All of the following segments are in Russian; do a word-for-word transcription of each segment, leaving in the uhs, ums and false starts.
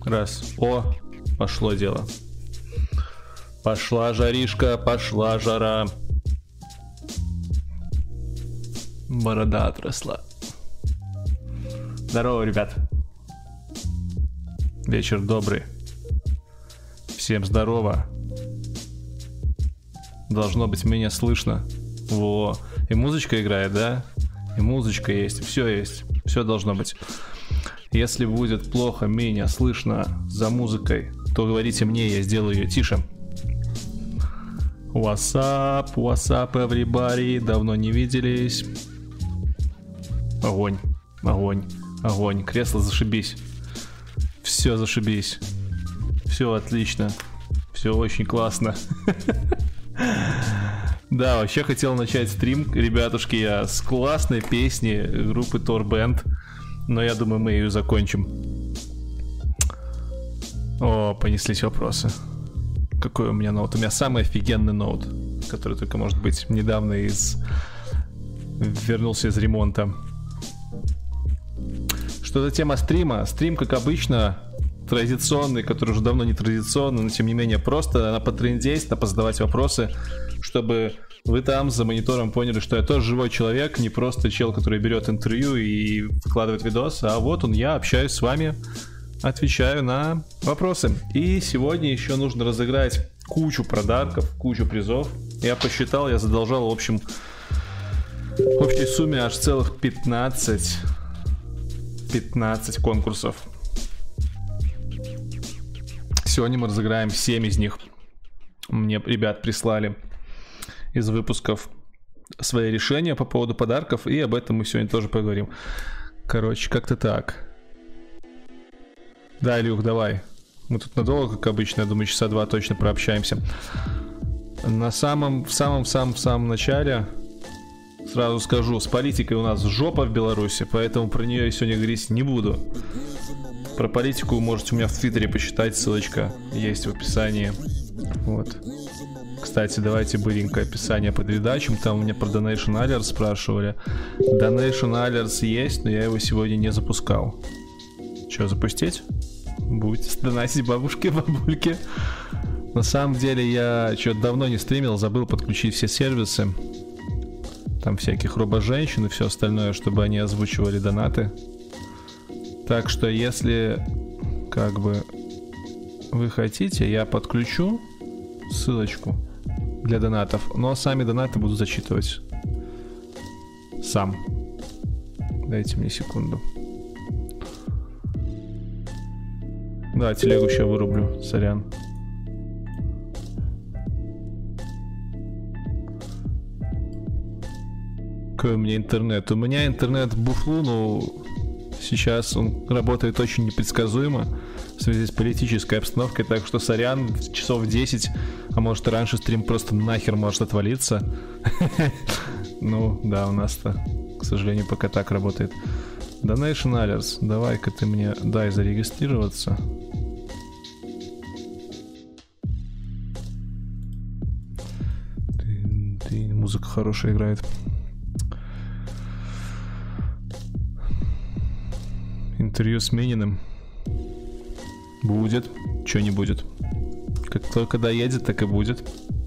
Раз. О, пошло дело. Пошла жаришка, пошла жара. Борода отросла. Здорово, ребят. Вечер добрый. Всем здорово. Должно быть, меня слышно. Во. И музычка играет, да? И музычка есть, все есть. Все должно быть. Если будет плохо меня слышно за музыкой, то говорите мне, я сделаю ее тише. What's up, what's up, everybody? Давно не виделись. Огонь, огонь, огонь. Кресло зашибись. Все зашибись. Все отлично. Все очень классно. Да, вообще хотел начать стрим, ребятушки, я с классной песни группы Thor Band. Но я думаю, мы ее закончим. О, понеслись вопросы. Какой у меня ноут? У меня самый офигенный ноут, который только может быть. Недавно из... вернулся из ремонта. Что за тема стрима? Стрим, как обычно, традиционный, который уже давно не традиционный, но тем не менее просто на потрындеть, на позадавать вопросы, чтобы вы там за монитором поняли, что я тоже живой человек, не просто чел, который берет интервью и выкладывает видос, а вот он, я общаюсь с вами, отвечаю на вопросы. И сегодня еще нужно разыграть кучу подарков, кучу призов. Я посчитал, я задолжал, в общем, в общей сумме аж целых пятнадцать пятнадцать конкурсов. Сегодня мы разыграем семь из них. Мне ребят прислали из выпусков свои решения по поводу подарков, и об этом мы сегодня тоже поговорим. Короче, как-то так. Да, Илюх, давай. Мы тут надолго, как обычно, я думаю, часа два точно прообщаемся. На самом, в самом, самом, самом начале сразу скажу, с политикой у нас жопа в Беларуси, поэтому про нее я сегодня говорить не буду. Про политику вы можете у меня в Твиттере почитать, ссылочка есть в описании. Вот. Кстати, давайте быренькое описание по передачам. Там у меня про Donation Alerts спрашивали. Donation Alerts есть, но я его сегодня не запускал. Че, запустить? Будете донатить бабушке, бабульке. На самом деле я что-то давно не стримил, забыл подключить все сервисы. Там всяких робо-женщин и все остальное, чтобы они озвучивали донаты. Так что если как бы вы хотите, я подключу ссылочку для донатов, но сами донаты буду зачитывать сам. Дайте мне секунду. Да, телегу сейчас вырублю, сорян. Какой у меня интернет? У меня интернет буфлу, но сейчас он работает очень непредсказуемо в связи с политической обстановкой, так что сорян, часов десять, а может и раньше стрим просто нахер может отвалиться. Ну да, у нас-то, к сожалению, пока так работает. Donation Alerts, давай-ка ты мне дай зарегистрироваться. Музыка хорошая играет. Интервью с Мининым. Будет. Чё не будет? Как только доедет, так и будет.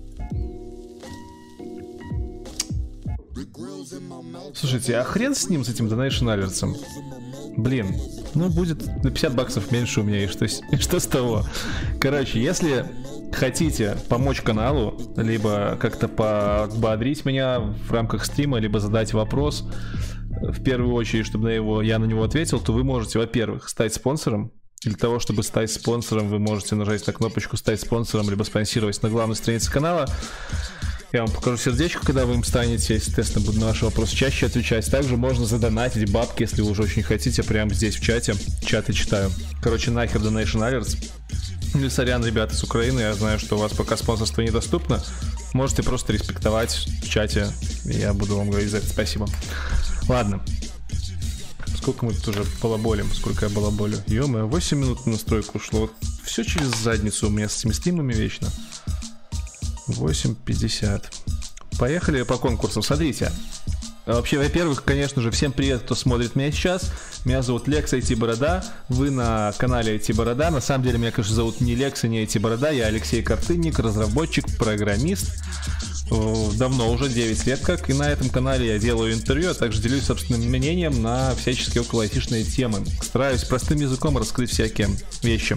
Слушайте, а хрен с ним, с этим Donation Alerts'ом? Блин, ну будет на пятьдесят баксов меньше у меня, и что, и что с того? Короче, если хотите помочь каналу, либо как-то подбодрить меня в рамках стрима, либо задать вопрос, в первую очередь, чтобы на его, я на него ответил, то вы можете, во-первых, стать спонсором. Для того, чтобы стать спонсором, вы можете нажать на кнопочку «Стать спонсором», либо спонсировать на главной странице канала. Я вам покажу сердечко, когда вы им станете. Естественно, буду на ваши вопросы чаще отвечать. Также можно задонатить бабки, если вы уже очень хотите, прямо здесь в чате. Чаты читаю. Короче, нахер Donation Alerts. Ну и сорян, ребята с Украины, я знаю, что у вас пока спонсорство недоступно. Можете просто респектовать в чате, и я буду вам говорить за это спасибо. Ладно. Сколько мы тут уже балаболим, сколько я балаболю. Ё-моё, восемь минут на настройку ушло. Вот все через задницу у меня с этими стримами вечно. восемь пятьдесят. Поехали по конкурсам. Смотрите. Вообще, во-первых, конечно же, всем привет, кто смотрит меня сейчас. Меня зовут Лекс ай ти Борода. Вы на канале ай ти Борода. На самом деле, меня, конечно, зовут не Лекс и не ай ти Борода. Я Алексей Картынник, разработчик, программист. Давно, уже девять лет как. И на этом канале я делаю интервью, а также делюсь собственным мнением на всяческие около айтишные темы. Стараюсь простым языком раскрыть всякие вещи.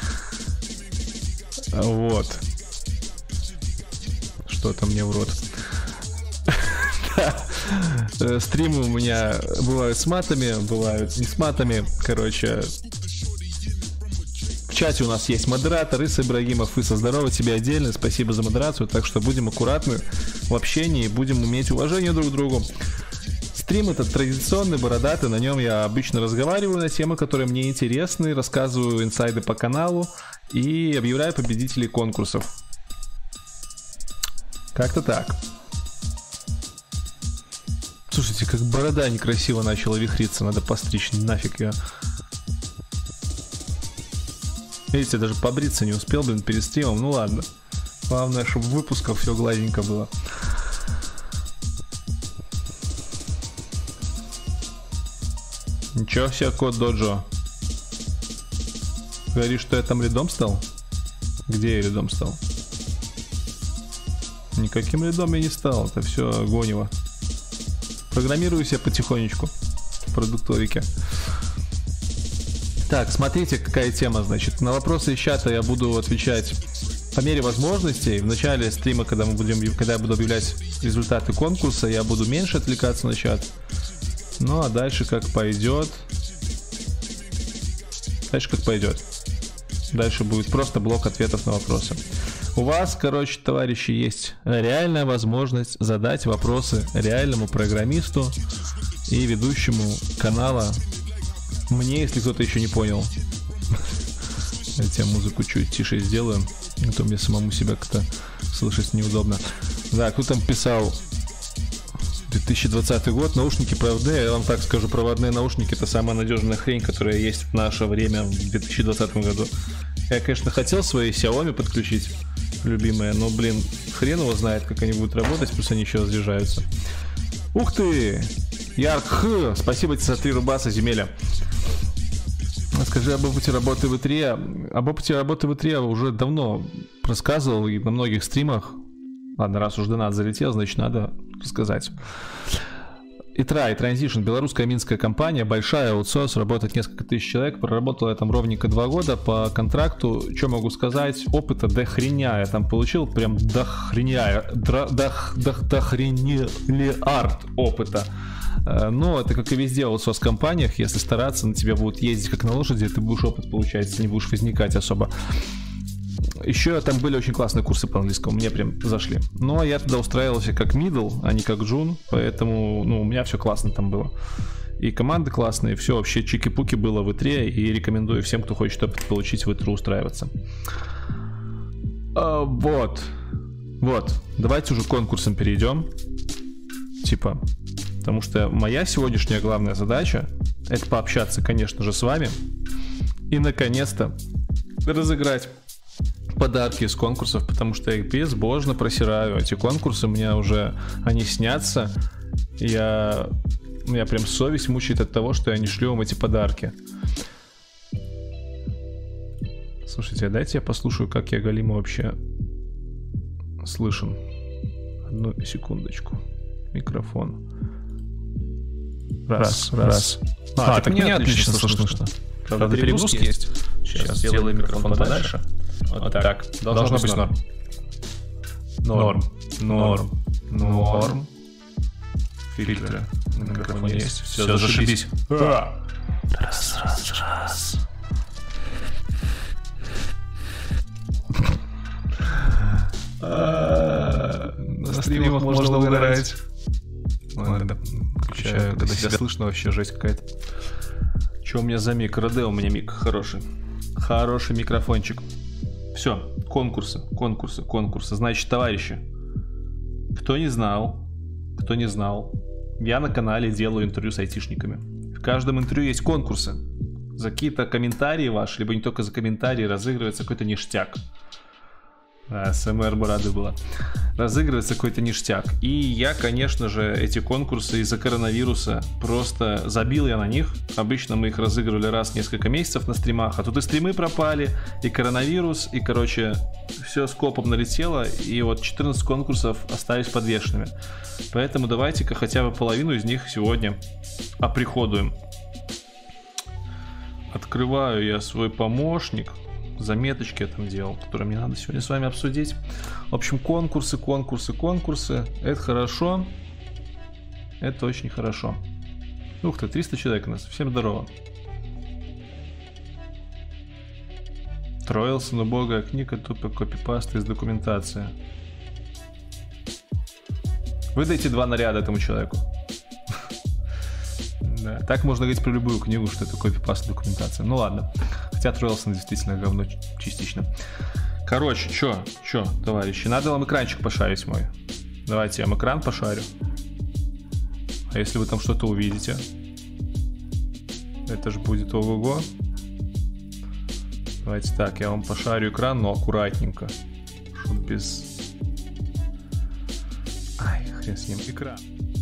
Вот. Что-то мне в рот. Стримы у меня бывают с матами, бывают не с матами. Короче, в чате у нас есть модератор Ис Ибрагимов. Иса, здорово тебе отдельно, спасибо за модерацию. Так что будем аккуратны в общении, будем иметь уважение друг к другу. Стрим этот традиционный, бородатый. На нем я обычно разговариваю на темы, которые мне интересны, рассказываю инсайды по каналу и объявляю победителей конкурсов. Как-то так. Слушайте, как борода некрасиво начала вихриться, надо постричь, нафиг я. Видите, даже побриться не успел, блин, перед стримом, ну ладно. Главное, чтобы в выпусках все гладенько было. Ничего себе, код Доджо. Говоришь, что я там лидом стал? Где я лидом стал? Никаким лидом я не стал, это все гонево. Программирую себя потихонечку в продуктовике. Так, смотрите, какая тема, значит. На вопросы из чата я буду отвечать по мере возможностей. В начале стрима, когда мы будем, когда я буду объявлять результаты конкурса, я буду меньше отвлекаться на чат. Ну а дальше как пойдет. Дальше как пойдет. Дальше будет просто блок ответов на вопросы. У вас, короче, товарищи, есть реальная возможность задать вопросы реальному программисту и ведущему канала мне, если кто-то еще не понял. Я тебе музыку чуть тише сделаю, а то мне самому себя как-то слышать неудобно. Да, кто там писал две тысячи двадцатый год, наушники проводные, я вам так скажу, проводные наушники — это самая надежная хрень, которая есть в наше время в две тысячи двадцатом году. Я, конечно, хотел свои Xiaomi подключить, любимые, но, блин, хрен его знает, как они будут работать, плюс они еще разряжаются. Ух ты! Ярк, спасибо тебе за три рубаса, земеля. Скажи об опыте работы в и три. Об опыте работы в и три я уже давно рассказывал и на многих стримах. Ладно, раз уж донат залетел, значит, надо рассказать. и три ай, Transition, белорусская минская компания, большая, аутсорс, работает несколько тысяч человек, проработал я там ровненько два года по контракту. Что могу сказать? Опыта до хреня я там получил, прям до хреня, до, до, до, до хренилиард опыта. Но это как и везде в аутсорс-компаниях, если стараться, на тебя будут ездить как на лошади, ты будешь опыт получать, не будешь возникать особо. Еще там были очень классные курсы по английскому, мне прям зашли. Но я туда устраивался как middle, а не как джун, поэтому, ну, у меня все классно там было. И команды классные, все вообще чики-пуки было в и три, и рекомендую всем, кто хочет опыт получить, в и три устраиваться. А, вот. Вот. Давайте уже к конкурсам перейдем. Типа, потому что моя сегодняшняя главная задача — это пообщаться, конечно же, с вами. И, наконец-то, разыграть подарки из конкурсов, потому что я их безбожно просираю. Эти конкурсы мне уже, они снятся. Я, меня прям совесть мучает от того, что я не шлю вам эти подарки. Слушайте, а дайте я послушаю, как я галимо вообще слышен. Одну секундочку. Микрофон. Раз, раз. раз. А, а, так мне отлично слышно. слышно. Правда, Правда перегрузки есть? Сейчас, Сейчас сделаем микрофон подальше. Вот, вот так. так. Должно, Должно быть норм. Норм. Норм. Норм. Норм. Фильтры. На микрофоне есть. Все, Все зашибись. А! Раз, раз, раз. На стримах можно угорать. Ладно, включаю, когда себя слышно, вообще жесть какая-то. Че у меня за мик? Роде у меня мик хороший. Хороший микрофончик. Все, конкурсы, конкурсы, конкурсы. Значит, товарищи, кто не знал, кто не знал, я на канале делаю интервью с айтишниками. В каждом интервью есть конкурсы. За какие-то комментарии ваши, либо не только за комментарии, разыгрывается какой-то ништяк. СМР бы рады было. Разыгрывается какой-то ништяк. И я, конечно же, эти конкурсы из-за коронавируса просто забил я на них. Обычно мы их разыгрывали раз в несколько месяцев на стримах, а тут и стримы пропали, и коронавирус, и, короче, все скопом налетело, и вот четырнадцать конкурсов остались подвешенными. Поэтому давайте-ка хотя бы половину из них сегодня оприходуем. Открываю я свой помощник. Заметочки я там делал, которые мне надо сегодня с вами обсудить. В общем, конкурсы, конкурсы, конкурсы. Это хорошо. Это очень хорошо. Ух ты, триста человек у нас. Всем здорово. Троился, но бога книга, тупо копипаста из документации. Выдайте два наряда этому человеку. Да, так можно говорить про любую книгу, что это копипаст документация. Ну ладно. Хотя Троилсон действительно говно частично. Короче, чё, чё, товарищи, надо вам экранчик пошарить мой. Давайте я вам экран пошарю. А если вы там что-то увидите? Это же будет ого-го. Давайте так, я вам пошарю экран, но аккуратненько. Чтоб без... Ай, хрен с ним, экран.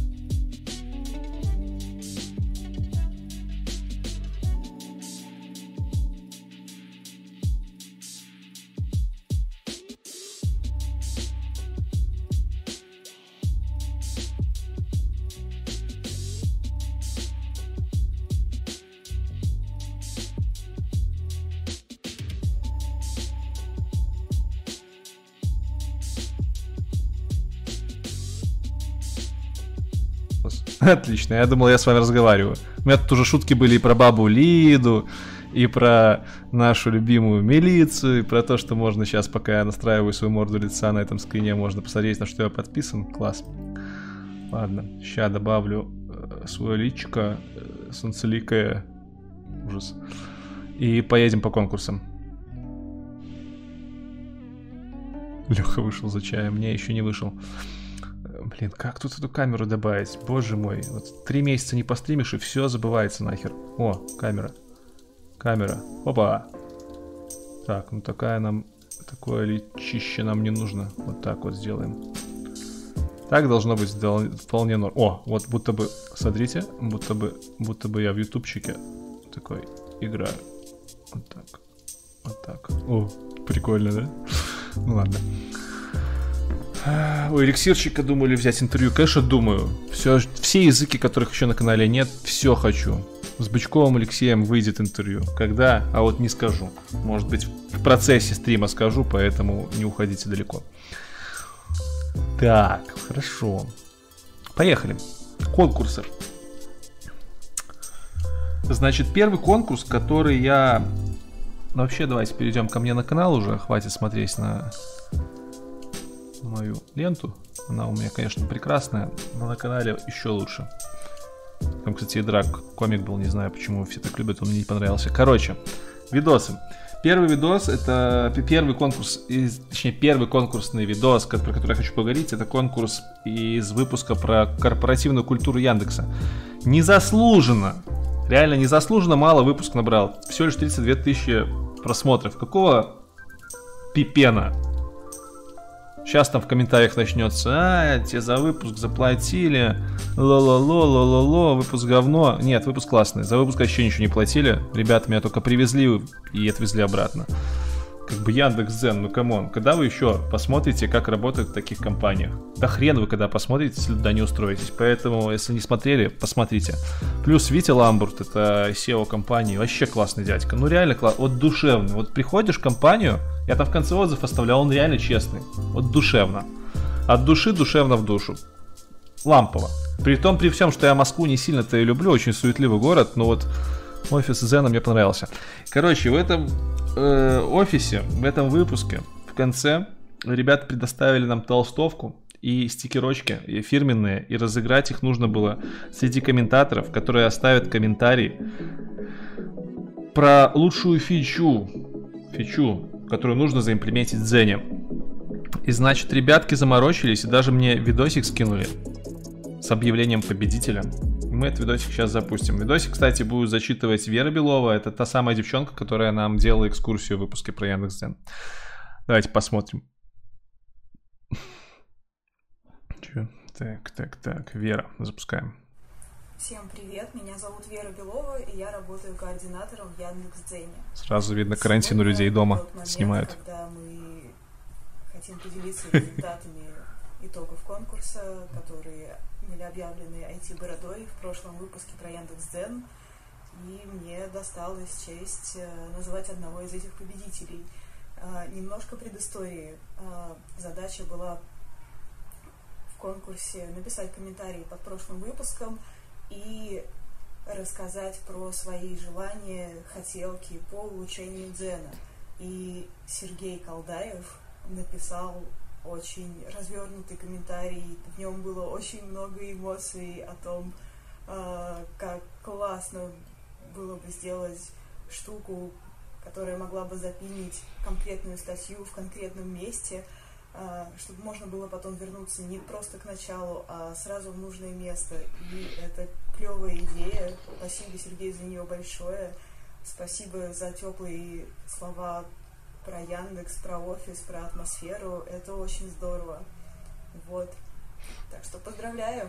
Отлично, я думал, я с вами разговариваю. У меня тут уже шутки были и про бабу Лиду, и про нашу любимую милицию, и про то, что можно сейчас, пока я настраиваю свою морду лица на этом скрине, можно посмотреть, на что я подписан. Класс. Ладно, сейчас добавлю э, свое личико, э, солнцеликое. Ужас. И поедем по конкурсам. Леха вышел за чаем, мне еще не вышел. Блин, как тут эту камеру добавить? Боже мой, вот три месяца не постримишь, и все забывается нахер. О, камера. Камера. Опа. Так, ну такая нам... Такое личище нам не нужно. Вот так вот сделаем. Так должно быть вполне норм. О, вот будто бы... Смотрите, будто бы, будто бы я в ютубчике такой играю. Вот так. Вот так. О, прикольно, да? Ну ладно. У эликсирчика думали взять интервью. Конечно, думаю. Все, все языки, которых еще на канале нет, все хочу. С Бычковым Алексеем выйдет интервью. Когда? А вот не скажу. Может быть, в процессе стрима скажу, поэтому не уходите далеко. Так, хорошо. Поехали. Конкурсы. Значит, первый конкурс, который я... Ну, вообще, давайте перейдем ко мне на канал уже. Хватит смотреть на... мою ленту. Она у меня, конечно, прекрасная, но на канале еще лучше. Там, кстати, и драк комик был, не знаю, почему все так любят, он мне не понравился. Короче, видосы. Первый видос, это первый конкурс, точнее, первый конкурсный видос, про который я хочу поговорить, это конкурс из выпуска про корпоративную культуру Яндекса. Незаслуженно, реально незаслуженно мало выпуск набрал. Всего лишь тридцать две тысячи просмотров. Какого пипена? Сейчас там в комментариях начнется: а, тебе за выпуск заплатили, ло-ло-ло, ло-ло-ло, выпуск говно. Нет, выпуск классный, за выпуск вообще ничего не платили. Ребята меня только привезли и отвезли обратно. Как бы Яндекс.Дзен, ну камон, когда вы еще посмотрите, как работает в таких компаниях? Да хрен вы когда посмотрите, если туда не устроитесь. Поэтому, если не смотрели, посмотрите. Плюс Витя Ламбурт, это сео компании, вообще классный дядька. Ну реально классный, вот душевный. Вот приходишь в компанию, я там в конце отзыв оставлял, он реально честный. Вот душевно. От души душевно в душу. Лампово. При том, при всем, что я Москву не сильно-то и люблю, очень суетливый город, но вот офис Дзена мне понравился. Короче, в этом э, офисе, в этом выпуске, в конце ребята предоставили нам толстовку и стикерочки и фирменные, и разыграть их нужно было среди комментаторов, которые оставят комментарий про лучшую фичу, фичу, которую нужно заимплементить в Дзене. И значит, ребятки заморочились и даже мне видосик скинули с объявлением победителя. И мы этот видосик сейчас запустим. Видосик, кстати, будет зачитывать Вера Белова. Это та самая девчонка, которая нам делала экскурсию в выпуске про Яндекс.Дзен. Давайте посмотрим. Че? Так, так, так. Вера, запускаем. Всем привет, меня зовут Вера Белова, и я работаю координатором в Яндекс.Дзене. Сразу видно карантин у людей дома тот момент, снимают. Когда мы хотим поделиться результатами итогов конкурса, которые были объявлены ай ти-бородой в прошлом выпуске про Яндекс.Дзен, и мне досталась честь называть одного из этих победителей. Немножко предыстории. Задача была в конкурсе написать комментарии под прошлым выпуском и рассказать про свои желания, хотелки по улучшению дзена. И Сергей Колдаев написал очень развернутый комментарий, в нем было очень много эмоций о том, как классно было бы сделать штуку, которая могла бы запилить конкретную статью в конкретном месте, чтобы можно было потом вернуться не просто к началу, а сразу в нужное место. И это клевая идея. Спасибо, Сергей, за нее большое. Спасибо за теплые слова про Яндекс, про офис, про атмосферу. Это очень здорово. Вот. Так что поздравляю.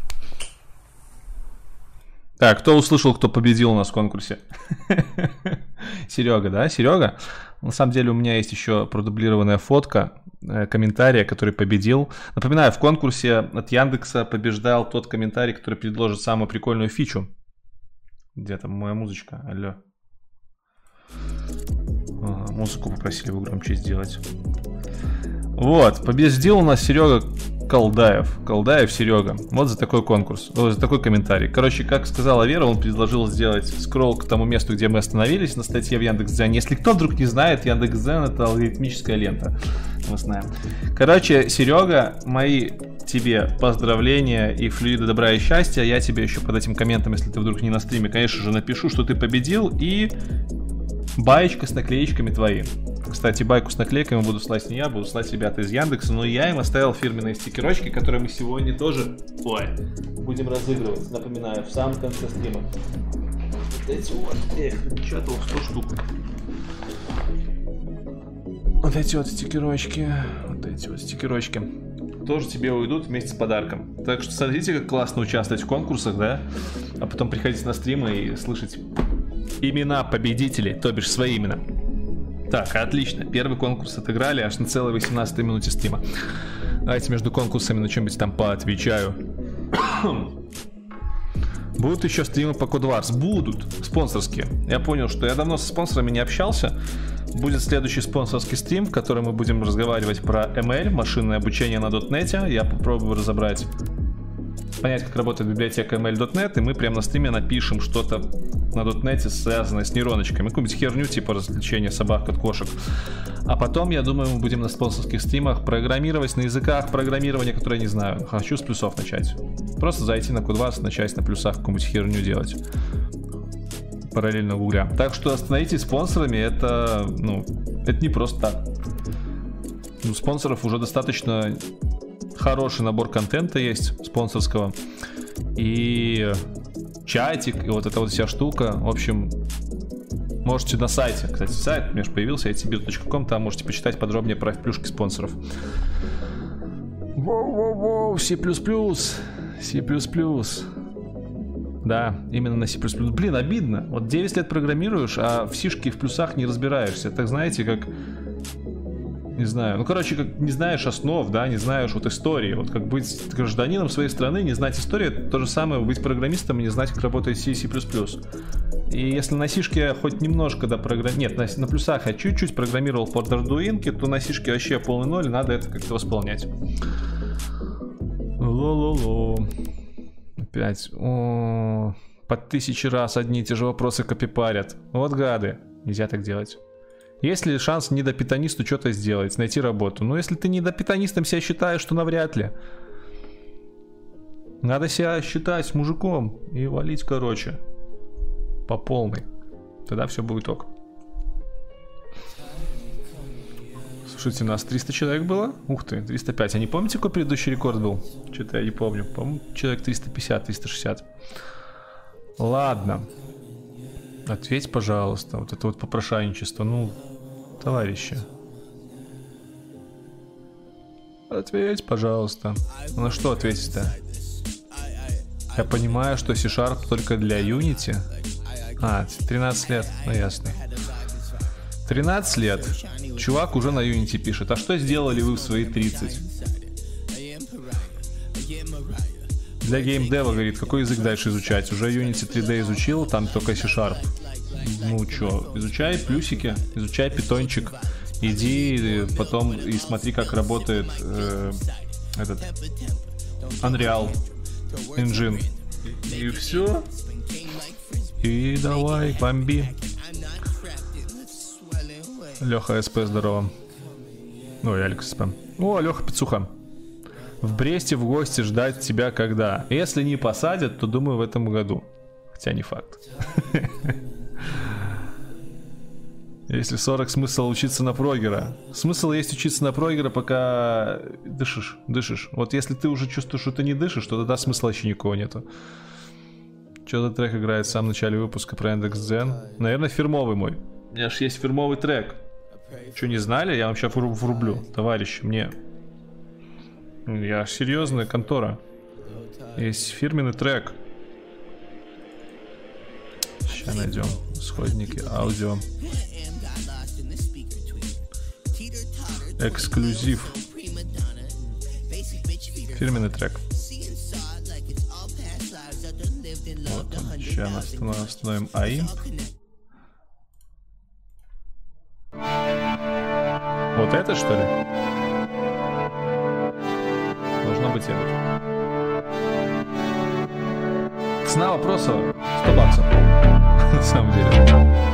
Так, кто услышал, кто победил у нас в конкурсе? Серега, да? Серега? На самом деле у меня есть еще продублированная фотка комментария, который победил. Напоминаю, в конкурсе от Яндекса побеждал тот комментарий, который предложит самую прикольную фичу. Где там моя музычка? Алло. Ага, музыку попросили его громче сделать. Вот, победил у нас Серега Колдаев. Колдаев Серега. Вот за такой конкурс. Вот за такой комментарий. Короче, как сказала Вера, он предложил сделать скролл к тому месту, где мы остановились на статье в Яндекс.Дзене. Если кто вдруг не знает, Яндекс.Дзен — это алгоритмическая лента. Мы знаем. Короче, Серега, мои тебе поздравления и флюида добра и счастья. Я тебе еще под этим комментом, если ты вдруг не на стриме, конечно же, напишу, что ты победил, и баечка с наклеечками твои. Кстати, байку с наклейками буду слать не я, буду слать ребята из Яндекса, но я им оставил фирменные стикерочки, которые мы сегодня тоже, ой, будем разыгрывать, напоминаю, в самом конце стрима. Вот эти вот, эх, напечатал сто штук. Вот эти вот стикерочки, вот эти вот стикерочки тоже тебе уйдут вместе с подарком. Так что смотрите, как классно участвовать в конкурсах, да? А потом приходить на стримы и слышать имена победителей, то бишь свои имена. Так, отлично. Первый конкурс отыграли аж на целой восемнадцатой минуте стрима. Давайте между конкурсами на чем-нибудь там поотвечаю. Будут еще стримы по Кодварс? Будут. Спонсорские. Я понял, что я давно со спонсорами не общался. Будет следующий спонсорский стрим, в котором мы будем разговаривать про эм эл, машинное обучение на .дот нет. Я попробую разобрать, понять, как работает библиотека эм эл точка нет, и мы прямо на стриме напишем что-то на .дот нет, связанное с нейроночками. Какую-нибудь херню типа развлечения собак от кошек. А потом, я думаю, мы будем на спонсорских стримах программировать на языках программирования, которые я не знаю. Хочу с плюсов начать. Просто зайти на Кодварс, начать на плюсах какую-нибудь херню делать. Параллельно гугля. Так что остановитесь спонсорами, это, ну, это не просто так. У спонсоров уже достаточно хороший набор контента есть спонсорского. И чатик, и вот эта вот вся штука. В общем, можете на сайте, кстати, сайт у меня же появился, ай ти билд точка ком, там можете почитать подробнее про плюшки спонсоров. Воу-воу-воу, C++, C++. Да, именно на C++. Блин, обидно. Вот девять лет программируешь, а в сишке и в плюсах не разбираешься. Так знаете, как... Не знаю. Ну, короче, как не знаешь основ, да, не знаешь вот истории. Вот как быть гражданином своей страны, не знать историю, это то же самое быть программистом и не знать, как работает C и C++. И если на сишке хоть немножко, да, программ... Нет, на, на плюсах я чуть-чуть программировал под Arduino, то на сишке вообще полный ноль, надо это как-то восполнять. Ло-ло-ло. Опять. О, по тысяче раз одни и те же вопросы копипарят. Вот гады. Нельзя так делать. Есть ли шанс недопитонисту что-то сделать, найти работу? Но если ты недопитонистом себя считаешь, то навряд ли. Надо себя считать мужиком и валить, короче, по полной. Тогда все будет ок. Слушайте, у нас триста человек было? Ух ты, триста пять. А не помните, какой предыдущий рекорд был? Что-то я не помню. По-моему, человек триста пятьдесят, триста шестьдесят. Ладно. Ответь, пожалуйста. Вот это вот попрошайничество. Ну, товарищи. Ответь, пожалуйста. На что ответить-то? Я понимаю, что C-Sharp только для Unity. А, тринадцать лет, ну ясно. тринадцать лет. Чувак уже на Unity пишет. А что сделали вы в свои тридцать? Для геймдева, говорит, какой язык дальше изучать? Уже Unity три дэ изучил, там только C-Sharp. Ну чё, изучай плюсики, изучай питончик. Иди потом и смотри, как работает э, этот Unreal Engine. И все. И давай, бомби. Леха СП, здорово. Ой, Алекс СП. О, Леха Пицуха. В Бресте в гости ждать тебя когда? Если не посадят, то думаю в этом году. Хотя не факт. Если сорок, смысл учиться на прогера. Смысл есть учиться на прогера, пока дышишь, дышишь. Вот если ты уже чувствуешь, что ты не дышишь, то тогда смысла еще никого нету. Что за трек играет в самом начале выпуска про Яндекс.Дзен? Наверное, фирмовый мой. У меня же есть фирмовый трек. Что, не знали? Я вам сейчас врублю, товарищи, мне. Я серьезная контора. Есть фирменный трек. Сейчас найдем исходники аудио. Эксклюзив. Фирменный трек. Вот он. Сейчас остановим АИМП. Вот это, что ли? Должно быть это. Цена вопроса сто баксов. На самом деле.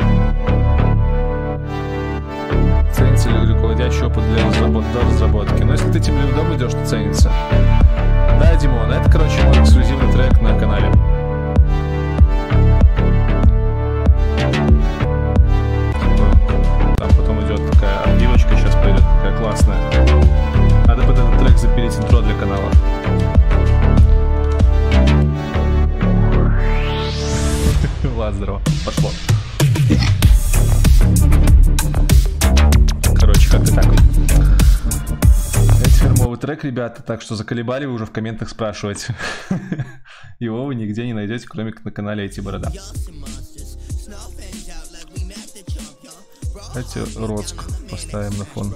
Ценится ли руководящий опыт для разработки? До разработки. Но если ты тем лидом идешь, то ценится. Да, Димон, это, короче, мой эксклюзивный трек на канале. Там потом идет такая обвивочка, сейчас пойдет такая классная. Надо под этот трек запилить интро для канала. Влад, здорово. Пошло. Короче, как-то так. Это фирмовый трек, ребята, так что заколебали вы уже в комментах спрашивать. Его вы нигде не найдете, кроме как на канале ай ти Борода. Давайте Роцк поставим на фон.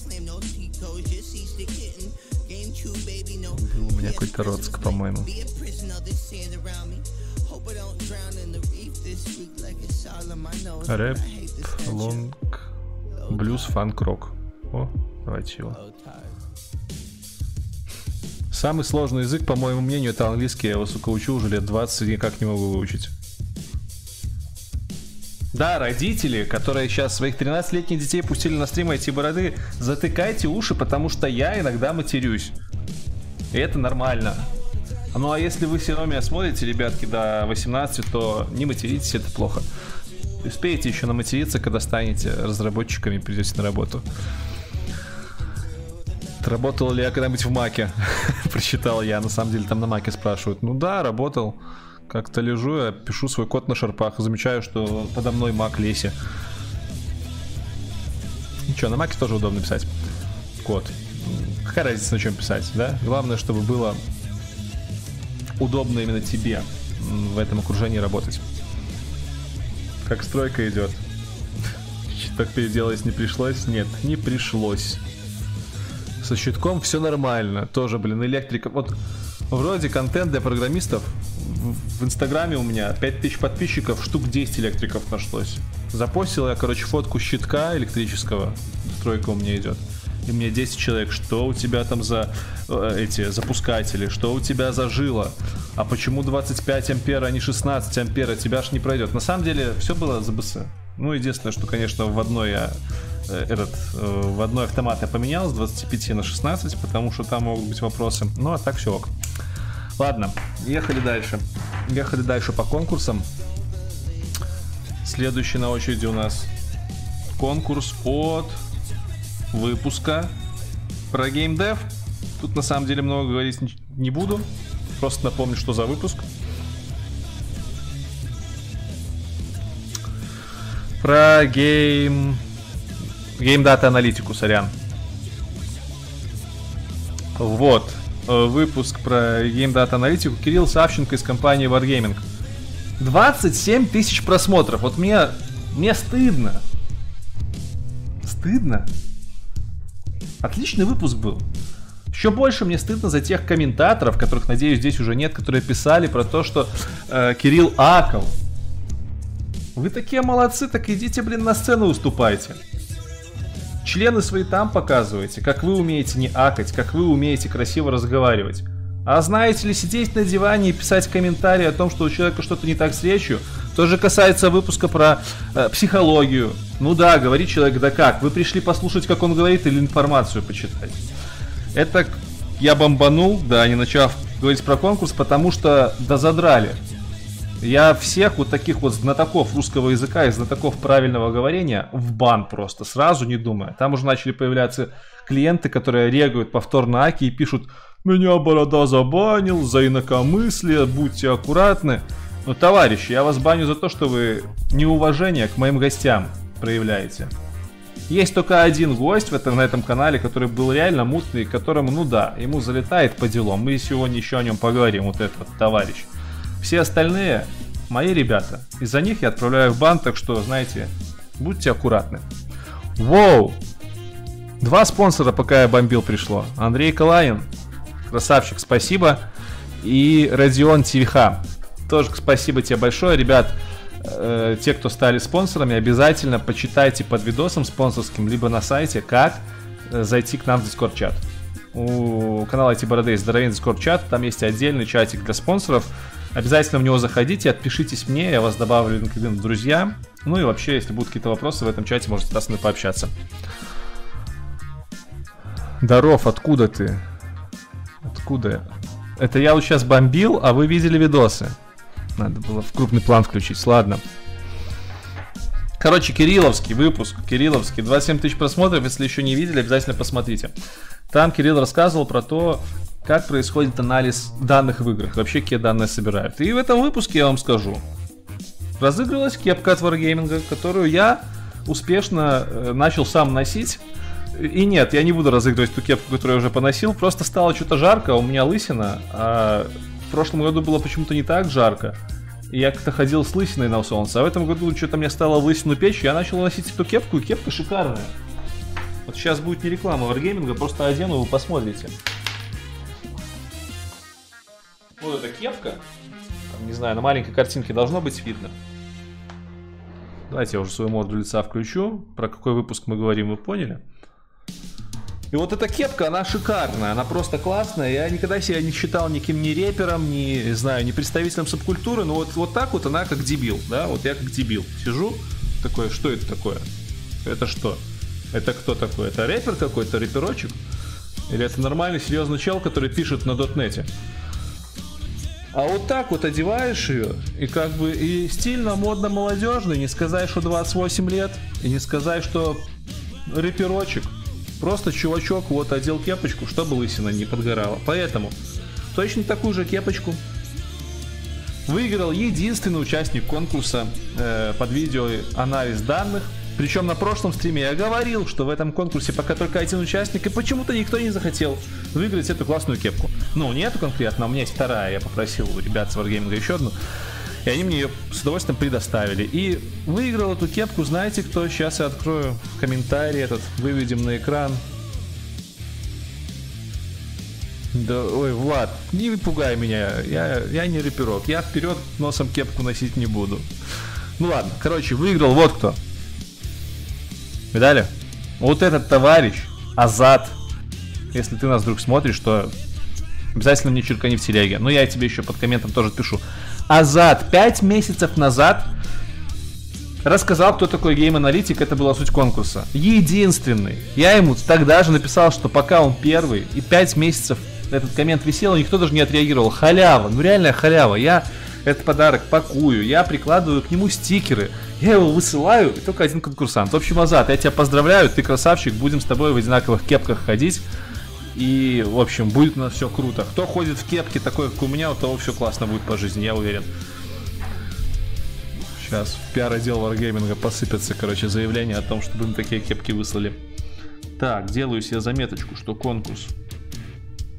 Был у меня какой-то Роцк, по-моему. Рэп, лонг, блюз, фанк, рок. О, давайте его. Самый сложный язык, по моему мнению, это английский. Я его, сука, учу уже лет двадцать и никак не могу выучить. Да, родители, которые сейчас своих тринадцатилетних детей пустили на стрим ай ти Бороды, затыкайте уши, потому что я иногда матерюсь. И это нормально. Ну а если вы все равно меня смотрите, ребятки, до восемнадцати, то не материтесь, это плохо. Успеете еще наматериться, когда станете разработчиками и придете на работу. Работал ли я когда-нибудь в Маке? Прочитал я, на самом деле там на Маке спрашивают. Ну да, работал. Как-то лежу, я пишу свой код на шарпах, замечаю, что подо мной Мак Леси. Ничего, на Маке тоже удобно писать код. Какая разница, на чем писать, да? Главное, чтобы было удобно именно тебе в этом окружении работать. Как стройка идет. Так переделать не пришлось? Нет, не пришлось. Со щитком все нормально. Тоже, блин, электрика. Вот вроде контент для программистов. В инстаграме у меня пять тысяч подписчиков, штук десять электриков нашлось. Запостил я, короче, фотку щитка электрического. Стройка у меня идет. И мне десять человек, что у тебя там за э, эти запускатели, что у тебя за жила, а почему двадцать пять ампер, а не шестнадцать ампер, тебя ж не пройдет. На самом деле все было за БС. Ну, единственное, что, конечно, в одной я э, этот э, в одной автомат я поменял с двадцати пяти на шестнадцать, потому что там могут быть вопросы. Ну, а так все ок. Ладно, ехали дальше. Ехали дальше по конкурсам. Следующий на очереди у нас конкурс от выпуска про геймдев. Тут на самом деле много говорить не буду. Просто напомню, что за выпуск. Про гейм... геймдата аналитику, сорян. Вот. Выпуск про Game Data аналитику. Кирилл Савченко из компании Wargaming. двадцать семь тысяч просмотров. Вот мне, мне стыдно. Стыдно? Отличный выпуск был. Еще больше мне стыдно за тех комментаторов, которых, надеюсь, здесь уже нет, которые писали про то, что э, Кирилл акал. Вы такие молодцы, так идите, блин, на сцену выступайте. Члены свои там показываете, как вы умеете не акать, как вы умеете красиво разговаривать. А знаете ли, сидеть на диване и писать комментарии о том, что у человека что-то не так с речью, тоже касается выпуска про э, психологию. Ну да, говорит человек, да как, вы пришли послушать, как он говорит, или информацию почитать. Это я бомбанул, да, не начав говорить про конкурс, потому что да задрали. Я всех вот таких вот знатоков русского языка и знатоков правильного говорения в бан просто, сразу не думая. Там уже начали появляться клиенты, которые регают повторно аки и пишут: «Меня Борода забанил за инакомыслие, будьте аккуратны». Ну, товарищи, я вас баню за то, что вы неуважение к моим гостям проявляете. Есть только один гость в этом, на этом канале, который был реально мутный, которому, ну да, ему залетает по делам. Мы сегодня еще о нем поговорим, вот этот товарищ. Все остальные мои ребята. Из-за них я отправляю в бан, так что, знаете, будьте аккуратны. Воу! Два спонсора, пока я бомбил, пришло. Андрей Каланин, красавчик, спасибо. И Родион ТВХ. Тоже спасибо тебе большое, ребят. Э, те, кто стали спонсорами, обязательно почитайте под видосом спонсорским, либо на сайте, как э, зайти к нам в Discord-чат. У канала ай ти Бороды есть здоровенный Discord-чат, там есть отдельный чатик для спонсоров. Обязательно в него заходите, отпишитесь мне, я вас добавлю в друзья. Ну и вообще, если будут какие-то вопросы в этом чате, можете с нами пообщаться. Даров, откуда ты? Откуда? Это я вот сейчас бомбил, а вы видели видосы. Надо было в крупный план включить, ладно. Короче, Кирилловский выпуск, Кирилловский, двадцать семь тысяч просмотров, если еще не видели, обязательно посмотрите. Там Кирилл рассказывал про то, как происходит анализ данных в играх, вообще какие данные собирают. И в этом выпуске я вам скажу. Разыгралась кепка от Wargaming, которую я успешно э, начал сам носить. И нет, я не буду разыгрывать ту кепку, которую я уже поносил, просто стало что-то жарко, у меня лысина, а в прошлом году было почему-то не так жарко. И я как-то ходил с лысиной на солнце, а в этом году что-то мне стало лысину печь, я начал носить эту кепку, и кепка шикарная. Вот сейчас будет не реклама Wargaming, просто одену, вы посмотрите. Вот эта кепка, там, не знаю, на маленькой картинке должно быть видно. Давайте я уже свою морду лица включу, про какой выпуск мы говорим, вы поняли? И вот эта кепка, она шикарная, она просто классная. Я никогда себя не считал никаким ни рэпером, ни, не знаю, ни представителем субкультуры, но вот, вот так вот она как дебил, да, вот я как дебил сижу, такой, что это такое? Это что? Это кто такой? Это рэпер какой-то, рэперочек? Или это нормальный, серьезный чел, который пишет на дотнете? А вот так вот одеваешь ее, и как бы и стильно, модно, молодежно, не сказать, что двадцать восемь лет, и не сказать, что рэперочек. Просто чувачок вот одел кепочку, чтобы лысина не подгорала. Поэтому точно такую же кепочку выиграл единственный участник конкурса э, под видео анализ данных. Причем на прошлом стриме я говорил, что в этом конкурсе пока только один участник, и почему-то никто не захотел выиграть эту классную кепку. Ну, не эту конкретно, а у меня есть вторая. Я попросил у ребят с Wargaming еще одну. И они мне ее с удовольствием предоставили. И выиграл эту кепку, знаете кто? Сейчас я открою комментарий этот, выведем на экран. Да, ой, Влад, не пугай меня, я, я не рэперок. Я вперед носом кепку носить не буду. Ну ладно, короче, выиграл вот кто. Видали? Вот этот товарищ, Азат. Если ты нас вдруг смотришь, то обязательно мне черкани в телеге. Но я тебе еще под комментом тоже пишу. Азат пять месяцев назад рассказал, кто такой гейм-аналитик, это была суть конкурса. Единственный. Я ему тогда же написал, что пока он первый, и пять месяцев этот коммент висел, и никто даже не отреагировал. Халява, ну реальная халява. Я этот подарок пакую, я прикладываю к нему стикеры, я его высылаю, и только один конкурсант. В общем, Азат, я тебя поздравляю, ты красавчик, будем с тобой в одинаковых кепках ходить. И, в общем, будет у нас все круто. Кто ходит в кепке такой, как у меня, у того все классно будет по жизни, я уверен. Сейчас в пиар-отдел Wargaming посыпятся, короче, заявления о том, чтобы им такие кепки выслали. Так, делаю себе заметочку, что конкурс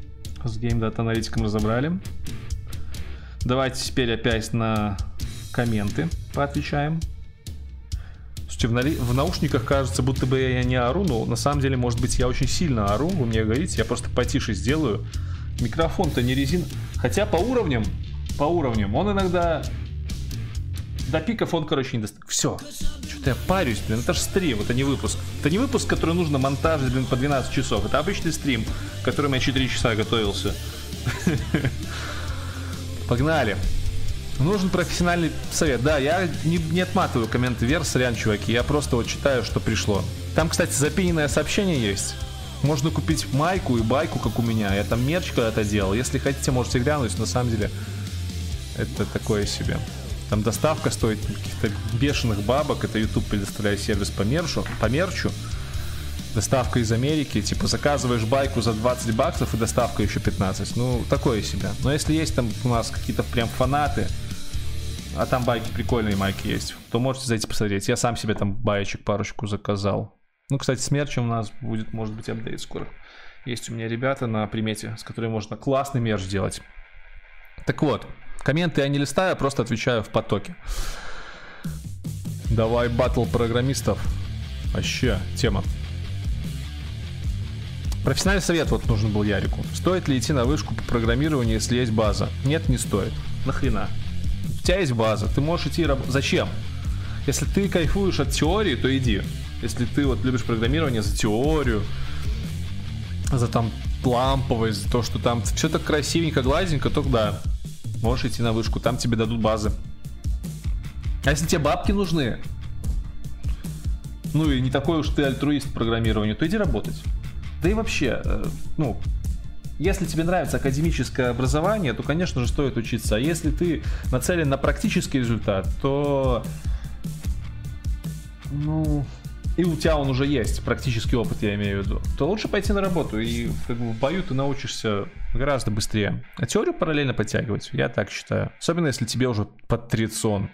С Game Data аналитиком разобрали. Давайте теперь опять на комменты поотвечаем. Слушайте, в, нали... в наушниках кажется, будто бы я не ору, но на самом деле, может быть, я очень сильно ору. Вы мне говорите, я просто потише сделаю. Микрофон-то не резин. Хотя по уровням, по уровням, он иногда... До пиков он, короче, не достает. Все. Что-то я парюсь, блин. Это же стрим, это не выпуск. Это не выпуск, который нужно монтажить, блин, по двенадцать часов. Это обычный стрим, к которому я четыре часа готовился. Погнали. Нужен профессиональный совет. Да, я не, не отматываю комменты вверх, сорян, чуваки. Я просто вот читаю, что пришло. Там, кстати, запиненное сообщение есть. Можно купить майку и байку, как у меня. Я там мерч когда-то делал. Если хотите, можете глянуть. На самом деле, это такое себе. Там доставка стоит каких-то бешеных бабок. Это YouTube предоставляет сервис по мерчу. По мерчу. Доставка из Америки. Типа заказываешь байку за двадцать баксов и доставка еще пятнадцать. Ну, такое себе. Но если есть там у нас какие-то прям фанаты, а там байки прикольные, майки есть, то можете зайти посмотреть. Я сам себе там баечек парочку заказал. Ну, кстати, с мерчем у нас будет, может быть, апдейт скоро. Есть у меня ребята на примете, с которыми можно классный мерч делать. Так вот. Комменты я не листаю, просто отвечаю в потоке. Давай батл программистов. Вообще, тема. Профессиональный совет вот нужен был Ярику. Стоит ли идти на вышку по программированию, если есть база? Нет, не стоит. Нахрена? У тебя есть база, ты можешь идти работать. Зачем? Если ты кайфуешь от теории, то иди. Если ты вот любишь программирование за теорию, за там ламповость, за то, что там все так красивенько, гладенько, то да. Можешь идти на вышку, там тебе дадут базы. А если тебе бабки нужны, ну и не такой уж ты альтруист в программировании, то иди работать. Да и вообще, ну, если тебе нравится академическое образование, то, конечно же, стоит учиться. А если ты нацелен на практический результат, то, ну, и у тебя он уже есть, практический опыт, я имею в виду, то лучше пойти на работу, и как бы в бою ты научишься гораздо быстрее. А теорию параллельно подтягивать, я так считаю. Особенно, если тебе уже под тридцать.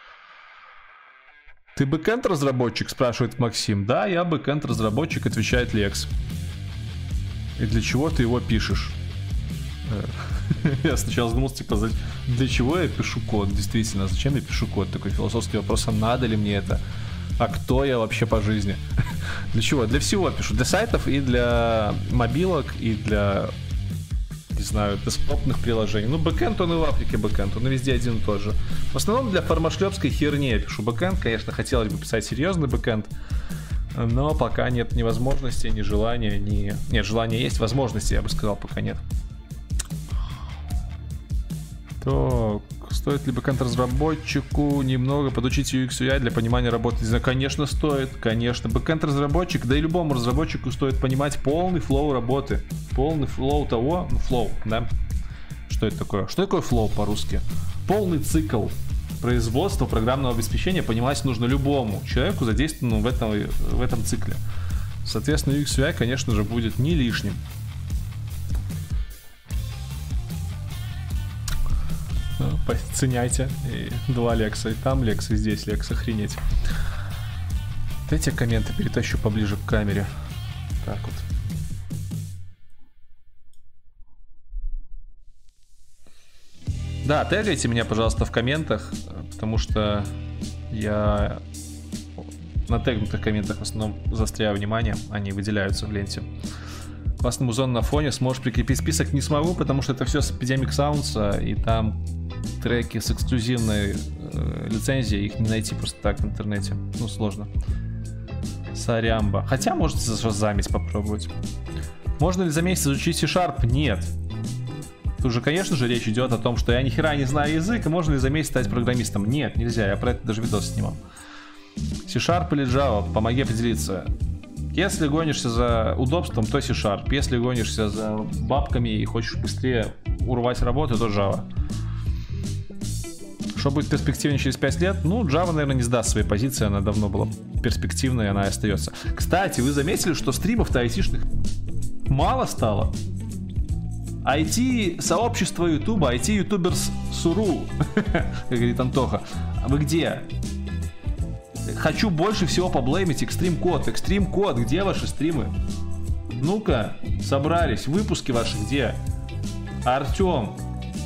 Ты бэкэнд-разработчик, спрашивает Максим. Да, я бэкэнд-разработчик, отвечает Лекс. И для чего ты его пишешь? Я сначала задумался, типа, для чего я пишу код? Действительно, зачем я пишу код? Такой философский вопрос, а надо ли мне это? А кто я вообще по жизни? Для чего? Для всего пишу. Для сайтов и для мобилок, и для, не знаю, десктопных приложений. Ну, бэкэнд, он и в Африке бэкэнд, он и везде один и тот же. В основном для формашлепской херни я пишу бэкэнд. Конечно, хотелось бы писать серьезный бэкэнд, но пока нет ни возможности, ни желания, ни... Нет, желание есть, возможности, я бы сказал, пока нет. Так, стоит ли бэкэнд-разработчику немного подучить ю экс ю ай для понимания работы дизайна? Конечно, стоит, конечно. Бэкэнд-разработчик, да и любому разработчику стоит понимать полный флоу работы. Полный флоу того, ну, флоу, да? Что это такое? Что такое флоу по-русски? Полный цикл производства программного обеспечения понимать нужно любому человеку, задействованному в этом, в этом цикле. Соответственно, ю экс ю ай, конечно же, будет не лишним. Поценяйте. И два Лекса. И там Лекс, и здесь Лекс. Охренеть. Эти комменты перетащу поближе к камере. Так вот. Да, тегайте меня, пожалуйста, в комментах, потому что я на тегнутых комментах в основном заостряю внимание, они выделяются в ленте. Классный музон на фоне, сможешь прикрепить список? Не смогу, потому что это все с Epidemic Sounds, и там треки с эксклюзивной э, лицензией, их не найти просто так в интернете. Ну, сложно. Сорямба. Хотя можете зашазамить попробовать. Можно ли за месяц изучить C-Sharp? Нет. Тут же, конечно же, речь идет о том, что я ни хера не знаю язык, и можно ли за месяц стать программистом? Нет, нельзя, я про это даже видос снимал. C-Sharp или Java? Помоги определиться. Если гонишься за удобством, то C-Sharp. Если гонишься за бабками и хочешь быстрее урвать работу, то Java. Что будет перспективнее через пять лет? Ну, Java, наверное, не сдаст своей позиции, она давно была перспективной, и она и остается. Кстати, вы заметили, что стримов-то айтишных мало стало? ай ти-сообщество Ютуба, ай ти-ютуберс Суру, как говорит Антоха. Вы где? Хочу больше всего поблеймить Extreme Code. Extreme Code, где ваши стримы? Ну-ка, собрались. Выпуски ваши где? Артем.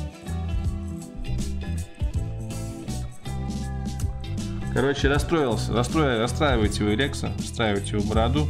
Короче, расстроился. Расстроил, расстраивайте вы Рекса, расстраивайте его бороду.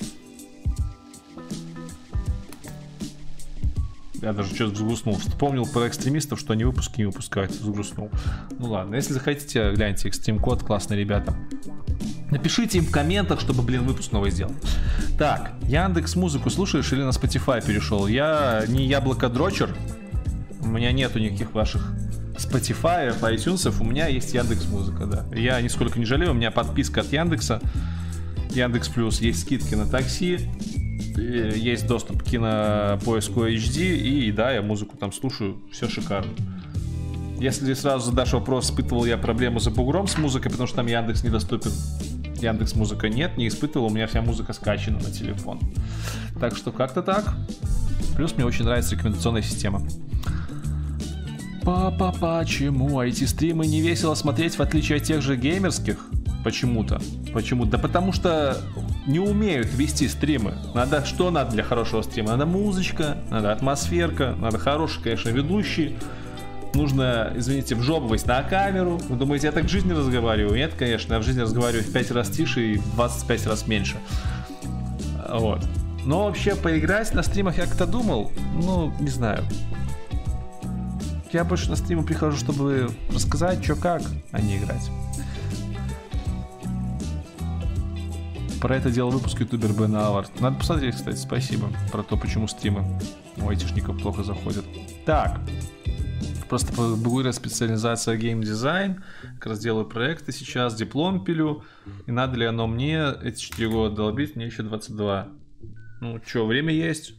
Я даже что-то взгрустнул. Вспомнил про экстремистов, что они выпуски не выпускают. Взгрустнул. Ну ладно, если захотите, гляньте, экстрим-код, классные ребята. Напишите им в комментах, чтобы, блин, выпуск новый сделал. Так, Яндекс Музыку слушаешь или на Spotify перешел? Я не яблокодрочер. У меня нету никаких ваших Spotify, iTunes, у меня есть Яндекс Музыка, да. Я нисколько не жалею, у меня подписка от Яндекса, Яндекс Плюс, есть скидки на такси, есть доступ к кинопоиску эйч ди, и да, я музыку там слушаю, все шикарно. Если сразу задашь вопрос, испытывал я проблему за бугром с музыкой, потому что там Яндекс недоступен. Яндекс Музыка нет, не испытывал, у меня вся музыка скачана на телефон. Так что как-то так. Плюс мне очень нравится рекомендационная система. Папа, почему ай ти-стримы не весело смотреть, в отличие от тех же геймерских? Почему-то. Почему? Да потому что не умеют вести стримы. Надо, что надо для хорошего стрима? Надо музычка, надо атмосферка, надо хороший, конечно, ведущий. Нужно, извините, вжопывать на камеру. Вы думаете, я так в жизни разговариваю? Нет, конечно, я в жизни разговариваю в пять раз тише и в двадцать пять раз меньше. Вот. Но вообще поиграть на стримах я как-то думал, ну, не знаю. Я больше на стримы прихожу, чтобы рассказать, что как, а не играть. Про это делал выпуск ютубер Бен Авард. Надо посмотреть, кстати, спасибо. Про то, почему стримы у айтишников плохо заходят. Так. Просто благодаря специализация геймдизайн. Как раз делаю проекты сейчас, диплом пилю. И надо ли оно мне эти четыре года долбить? Мне еще двадцать два. Ну, что, время есть.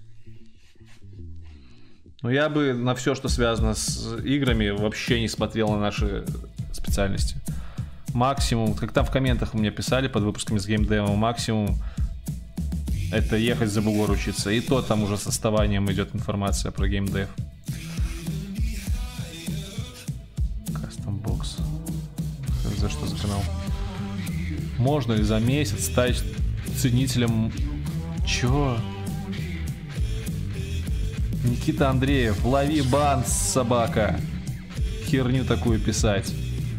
Но я бы на все, что связано с играми, вообще не смотрел на наши специальности. Максимум, как там в комментах у меня писали под выпусками с геймдевом, максимум это ехать за бугор учиться. И то там уже с отставанием идет информация про геймдев. Кастомбокс. За что за канал? Можно ли за месяц стать ценителем... Чё? Никита Андреев, лови бан, собака. Херню такую писать.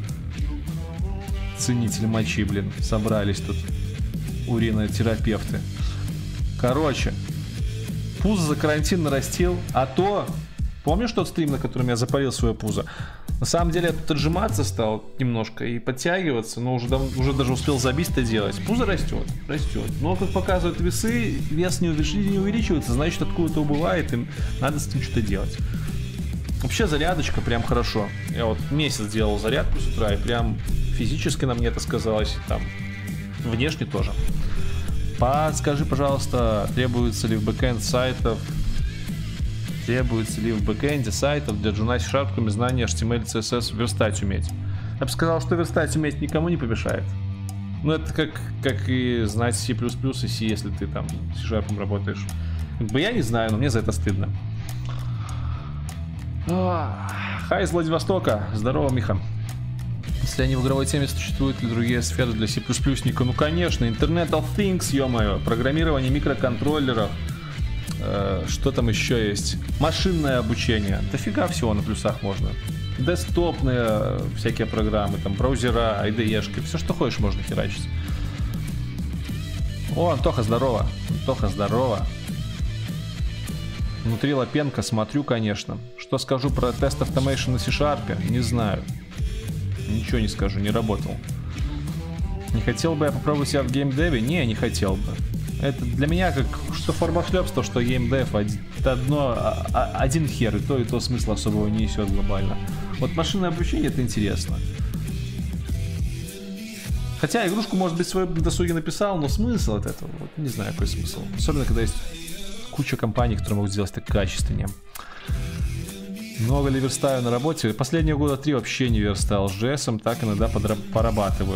Ценители мочи, блин, собрались тут уринотерапевты. Короче, пузо за карантин нарастил, а то... Помнишь тот стрим, на котором я запалил свое пузо? На самом деле я тут отжиматься стал немножко и подтягиваться, но уже, дав... уже даже успел забить это делать. Пузо растет, растет. Но как показывают весы, вес не, увелич... не увеличивается, значит откуда-то убывает, и надо с этим что-то делать. Вообще зарядочка прям хорошо. Я вот месяц делал зарядку с утра, и прям физически на мне это сказалось, там внешне тоже. Подскажи, пожалуйста, требуется ли в бэкэнд сайтов Требуется ли в бэкэнде сайтов для джуна C-Sharp, кроме знания эйч ти эм эль, си эс эс, верстать уметь? Я бы сказал, что верстать уметь никому не помешает. Ну, это как, как и знать C++ и C, если ты там с C-Sharp работаешь. Как бы я не знаю, но мне за это стыдно. Хай из Владивостока. Здорово, Миха. Если они в игровой теме, существуют ли другие сферы для C++-ника? Ну, конечно. Internet of Things, ё-моё. Программирование микроконтроллеров. Что там еще есть? Машинное обучение. Дофига всего на плюсах можно. Десктопные всякие программы, там браузера, ай ди и-шки. Все, что хочешь, можно херачить. О, Антоха, здорово. Антоха, здорово. Внутри Лапенко смотрю, конечно. Что скажу про тест Automation на C-Sharp? Не знаю. Ничего не скажу, не работал. Не хотел бы я попробовать себя в геймдеве? Не, не хотел бы. Это для меня как что формошлепство, что геймдев одно, один хер, и то, и то смысла особого не несет глобально. Вот машинное обучение — это интересно. Хотя игрушку, может быть, в своем досуге написал, но смысл от этого, вот, не знаю, какой смысл. Особенно, когда есть куча компаний, которые могут сделать так качественнее. Много ли верстаю на работе? Последние года три вообще не верстал. С джей эс так иногда порабатываю.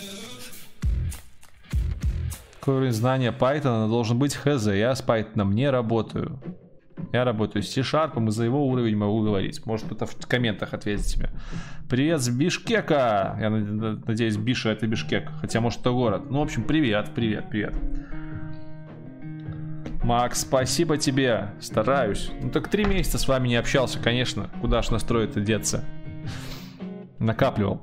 Какой уровень знания Python должен быть? Хз, я с Python не работаю. Я работаю с C-Sharp, и за его уровень могу говорить. Может, кто-то в комментах ответит мне. Привет с Бишкека. Я надеюсь, Биша — это Бишкек. Хотя, может, это город. Ну, в общем, привет, привет, привет. Макс, спасибо тебе. Стараюсь. Ну так три месяца с вами не общался, конечно. Куда ж настроить-то деться? Накапливал.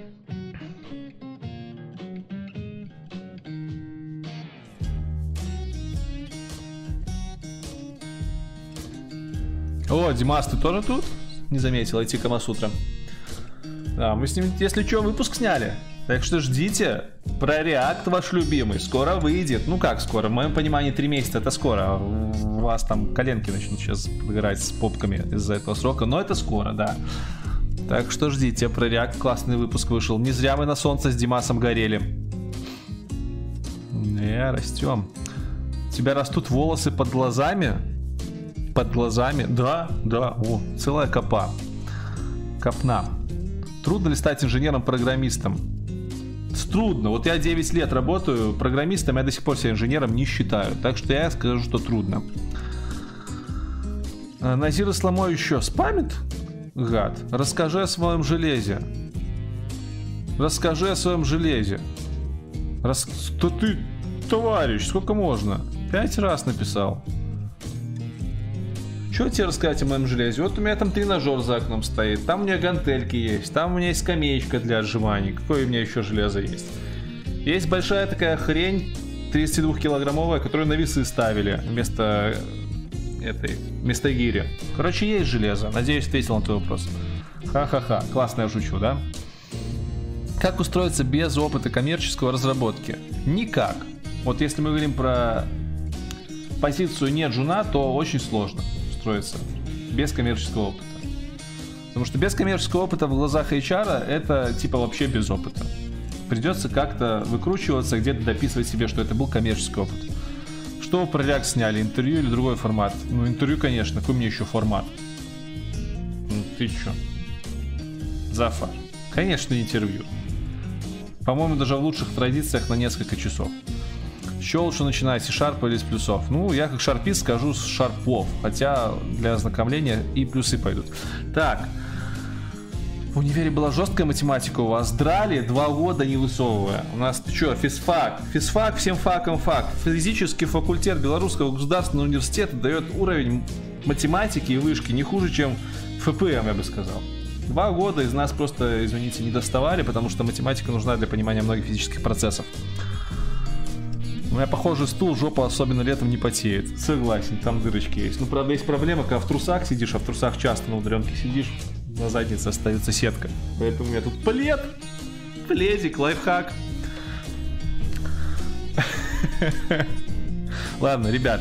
О, Димас, ты тоже тут? Не заметил, идти Камасутра. Да, мы с ним, если что, выпуск сняли. Так что ждите. Про React ваш любимый. Скоро выйдет. Ну как скоро? В моем понимании три месяца это скоро. У вас там коленки начнут сейчас играть с попками из-за этого срока. Но это скоро, да. Так что ждите. Про React классный выпуск вышел. Не зря мы на солнце с Димасом горели. Не, растем. У тебя растут волосы под глазами? Под глазами? Да, да. О, целая копа. Копна. Трудно ли стать инженером-программистом? Трудно. Вот я девять лет работаю программистом, я до сих пор себя инженером не считаю. Так что я скажу, что трудно. Назир Исламой еще спамит? Гад. Расскажи о своем железе. Расскажи о своем железе. Рас... Да ты, товарищ, сколько можно? Пять раз написал. Что тебе рассказать о моем железе? Вот у меня там тренажер за окном стоит, там у меня гантельки есть, там у меня есть скамеечка для отжиманий. Какое у меня еще железо есть? Есть большая такая хрень, тридцатидвухкилограммовая, которую на весы ставили вместо этой, вместо гири. Короче, есть железо. Надеюсь, ответил на твой вопрос. Ха-ха-ха, классно я шучу, да? Как устроиться без опыта коммерческого разработки? Никак. Вот если мы говорим про позицию не джуна, то очень сложно строиться без коммерческого опыта. Потому что без коммерческого опыта в глазах эйч ар это типа вообще без опыта. Придется как-то выкручиваться, где-то дописывать себе, что это был коммерческий опыт. Что вы про React сняли? Интервью или другой формат? Ну, интервью, конечно. Какой мне еще формат? Ну, ты чё? Зафа. Конечно, интервью. По-моему, даже в лучших традициях на несколько часов. С чего лучше начинать, C-Sharp или с плюсов? Ну, я как шарпист скажу с шарпов, хотя для ознакомления и плюсы пойдут. Так, в универе была жесткая математика у вас, драли два года не высовывая. У нас, ты что, физфак? Физфак всем факом фак. Физический факультет Белорусского государственного университета дает уровень математики и вышки не хуже, чем эф пэ эм, я бы сказал. Два года из нас просто, извините, не доставали, потому что математика нужна для понимания многих физических процессов. У меня похожий стул, жопа особенно летом не потеет. Согласен, там дырочки есть. Ну, правда, есть проблема, когда в трусах сидишь, а в трусах часто на удаленке сидишь, на заднице остается сетка. Поэтому у меня тут плед, пледик, лайфхак. Ладно, ребят.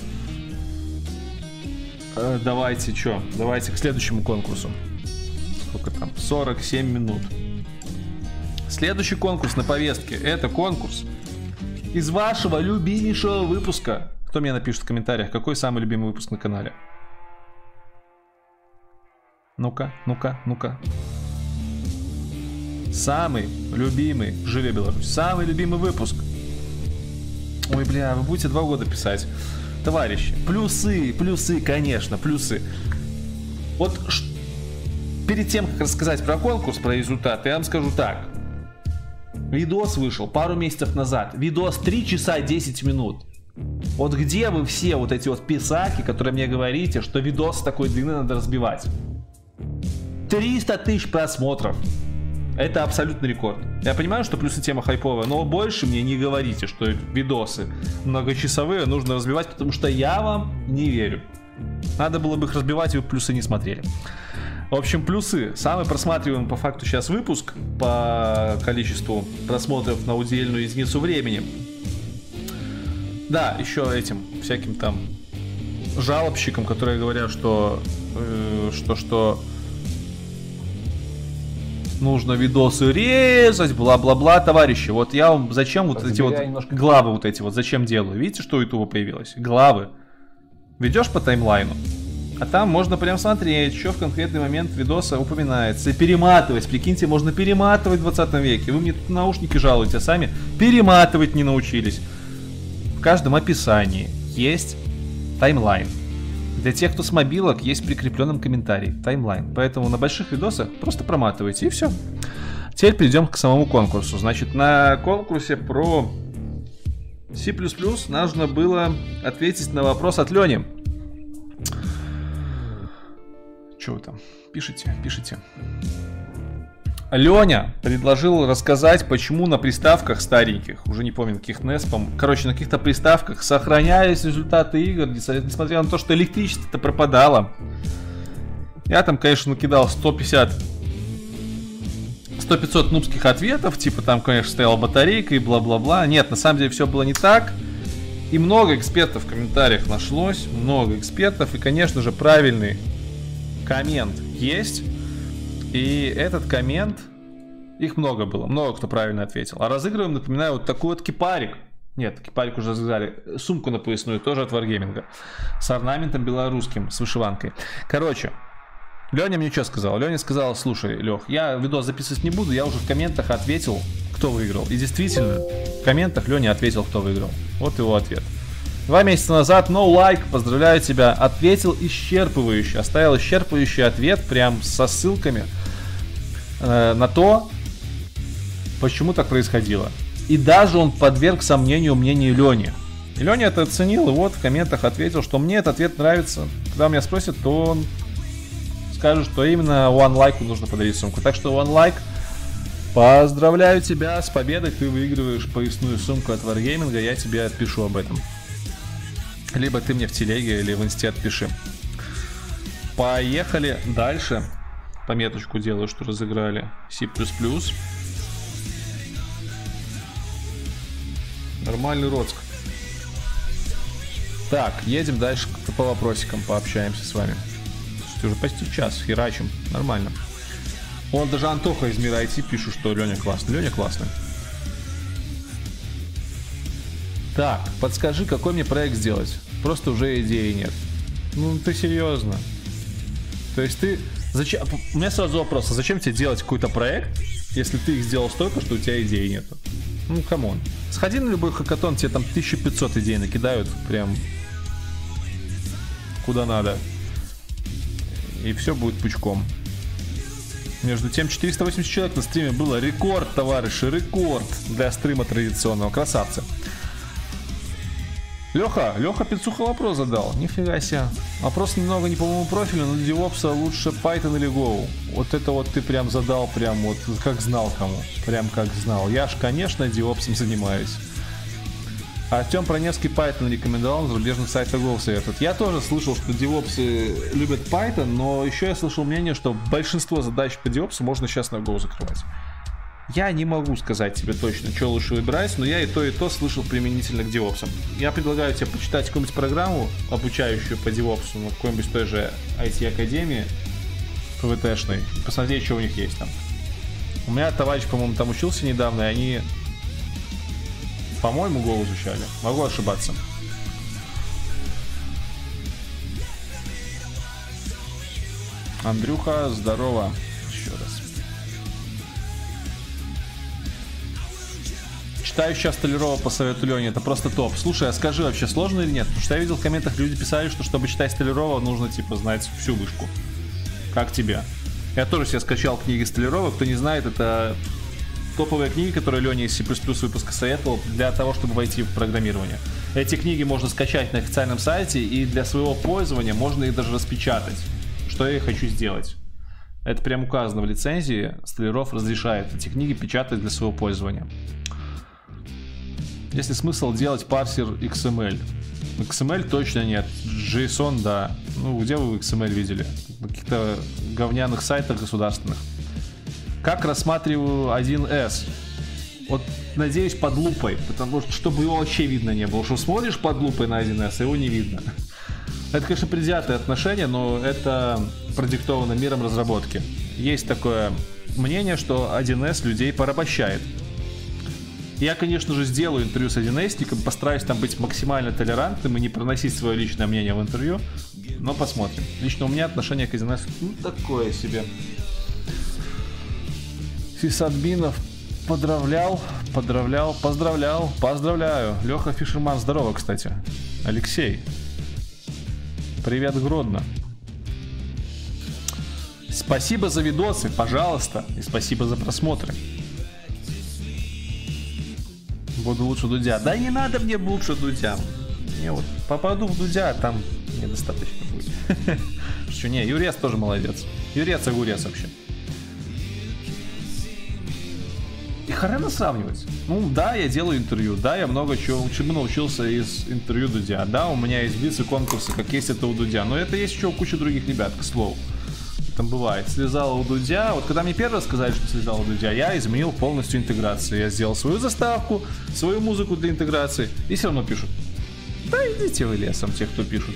Давайте, что? Давайте к следующему конкурсу. Сколько там? сорок семь минут. Следующий конкурс на повестке. Это конкурс из вашего любимейшего выпуска. Кто мне напишет в комментариях, какой самый любимый выпуск на канале? Ну-ка, ну-ка, ну-ка. Самый любимый, живи Беларусь, самый любимый выпуск. Ой, бля, вы будете два года писать. Товарищи, плюсы, плюсы, конечно, плюсы. Вот ш... перед тем, как рассказать про конкурс, про результаты, я вам скажу так. Видос вышел пару месяцев назад. Видос три часа десять минут. Вот где вы все вот эти вот писаки, которые мне говорите, что видос такой длины надо разбивать? триста тысяч просмотров. Это абсолютный рекорд. Я понимаю, что плюсы тема хайповая, но больше мне не говорите, что видосы многочасовые нужно разбивать, потому что я вам не верю. Надо было бы их разбивать, и вы плюсы не смотрели. В общем, плюсы. Самый просматриваемый по факту сейчас выпуск по количеству просмотров на удельную единицу времени. Да, еще этим всяким там жалобщикам, которые говорят, что э, что что нужно видосы резать, бла-бла-бла, товарищи. Вот я вам зачем вот эти вот немножко главы вот эти вот зачем делаю? Видите, что у Ютуба появилось? Главы. Ведешь по таймлайну, а там можно прям смотреть, что в конкретный момент видоса упоминается. И перематывать. Прикиньте, можно перематывать в двадцатом веке. Вы мне тут наушники жалуете, а сами перематывать не научились. В каждом описании есть таймлайн. Для тех, кто с мобилок, есть в прикрепленном комментарии таймлайн. Поэтому на больших видосах просто проматывайте, и все. Теперь перейдем к самому конкурсу. Значит, на конкурсе про C++ нужно было ответить на вопрос от Лени. Что вы там? Пишите, пишите. Леня предложил рассказать, почему на приставках стареньких, уже не помню, каких эн и эс, короче, на каких-то приставках сохранялись результаты игр, несмотря на то, что электричество-то пропадало. Я там, конечно, накидал сто пятьдесят сто пятьсот нубских ответов, типа там, конечно, стояла батарейка и бла-бла-бла. Нет, на самом деле все было не так. И много экспертов в комментариях нашлось, много экспертов, и, конечно же, правильный коммент есть. И этот коммент, их много было, много кто правильно ответил. А разыгрываем, напоминаю, вот такой вот кипарик. Нет, кипарик уже разыграли. Сумку на поясную, тоже от Wargaming. С орнаментом белорусским, с вышиванкой. Короче, Леня мне что сказал? Леня сказал: слушай, Лех, я видос записывать не буду, я уже в комментах ответил, кто выиграл. И действительно, в комментах Леня ответил, кто выиграл. Вот его ответ. Два месяца назад, no like, поздравляю тебя, ответил исчерпывающе, оставил исчерпывающий ответ прям со ссылками э, на то, почему так происходило. И даже он подверг сомнению мнению Лени. И Леня это оценил, и вот в комментах ответил, что мне этот ответ нравится. Когда меня спросят, то он скажет, что именно one like нужно подарить сумку. Так что one like, поздравляю тебя с победой, ты выигрываешь поясную сумку от Wargaming, я тебе отпишу об этом. Либо ты мне в телеге или в инсте отпиши. Поехали дальше. Пометочку делаю, что разыграли C++. Нормальный Роцк. Так, едем дальше по вопросикам, пообщаемся с вами. Слушайте, уже почти час, херачим. Нормально. Он даже Антоха из Мира ай ти пишет, что Леня классный. Леня классный. Так, подскажи, какой мне проект сделать? Просто уже идеи нет. Ну, ты серьезно? То есть ты... Зачем... У меня сразу вопрос, а зачем тебе делать какой-то проект, если ты их сделал столько, что у тебя идей нету? Ну, камон. Сходи на любой хакатон, тебе там тысяча пятьсот идей накидают, прям... Куда надо. И все будет пучком. Между тем, четыреста восемьдесят человек на стриме было. Рекорд, товарищи, рекорд для стрима традиционного. Красавцы. Леха, Леха Пицуха вопрос задал. Нифига себе. Вопрос немного не по моему профилю, но для DevOps лучше Python или Go. Вот это вот ты прям задал, прям вот как знал кому. Прям как знал. Я ж, конечно, DevOps занимаюсь. Артем про Невский Python рекомендовал, на зарубежных сайтах Go советует. Я тоже слышал, что DevOps любят Python, но еще я слышал мнение, что большинство задач по DevOps можно сейчас на Go закрывать. Я не могу сказать тебе точно, что лучше выбирать, но я и то, и то слышал применительно к DevOps. Я предлагаю тебе почитать какую-нибудь программу, обучающую по DevOps, на какой-нибудь той же ай ти-академии пи ви ти-шной, и посмотреть, что у них есть там. У меня товарищ, по-моему, там учился недавно, и они, по-моему, Go изучали. Могу ошибаться. Андрюха, здорово. Еще раз. Читаю сейчас Столярова по совету Лени, это просто топ. Слушай, а скажи, вообще сложно или нет? Потому что я видел в комментах, люди писали, что чтобы читать Столярова, нужно типа знать всю вышку. Как тебе? Я тоже себе скачал книги Столярова, кто не знает, это топовые книги, которые Леня из C++ выпуска советовал для того, чтобы войти в программирование. Эти книги можно скачать на официальном сайте, и для своего пользования можно их даже распечатать. Что я и хочу сделать. Это прям указано в лицензии, Столяров разрешает эти книги печатать для своего пользования. Есть ли смысл делать парсер икс эм эль? икс эм эль точно нет. JSON, да. Ну, где вы икс эм эль видели? На каких-то говняных сайтах государственных. Как рассматриваю один эс? Вот, надеюсь, под лупой. Потому что, чтобы его вообще видно не было. Что смотришь под лупой на один эс, а его не видно. Это, конечно, предвзятое отношение, но это продиктовано миром разработки. Есть такое мнение, что один эс людей порабощает. Я, конечно же, сделаю интервью с один эсником, постараюсь там быть максимально толерантным и не проносить свое личное мнение в интервью, но посмотрим. Лично у меня отношение к один эс ну, такое себе. Сисадминов поздравлял, поздравлял, поздравлял, поздравляю. Леха Фишерман, здорово, кстати. Алексей. Привет, Гродно. Спасибо за видосы, пожалуйста, и спасибо за просмотры. Буду лучше Дудя. Да не надо мне лучше Дудя. Мне вот попаду в Дудя, а там мне достаточно будет. Что не, Юрец тоже молодец. Юрец и Гурец вообще. И хрена сравнивать. Ну да, я делаю интервью, да, я много чего, чему научился из интервью Дудя. Да, у меня есть блицы конкурсы, как есть это у Дудя. Но это есть еще у кучи других ребят, к слову. Там бывает. Слезала у Дудя. Вот когда мне первый раз сказали, что слезала у Дудя, я изменил полностью интеграцию. Я сделал свою заставку, свою музыку для интеграции. И все равно пишут. Да идите вы лесом, те, кто пишут.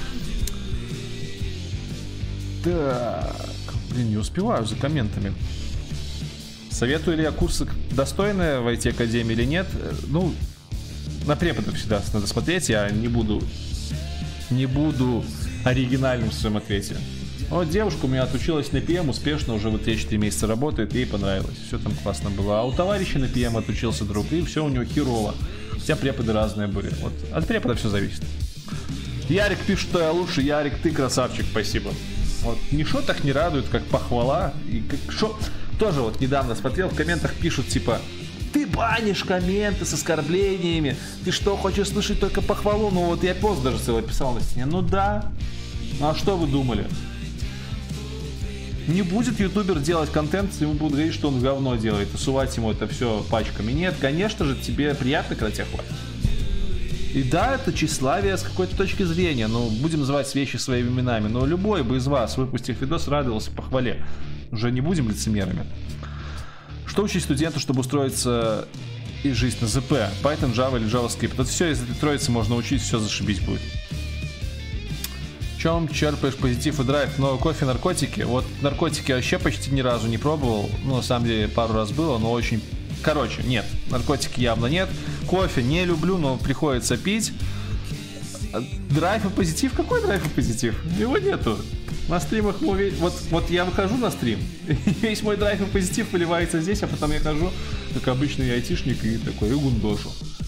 Так. Блин, не успеваю за комментами. Советую ли я курсы достойные в ай ти-академии или нет? Ну, на преподов всегда надо смотреть. Я не буду не буду оригинальным в своем ответе. Вот девушка у меня отучилась на пи эм, успешно, уже вот три-четыре месяца работает, ей понравилось. Все там классно было. А у товарища на пи эм отучился друг, и все у него херово. Хотя преподы разные были. Вот от препода все зависит. Ярик пишет, что я лучше. Ярик, ты красавчик, спасибо. Вот ничто так не радует, как похвала. И как шо... Тоже вот недавно смотрел, в комментах пишут типа: ты банишь комменты с оскорблениями, ты что, хочешь слышать только похвалу? Ну вот я пост даже целый писал на стене. Ну да. Ну а что вы думали? Не будет ютубер делать контент, ему будут говорить, что он говно делает, и сувать ему это все пачками. Нет, конечно же, тебе приятно, когда тебя хвалят. И да, это тщеславие с какой-то точки зрения, ну, будем называть вещи своими именами, но любой бы из вас, выпустив видос, радовался похвале. Уже не будем лицемерами. Что учить студенту, чтобы устроиться и жить на зэ пэ? Python, Java или JavaScript? Это все из этой троицы можно учить, все зашибись будет. В чем черпаешь позитив и драйв? Но кофе, наркотики? Вот наркотики я вообще почти ни разу не пробовал. Ну, на самом деле, пару раз было, но очень... Короче, нет, наркотики явно нет. Кофе не люблю, но приходится пить. Драйв и позитив? Какой драйв и позитив? Его нету. На стримах мы... Вот, вот я выхожу на стрим, и весь мой драйв и позитив выливается здесь, а потом я хожу, как обычный айтишник, и такой, и гундошу.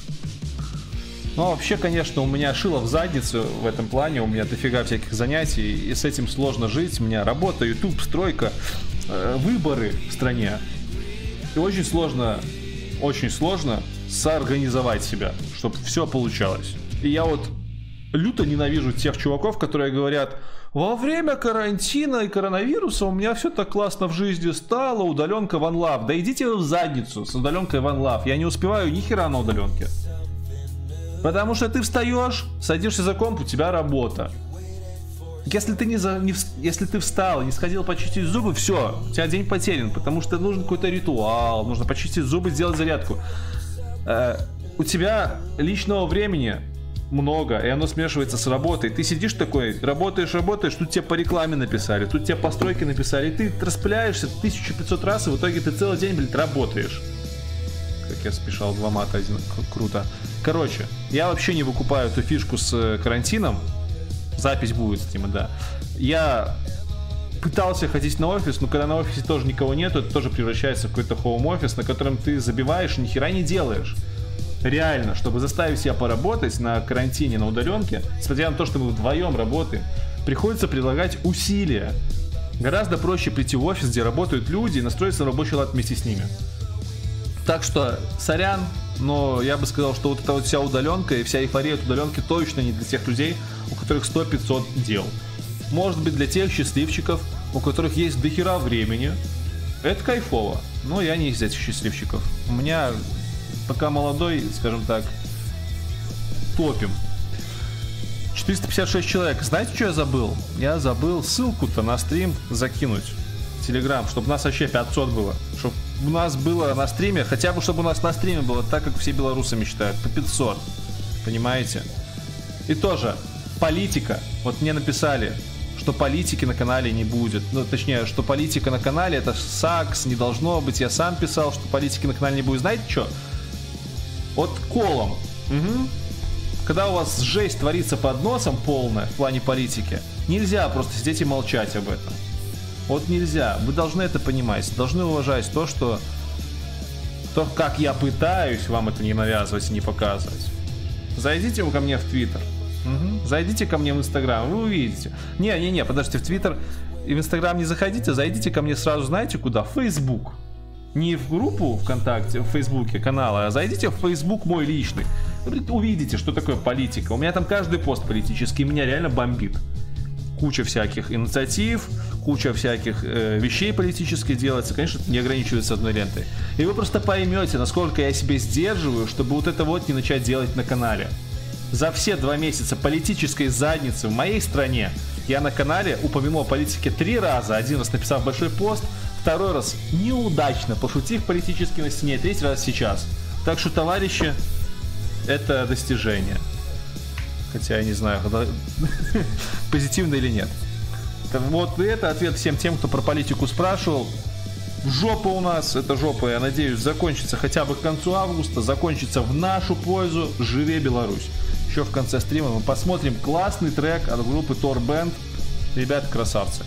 Ну, вообще, конечно, у меня шило в задницу в этом плане, у меня дофига всяких занятий, и с этим сложно жить. У меня работа, ютуб, стройка, э, выборы в стране. И очень сложно, очень сложно соорганизовать себя, чтобы все получалось. И я вот люто ненавижу тех чуваков, которые говорят: во время карантина и коронавируса у меня все так классно в жизни стало, удаленка One Love. Да идите вы в задницу с удаленкой One Love. Я не успеваю ни хера на удаленке. Потому что ты встаешь, садишься за комп, у тебя работа. Если ты, не за, не, если ты встал и не сходил почистить зубы, все, у тебя день потерян, потому что нужен какой-то ритуал, нужно почистить зубы, сделать зарядку. Э, у тебя личного времени много, и оно смешивается с работой. Ты сидишь такой, работаешь, работаешь, тут тебе по рекламе написали, тут тебе постройки написали, и ты распыляешься тысячу пятьсот раз, и в итоге ты целый день, блин, работаешь. Как я спешал, два мата, один, круто. Короче, я вообще не выкупаю эту фишку с карантином. Запись будет, Стима, да. Я пытался ходить на офис, но когда на офисе тоже никого нету, это тоже превращается в какой-то хоум-офис, на котором ты забиваешь и ни хера не делаешь. Реально, чтобы заставить себя поработать на карантине, на удаленке, несмотря на то, что мы вдвоем работаем, приходится прилагать усилия. Гораздо проще прийти в офис, где работают люди, и настроиться на рабочий лад вместе с ними. Так что, сорян, но я бы сказал, что вот эта вот вся удаленка и вся эйфория от удаленки точно не для тех людей, у которых сто-пятьсот дел. Может быть, для тех счастливчиков, у которых есть дохера времени. Это кайфово, но я не из этих счастливчиков. У меня пока молодой, скажем так, топим. четыреста пятьдесят шесть человек. Знаете, что я забыл? Я забыл ссылку-то на стрим закинуть. Телеграм, чтобы у нас вообще пятьсот было. Чтобы у нас было на стриме, хотя бы чтобы у нас на стриме было так, как все белорусы мечтают, по пятьсот. Понимаете? И тоже, политика. Вот мне написали, что политики на канале не будет. Ну, точнее, что политика на канале это сакс, не должно быть. Я сам писал, что политики на канале не будет. Знаете что? Вот колом. Угу. Когда у вас жесть творится под носом полная в плане политики, нельзя просто сидеть и молчать об этом. Вот нельзя. Вы должны это понимать. Должны уважать то, что... То, как я пытаюсь вам это не навязывать и не показывать. Зайдите ко мне в Твиттер. Угу. Зайдите ко мне в Инстаграм. Вы увидите. Не-не-не, подождите, в Твиттер и в Инстаграм не заходите. Зайдите ко мне сразу, знаете куда? В Фейсбук. Не в группу ВКонтакте, в Фейсбуке канала, а зайдите в Фейсбук мой личный. Увидите, что такое политика. У меня там каждый пост политический, меня реально бомбит. Куча всяких инициатив, куча всяких э, вещей политических делается. Конечно, это не ограничивается одной лентой. И вы просто поймете, насколько я себя сдерживаю, чтобы вот это вот не начать делать на канале. За все два месяца политической задницы в моей стране я на канале упомянул о политике три раза. Один раз написав большой пост, второй раз неудачно пошутив политически на стене, третий раз сейчас. Так что, товарищи, это достижение. Хотя я не знаю, позитивно или нет. Вот это ответ всем тем, кто про политику спрашивал. Жопа у нас, эта жопа, я надеюсь, закончится хотя бы к концу августа, закончится в нашу пользу. Живе Беларусь. Еще в конце стрима мы посмотрим классный трек от группы Thor Band. Ребята, красавцы.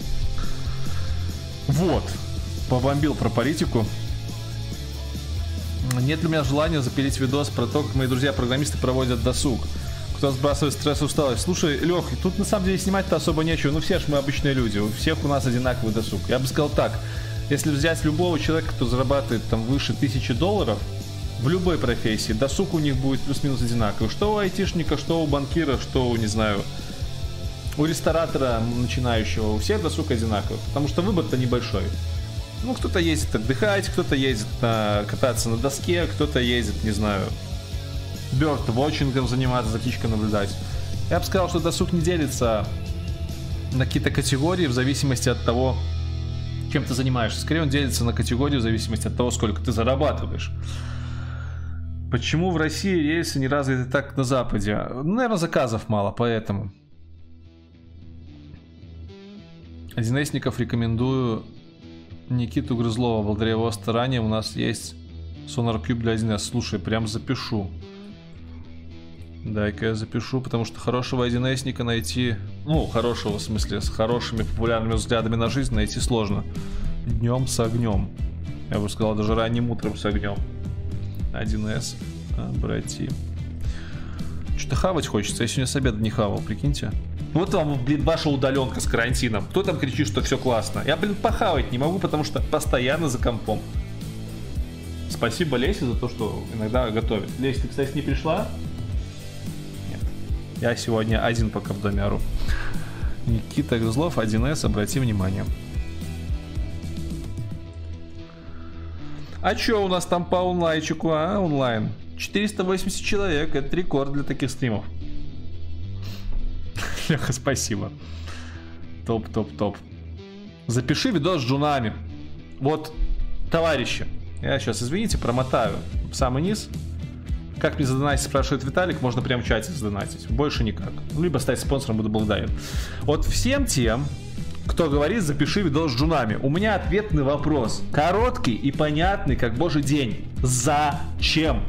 Вот. Побомбил про политику. Нет ли у меня желания запилить видос про то, как мои друзья-программисты проводят досуг? Кто сбрасывает стресс и усталость? Слушай, Лех, тут на самом деле снимать-то особо нечего. Ну все ж мы обычные люди, у всех у нас одинаковый досуг. Я бы сказал так, если взять любого человека, кто зарабатывает там выше тысячи долларов, в любой профессии, досуг у них будет плюс-минус одинаковый. Что у айтишника, что у банкира, что у, не знаю, у ресторатора начинающего, у всех досуг одинаковый. Потому что выбор-то небольшой. Ну, кто-то ездит отдыхать, кто-то ездит на, кататься на доске, кто-то ездит, не знаю, бёрд-вотчингом заниматься, за птичкой наблюдать. Я бы сказал, что досуг не делится на какие-то категории в зависимости от того, чем ты занимаешься. Скорее, он делится на категории в зависимости от того, сколько ты зарабатываешь. Почему в России рельсы не развиты так на Западе? Ну, наверное, заказов мало, поэтому. один эсников рекомендую Никиту Грызлова. Благодаря его стараниям у нас есть Sonar Cube для один эс. Слушай, прям запишу. Дай-ка я запишу, потому что хорошего один эсника найти... Ну, хорошего в смысле, с хорошими популярными взглядами на жизнь найти сложно. Днем с огнем. Я бы сказал, даже ранним утром с огнем. один эс, обрати. Что-то хавать хочется. Я сегодня с обеда не хавал, прикиньте. Вот вам, блин, ваша удаленка с карантином. Кто там кричит, что все классно? Я, блин, похавать не могу, потому что постоянно за компом. Спасибо Лесе за то, что иногда готовит. Леся, ты, кстати, не пришла? Нет. Я сегодня один пока в доме ору. Никита Грызлов, один эс, обрати внимание. А чё у нас там по онлайнчику, а? Онлайн. четыреста восемьдесят человек. Это рекорд для таких стримов. Леха, спасибо. Топ-топ-топ. Запиши видос с джунами. Вот, товарищи, я сейчас, извините, промотаю в самый низ. Как мне задонатить, спрашивает Виталик, можно прямо в чате задонатить. Больше никак. Либо стать спонсором, буду благодарен. Вот всем тем, кто говорит, запиши видос с джунами, у меня ответный вопрос. Короткий и понятный, как божий день. Зачем?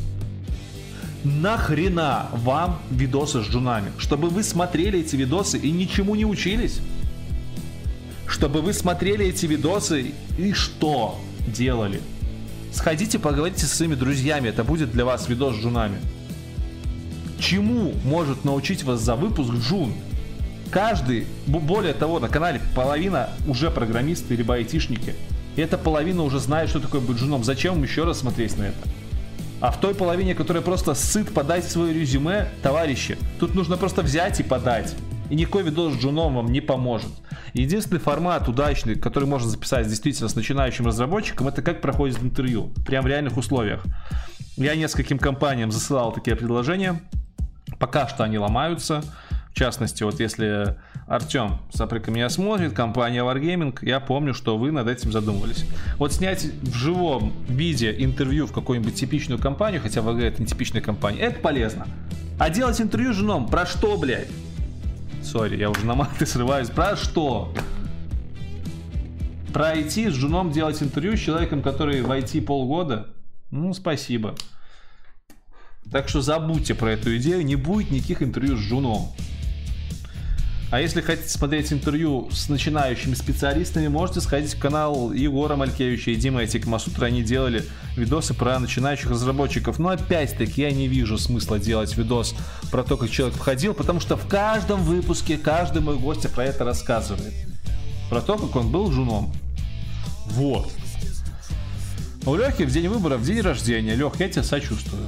Нахрена вам видосы с джунами? Чтобы вы смотрели эти видосы и ничему не учились? Чтобы вы смотрели эти видосы и что делали? Сходите, поговорите со своими друзьями, это будет для вас видос с джунами. Чему может научить вас за выпуск джун? Каждый, более того, на канале половина уже программисты либо айтишники. И эта половина уже знает, что такое быть джуном. Зачем им еще раз смотреть на это? А в той половине, которая просто сыт подать свое резюме, товарищи, тут нужно просто взять и подать. И никакой видос с джуном вам не поможет. Единственный формат удачный, который можно записать действительно с начинающим разработчиком, это как проходит интервью. Прям в реальных условиях. Я нескольким компаниям засылал такие предложения. Пока что они ломаются. В частности, вот если Артем Саприка меня смотрит, компания Wargaming, я помню, что вы над этим задумывались. Вот снять в живом виде интервью в какую-нибудь типичную компанию, хотя ВГ это не типичная компания, это полезно. А делать интервью с женом, про что, блядь? Сори, я уже на маты срываюсь. Про что? Про ай ти с женом делать интервью с человеком, который в ай ти полгода? Ну, спасибо. Так что забудьте про эту идею, не будет никаких интервью с женом. А если хотите смотреть интервью с начинающими специалистами, можете сходить в канал Егора Малькевича и Димы Айтикмасутра. Они делали видосы про начинающих разработчиков. Но опять-таки я не вижу смысла делать видос про то, как человек входил, потому что в каждом выпуске каждый мой гость про это рассказывает. Про то, как он был джуном. Вот. У Лехи в день выборов день рождения. Лех, я тебя сочувствую.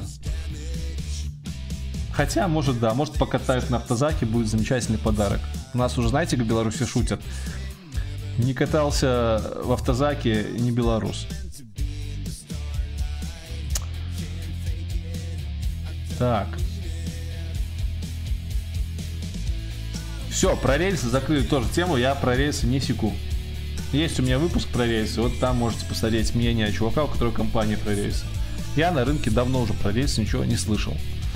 Хотя, может, да, может покатают на автозаке, будет замечательный подарок. У нас уже, знаете, как в Беларуси шутят. Не катался в автозаке, не белорус. Так. Все, про рельсы закрыли тоже тему, я про рельсы не секу. Есть у меня выпуск про рельсы, вот там можете посмотреть мнение чувака, у которого компания про рельсы. Я на рынке давно уже про рельсы ничего не слышал.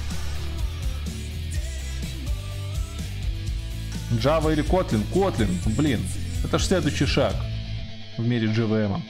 Java или Kotlin? Kotlin, блин, это же следующий шаг в мире джей ви эм.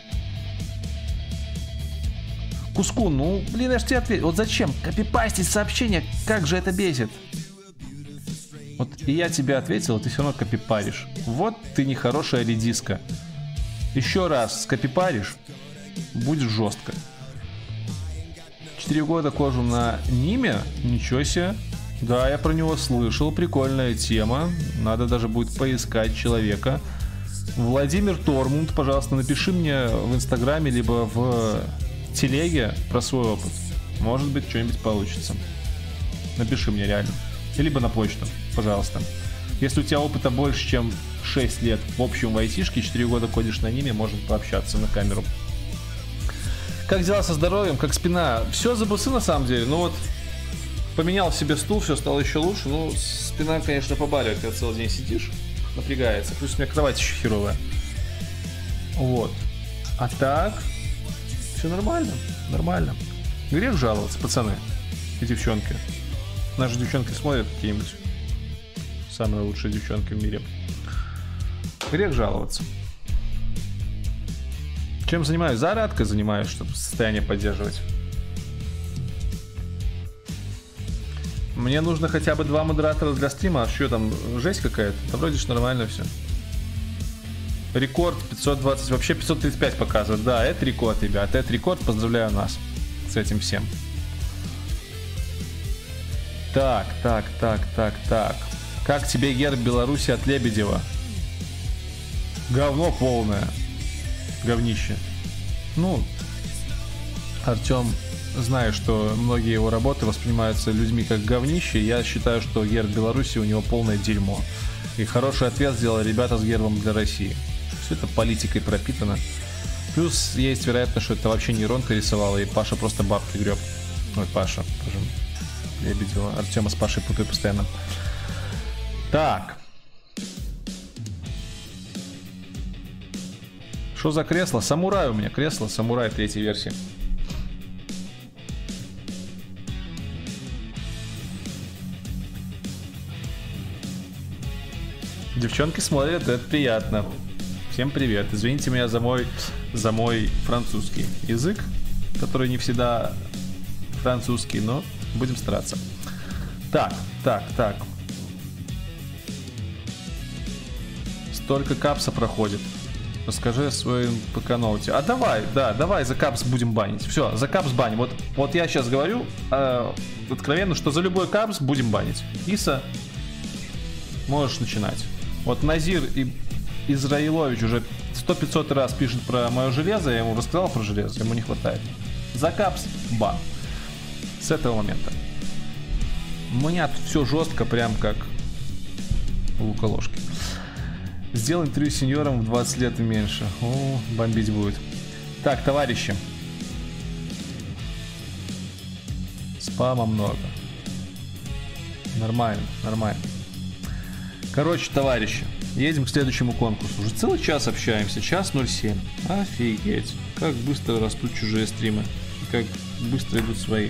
Куску, ну, блин, я же тебе ответил. Вот зачем копипастить сообщение, как же это бесит. Вот и я тебе ответил, ты все равно копипаришь. Вот ты нехорошая редиска. Еще раз скопипаришь, будет жестко. Четыре года кожу на Ниме? Ничего себе. Да, я про него слышал, прикольная тема. Надо даже будет поискать человека. Владимир Тормунд, пожалуйста, напиши мне в Инстаграме, либо в телеге про свой опыт. Может быть, что-нибудь получится. Напиши мне реально. Либо на почту, пожалуйста. Если у тебя опыта больше, чем шесть лет в общем в айтишке, четыре года кодишь на Ниме, можно пообщаться на камеру. Как дела со здоровьем, как спина? Все за бусы на самом деле. Ну вот, поменял себе стул, все стало еще лучше. Ну, спина, конечно, побаливает, когда целый день сидишь, напрягается. Плюс у меня кровать еще херовая. Вот. А так, все нормально, нормально. Грех жаловаться, пацаны и девчонки. Наши девчонки смотрят какие-нибудь самые лучшие девчонки в мире. Грех жаловаться. Чем занимаюсь? Зарядкой занимаюсь, чтобы состояние поддерживать. Мне нужно хотя бы два модератора для стрима. А что там, жесть какая-то? Да вроде ж нормально все. Рекорд пятьсот двадцать, вообще пятьсот тридцать пять показывает. Да, это рекорд, ребят. Это рекорд, поздравляю нас с этим всем. Так, так, так, так, так. Как тебе герб Беларуси от Лебедева? Говно полное. Говнище. Ну, Артем, знаю, что многие его работы воспринимаются людьми как говнище. Я считаю, что герб Беларуси у него полное дерьмо. И хороший ответ сделали ребята с гербом для России. Все это политикой пропитано. Плюс есть вероятность, что это вообще не Ронка рисовала, и Паша просто бабки греб. Ой, Паша, боже. Лебедева. Артема с Пашей путаю постоянно. Так. Что за кресло? Самурай у меня. Кресло Самурай третьей версии. Девчонки смотрят, это приятно. Всем привет. Извините меня за мой, за мой французский язык, который не всегда французский, но будем стараться. Так, так, так. Столько капса проходит. Расскажи о своем ПК-ноуте. А давай, да, давай за капс будем банить. Все, за капс баним. Вот, вот я сейчас говорю э, откровенно, что за любой капс будем банить. Иса, можешь начинать. Вот Назир и Израилович уже сто-пятьсот раз пишет про мое железо. Я ему рассказал про железо, ему не хватает. За капс бан. С этого момента. У меня тут все жестко, прям как у луколожки. Сделай интервью с сеньором в двадцать лет и меньше. О, бомбить будет. Так, товарищи. Спама много. Нормально, нормально. Короче, товарищи, едем к следующему конкурсу. Уже целый час общаемся. Час ноль семь. Офигеть. Как быстро растут чужие стримы. Как быстро идут свои.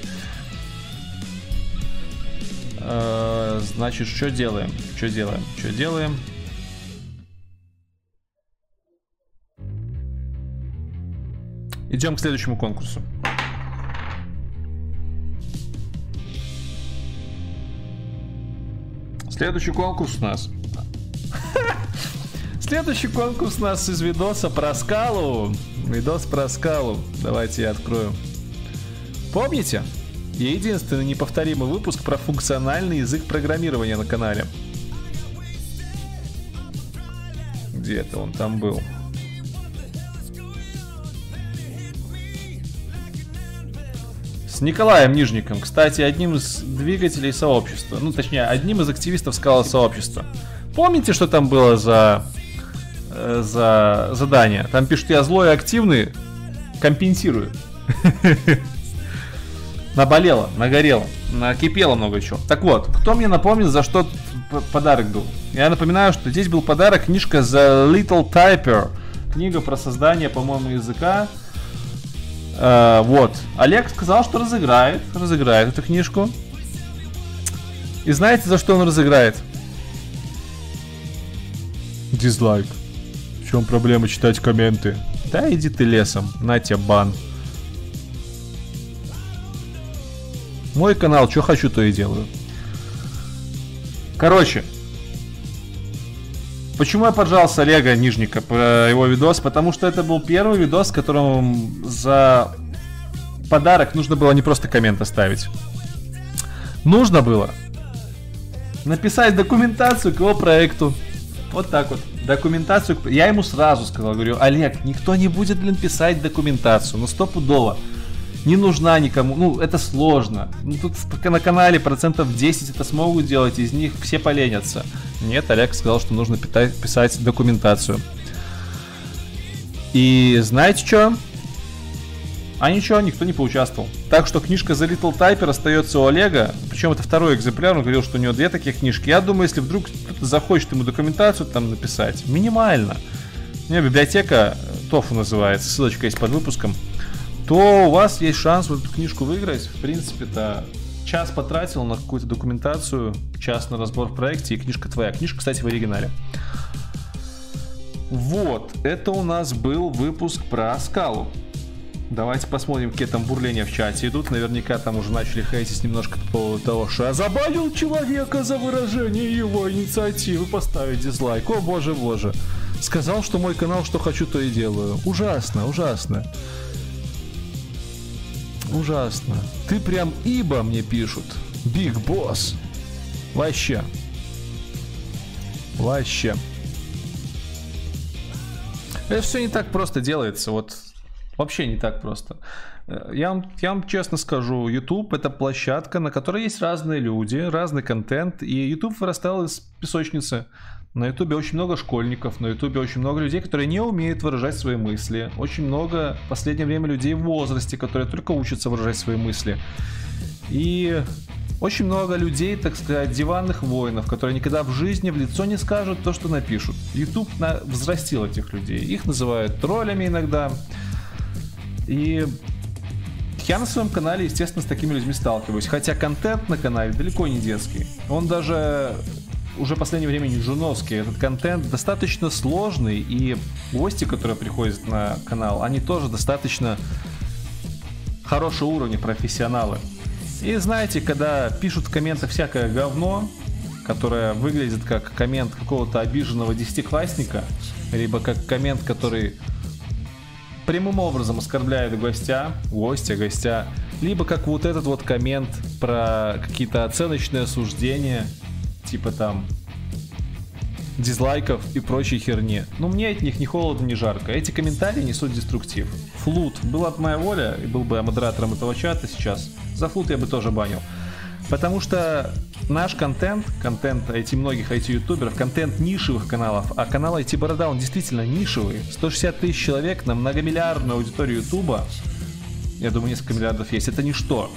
Э-э, значит, что делаем? Что делаем? Что делаем? Идем к следующему конкурсу. Следующий конкурс у нас. Следующий конкурс у нас из видоса про скалу. Видос про скалу. Давайте я открою. Помните? Единственный неповторимый выпуск про функциональный язык программирования на канале. Где-то он там был. с Николаем Нижником, кстати, одним из двигателей сообщества, ну, точнее, одним из активистов скала-сообщества. Помните, что там было за, э, за задание? Там пишут: я злой и активный, компенсирую. Наболело, нагорело, накипело много чего. Так вот, кто мне напомнит, за что подарок был? Я напоминаю, что здесь был подарок, книжка The Little Typer. Книга про создание, по-моему, языка. Uh, вот. Олег сказал, что разыграет. Разыграет эту книжку. И знаете, за что он разыграет? Дизлайк. В чем проблема читать комменты? Да иди ты лесом. На тебе бан. Мой канал, что хочу, то и делаю. Короче. Почему я поджался Олега Нижника по его видос? Потому что это был первый видос, которым за подарок нужно было не просто коммент оставить. Нужно было написать документацию к его проекту. Вот так вот. Документацию. Я ему сразу сказал, говорю: Олег, никто не будет, блин, писать документацию. Ну, стопудово. Не нужна никому. Ну, это сложно. Ну, тут на канале процентов десять это смогут делать, из них все поленятся. Нет, Олег сказал, что нужно писать документацию. И знаете что? А ничего, никто не поучаствовал. Так что книжка The Little Typer остается у Олега. Причем это второй экземпляр. Он говорил, что у него две таких книжки. Я думаю, если вдруг кто-то захочет ему документацию там написать, минимально. У меня библиотека Тофу называется. Ссылочка есть под выпуском. То у вас есть шанс вот эту книжку выиграть. В принципе-то час потратил на какую-то документацию, час на разбор в проекте, и книжка твоя. Книжка, кстати, в оригинале. Вот, это у нас был выпуск про скалу. Давайте посмотрим, какие там бурления в чате идут. Наверняка там уже начали хейтить немножко по поводу того, что я забанил человека за выражение его инициативы, поставить дизлайк. О боже, боже. Сказал, что мой канал, что хочу, то и делаю. Ужасно, ужасно. Ужасно. Ты прям ибо мне пишут. Big Boss. Вообще. Вообще. Это все не так просто делается. Вот вообще не так просто. Я вам, я вам честно скажу, YouTube — это площадка, на которой есть разные люди, разный контент. И YouTube вырастал из песочницы. На Ютубе очень много школьников, на Ютубе очень много людей, которые не умеют выражать свои мысли. Очень много в последнее время людей в возрасте, которые только учатся выражать свои мысли. И очень много людей, так сказать, диванных воинов, которые никогда в жизни в лицо не скажут то, что напишут. YouTube на... взрастил этих людей. Их называют троллями иногда. И я на своем канале, естественно, с такими людьми сталкиваюсь. Хотя контент на канале далеко не детский. Он даже... уже в последнее время не джуновский. Этот контент достаточно сложный, и гости, которые приходят на канал, они тоже достаточно хорошего уровня, профессионалы. И знаете, когда пишут в комментах всякое говно, которое выглядит как коммент какого-то обиженного десятиклассника, либо как коммент, который прямым образом оскорбляет гостя, гостя, гостя, либо как вот этот вот коммент про какие-то оценочные суждения, типа там дизлайков и прочей херни. Но мне от них ни холодно, ни жарко. Эти комментарии несут деструктив. Флут. Была бы моя воля, и был бы я модератором этого чата сейчас, за флут я бы тоже банил. Потому что наш контент, контент ай ти многих ай ти-ютуберов, контент нишевых каналов, а канал ай ти Борода, он действительно нишевый. сто шестьдесят тысяч человек на многомиллиардную аудиторию ютуба, я думаю, несколько миллиардов есть, это ничто.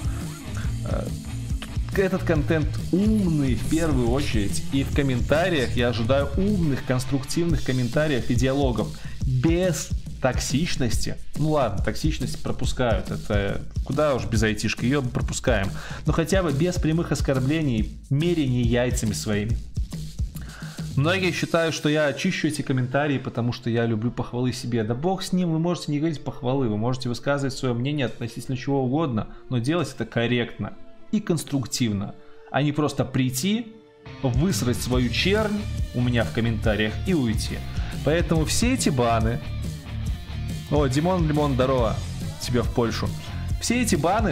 Этот контент умный в первую очередь, и в комментариях я ожидаю умных, конструктивных комментариев и диалогов без токсичности. Ну ладно, токсичность пропускают, это куда уж без айтишки, ее пропускаем, но хотя бы без прямых оскорблений, мерений яйцами своими. Многие считают, что я очищу эти комментарии, потому что я люблю похвалы себе. Да бог с ним, вы можете не говорить похвалы, вы можете высказывать свое мнение относительно чего угодно, но делать это корректно и конструктивно, а не просто прийти, высрать свою чернь у меня в комментариях и уйти. Поэтому все эти баны... О, Димон Лимон, здорово тебе в Польшу. Все эти баны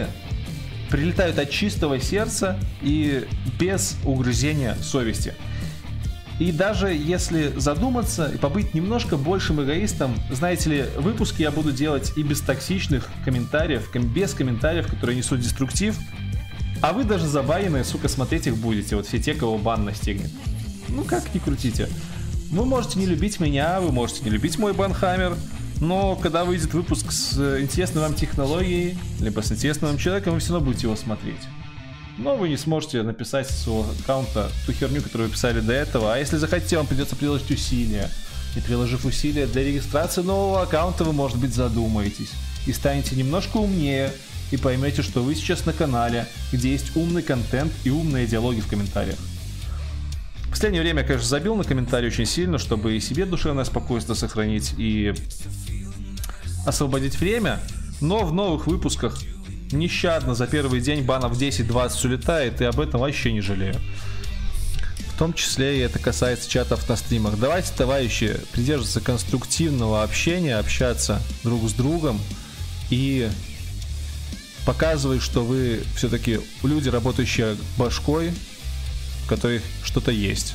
прилетают от чистого сердца и без угрызения совести. И даже если задуматься и побыть немножко большим эгоистом, знаете ли, выпуски я буду делать и без токсичных комментариев, без комментариев, которые несут деструктив, а вы даже забаненные, сука, смотреть их будете, вот все те, кого бан настигнет. Ну как ни крутите. Вы можете не любить меня, вы можете не любить мой банхаммер, но когда выйдет выпуск с интересной вам технологией, либо с интересным вам человеком, вы все равно будете его смотреть. Но вы не сможете написать с своего аккаунта ту херню, которую вы писали до этого. А если захотите, вам придется приложить усилия. И приложив усилия для регистрации нового аккаунта, вы, может быть, задумаетесь. И станете немножко умнее. И поймете, что вы сейчас на канале, где есть умный контент и умные диалоги в комментариях. В последнее время я, конечно, забил на комментарии очень сильно, чтобы и себе душевное спокойствие сохранить, и освободить время. Но в новых выпусках нещадно за первый день банов десять-двадцать улетает, и об этом вообще не жалею. В том числе и это касается чатов на стримах. Давайте, товарищи, придерживаться конструктивного общения, общаться друг с другом и показывать, что вы все-таки люди, работающие башкой, в которых что-то есть.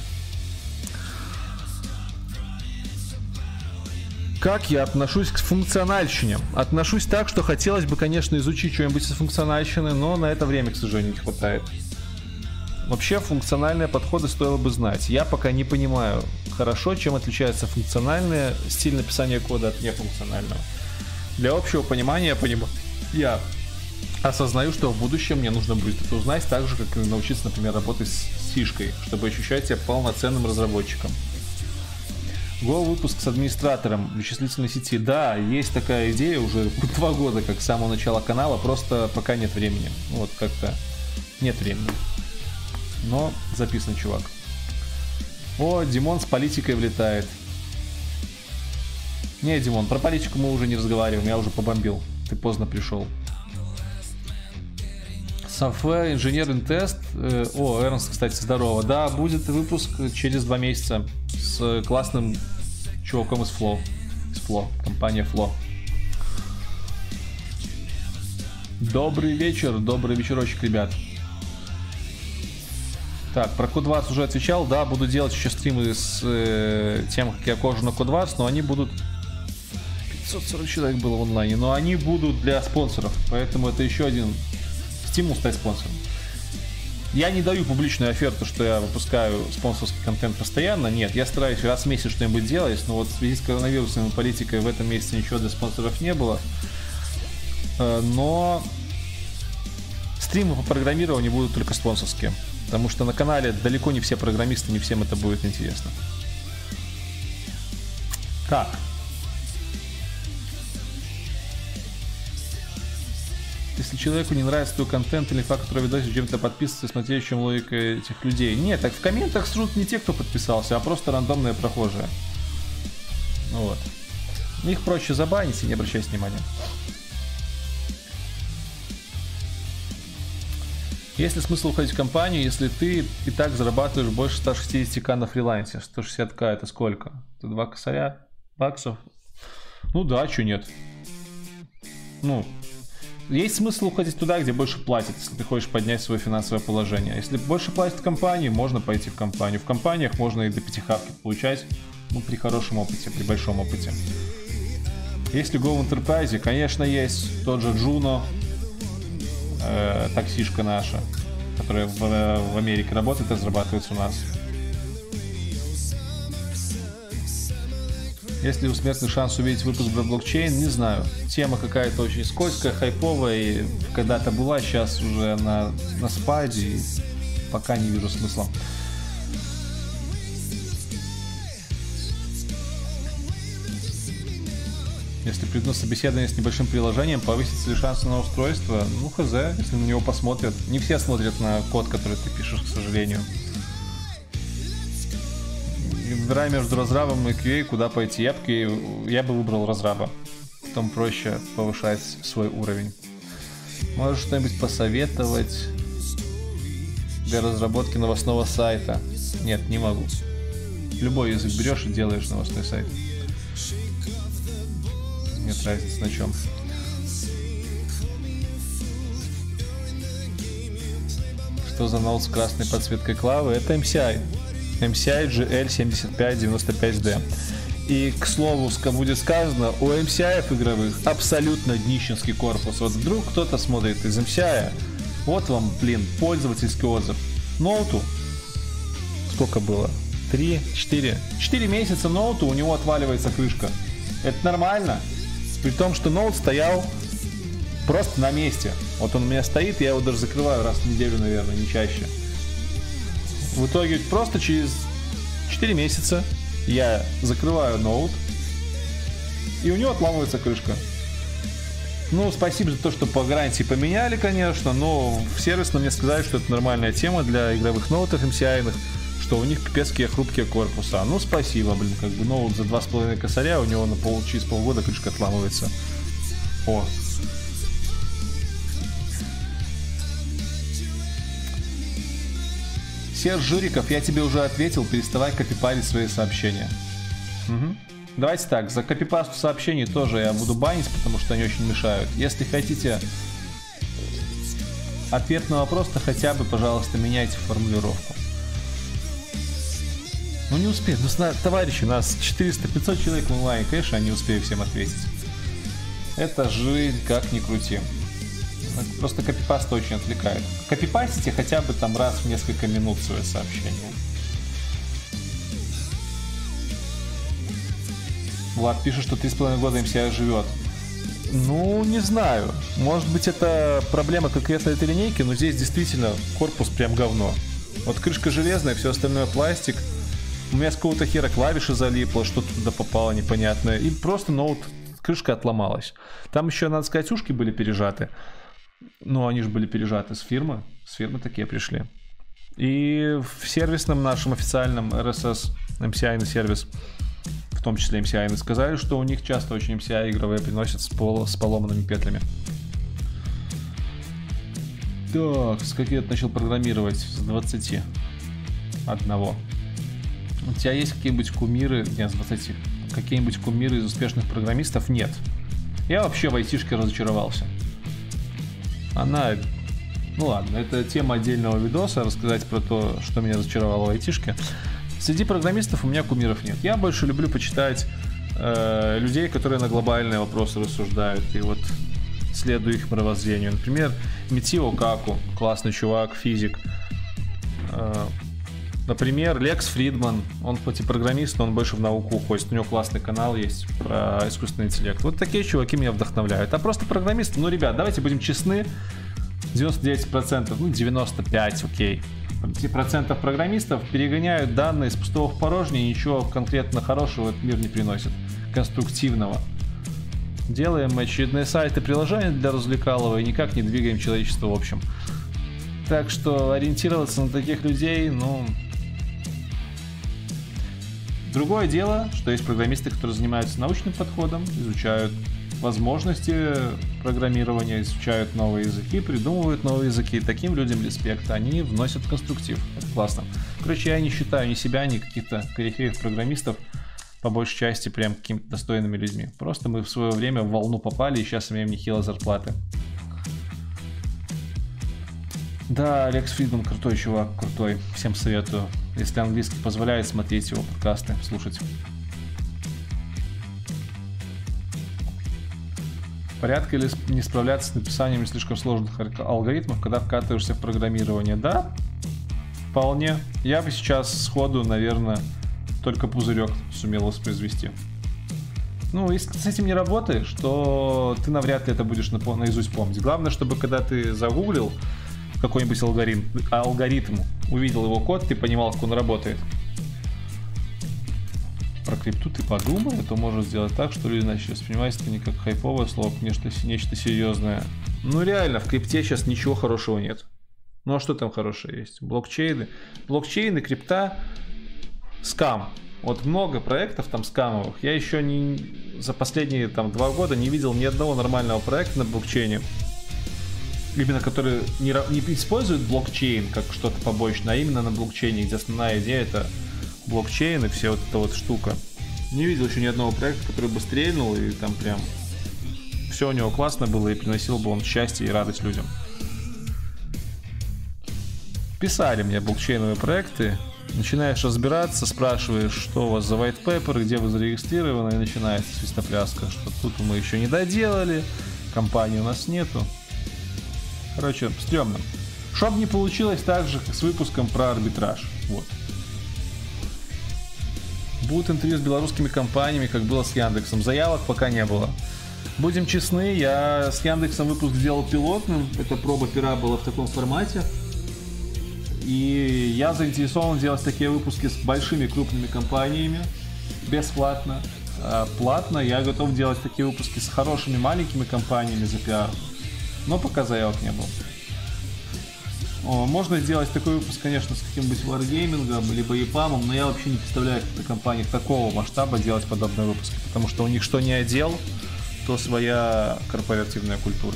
Как я отношусь к функциональщине? Отношусь так, что хотелось бы, конечно, изучить что-нибудь из функциональщины, но на это время, к сожалению, не хватает. Вообще, функциональные подходы стоило бы знать. Я пока не понимаю хорошо, чем отличается функциональный стиль написания кода от нефункционального. Для общего понимания я, поним... я осознаю, что в будущем мне нужно будет это узнать, так же, как и научиться, например, работать с сишкой, чтобы ощущать себя полноценным разработчиком. Го выпуск с администратором вычислительной сети. Да, есть такая идея уже два года, как с самого начала канала, просто пока нет времени. Вот как-то нет времени. Но записан чувак. О, Димон с политикой влетает. Не, Димон, про политику мы уже не разговариваем, я уже побомбил. Ты поздно пришел. Software Engineering Test. Э, о, Эрнст, кстати, здорово. Да, будет выпуск через два месяца с классным чуваком из Flow. Из Flow. Компания Flow. Добрый вечер, добрый вечерочек, ребят. Так, про код двадцать уже отвечал. Да, буду делать еще стримы с э, тем, как я кожу на код двадцать, но они будут... пятьсот сорок человек было в онлайне, но они будут для спонсоров. Поэтому это еще один стимул стать спонсором. Я не даю публичную оферту, что я выпускаю спонсорский контент постоянно. Нет, я стараюсь раз в месяц что-нибудь делать, но вот в связи с коронавирусом и политикой в этом месяце ничего для спонсоров не было. Но стримы по программированию будут только спонсорские, потому что на канале далеко не все программисты, не всем это будет интересно. Так. Если человеку не нравится твой контент или факт, который видосик, чем-то подписываться и смотреть, в чем логика этих людей. Нет, так в комментах срут не те, кто подписался, а просто рандомные прохожие. Вот. Их проще забанить и не обращать внимания. Есть ли смысл уходить в компанию, если ты и так зарабатываешь больше ста шестидесяти тысяч на фрилансе? сто шестьдесят тысяч это сколько? Это два косаря баксов? Ну да, чё нет? Ну... Есть смысл уходить туда, где больше платят, если ты хочешь поднять свое финансовое положение. Если больше платят в компании, можно пойти в компанию. В компаниях можно и до пятихатки получать, ну, при хорошем опыте, при большом опыте. Есть ли Go в Enterprise? Конечно, есть. Тот же Juno, э, таксишка наша, которая в, в Америке работает и разрабатывается у нас. Есть ли у смертных шанс увидеть выпуск про блокчейн? Не знаю. Тема какая-то очень скользкая, хайповая, и когда-то была, сейчас уже на, на спаде, и пока не вижу смысла. Если придут собеседование с небольшим приложением, повысится ли шансы на устройство? Ну, хз, если на него посмотрят. Не все смотрят на код, который ты пишешь, к сожалению. Выбирай между разрабом и кью эй, куда пойти. Я бы, я бы выбрал разраба. Потом проще повышать свой уровень. Можешь что-нибудь посоветовать для разработки новостного сайта? Нет, не могу. Любой язык берешь и делаешь новостной сайт. Нет разницы на чем. Что за ноут с красной подсветкой клавы? Это эм си ай. эм си ай джи эл семьдесят пять девяносто пять ди. И, к слову, будет сказано, у эм си ай игровых абсолютно днищенский корпус. Вот вдруг кто-то смотрит из эм си ай, вот вам, блин, пользовательский отзыв. Ноуту, сколько было? три, четыре, четыре месяца ноуту, у него отваливается крышка. Это нормально? При том, что ноут стоял просто на месте. Вот он у меня стоит, я его даже закрываю раз в неделю, наверное, не чаще. В итоге просто через четыре месяца я закрываю ноут, и у него отламывается крышка. Ну, спасибо за то, что по гарантии поменяли, конечно, но в сервисно мне сказали, что это нормальная тема для игровых ноутов эм си ай-ных, что у них пипецкие хрупкие корпуса. Ну, спасибо, блин, как бы ноут за два с половиной косаря, у него на пол, через полгода крышка отламывается. О. Серж Жириков, я тебе уже ответил, переставай копипарить свои сообщения. Угу. Давайте так, за копипасту сообщений тоже я буду банить, потому что они очень мешают. Если хотите ответ на вопрос, то хотя бы, пожалуйста, меняйте формулировку. Ну не успею, ну товарищи, у нас четыреста-пятьсот человек в онлайне, конечно, я не успею всем ответить. Это жизнь, как ни крути. Просто копипаста очень отвлекает. Копипастите хотя бы там раз в несколько минут свое сообщение. Влад пишет, что три с половиной года эм си ай живет. Ну, не знаю. Может быть, это проблема конкретно этой линейки, но здесь действительно корпус прям говно. Вот крышка железная, все остальное пластик. У меня с какого-то хера клавиши залипло, что-то туда попало непонятное. И просто ноут, крышка отломалась. Там еще, надо сказать, ушки были пережаты. Ну, они же были пережаты с фирмы. С фирмы такие пришли. И в сервисном нашем официальном эр эс эс эм си ай сервис, в том числе эм си ай, сказали, что у них часто очень эм си ай игровые приносят с, пол, с поломанными петлями. Так, с каких я начал программировать? С двадцати одного. У тебя есть какие-нибудь кумиры? Нет, с двадцати. Какие-нибудь кумиры из успешных программистов? Нет. Я вообще в айтишке разочаровался. Она... Ну ладно, это тема отдельного видоса, рассказать про то, что меня разочаровало в айтишке. Среди программистов у меня кумиров нет. Я больше люблю почитать э, людей, которые на глобальные вопросы рассуждают. И вот следую их мировоззрению. Например, Митио Каку, классный чувак, физик. Э, например, Лекс Фридман, он хоть и программист, но он больше в науку уходит. У него классный канал есть про искусственный интеллект. Вот такие чуваки меня вдохновляют. А просто программисты, ну, ребят, давайте будем честны. девяносто девять процентов, ну девяносто пять процентов, окей. пять процентов программистов перегоняют данные с пустого в порожнее, ничего конкретно хорошего этот мир не приносит, конструктивного. Делаем мы очередные сайты, приложения для развлекалого и никак не двигаем человечество в общем. Так что ориентироваться на таких людей, ну... Другое дело, что есть программисты, которые занимаются научным подходом, изучают возможности программирования, изучают новые языки, придумывают новые языки. Таким людям респект, они вносят конструктив. Это классно. Короче, я не считаю ни себя, ни каких-то корифеев программистов по большей части прям какими-то достойными людьми. Просто мы в свое время в волну попали и сейчас имеем нехило зарплаты. Да, Лекс Фридман крутой чувак, крутой. Всем советую. Если английский позволяет, смотреть его подкасты, слушать. Порядка или не справляться с написанием слишком сложных алгоритмов, когда вкатываешься в программирование? Да, вполне. Я бы сейчас сходу, наверное, только пузырек сумел воспроизвести. Ну, если ты с этим не работаешь, то ты навряд ли это будешь наизусть помнить. Главное, чтобы когда ты загуглил какой-нибудь алгоритм, алгоритм, увидел его код, ты понимал, как он работает. Про крипту ты подумай, то может сделать так, что люди начали воспринимать это не как хайповое слово, нечто, нечто серьезное. Ну реально, в крипте сейчас ничего хорошего нет. Ну а что там хорошее есть? Блокчейны. Блокчейны, крипта, скам. Вот много проектов там скамовых. Я еще не за последние там два года не видел ни одного нормального проекта на блокчейне. Именно который не, не использует блокчейн как что-то побочное, а именно на блокчейне, где основная идея это блокчейн и все вот эта вот штука. Не видел еще ни одного проекта, который бы стрельнул и там прям все у него классно было и приносил бы он счастье и радость людям. Писали мне блокчейновые проекты, Начинаешь разбираться, спрашиваешь, что у вас за white paper, где вы зарегистрированы, и начинается свистопляска, что тут мы еще не доделали, компании у нас нету. Короче, стрёмно. Чтоб не получилось так же, как с выпуском про арбитраж. Вот. Будут интервью с белорусскими компаниями, как было с Яндексом. Заявок пока не было. Будем честны, я с Яндексом выпуск сделал пилотным. Это проба пера была в таком формате. И я заинтересован делать такие выпуски с большими крупными компаниями. Бесплатно. А платно я готов делать такие выпуски с хорошими маленькими компаниями за пиар. Но пока заявок не было. О, можно сделать такой выпуск, конечно, с каким-нибудь Wargaming, либо ИПАМом, но я вообще не представляю, как для компаний такого масштаба делать подобные выпуски, потому что у них что не отдел, то своя корпоративная культура.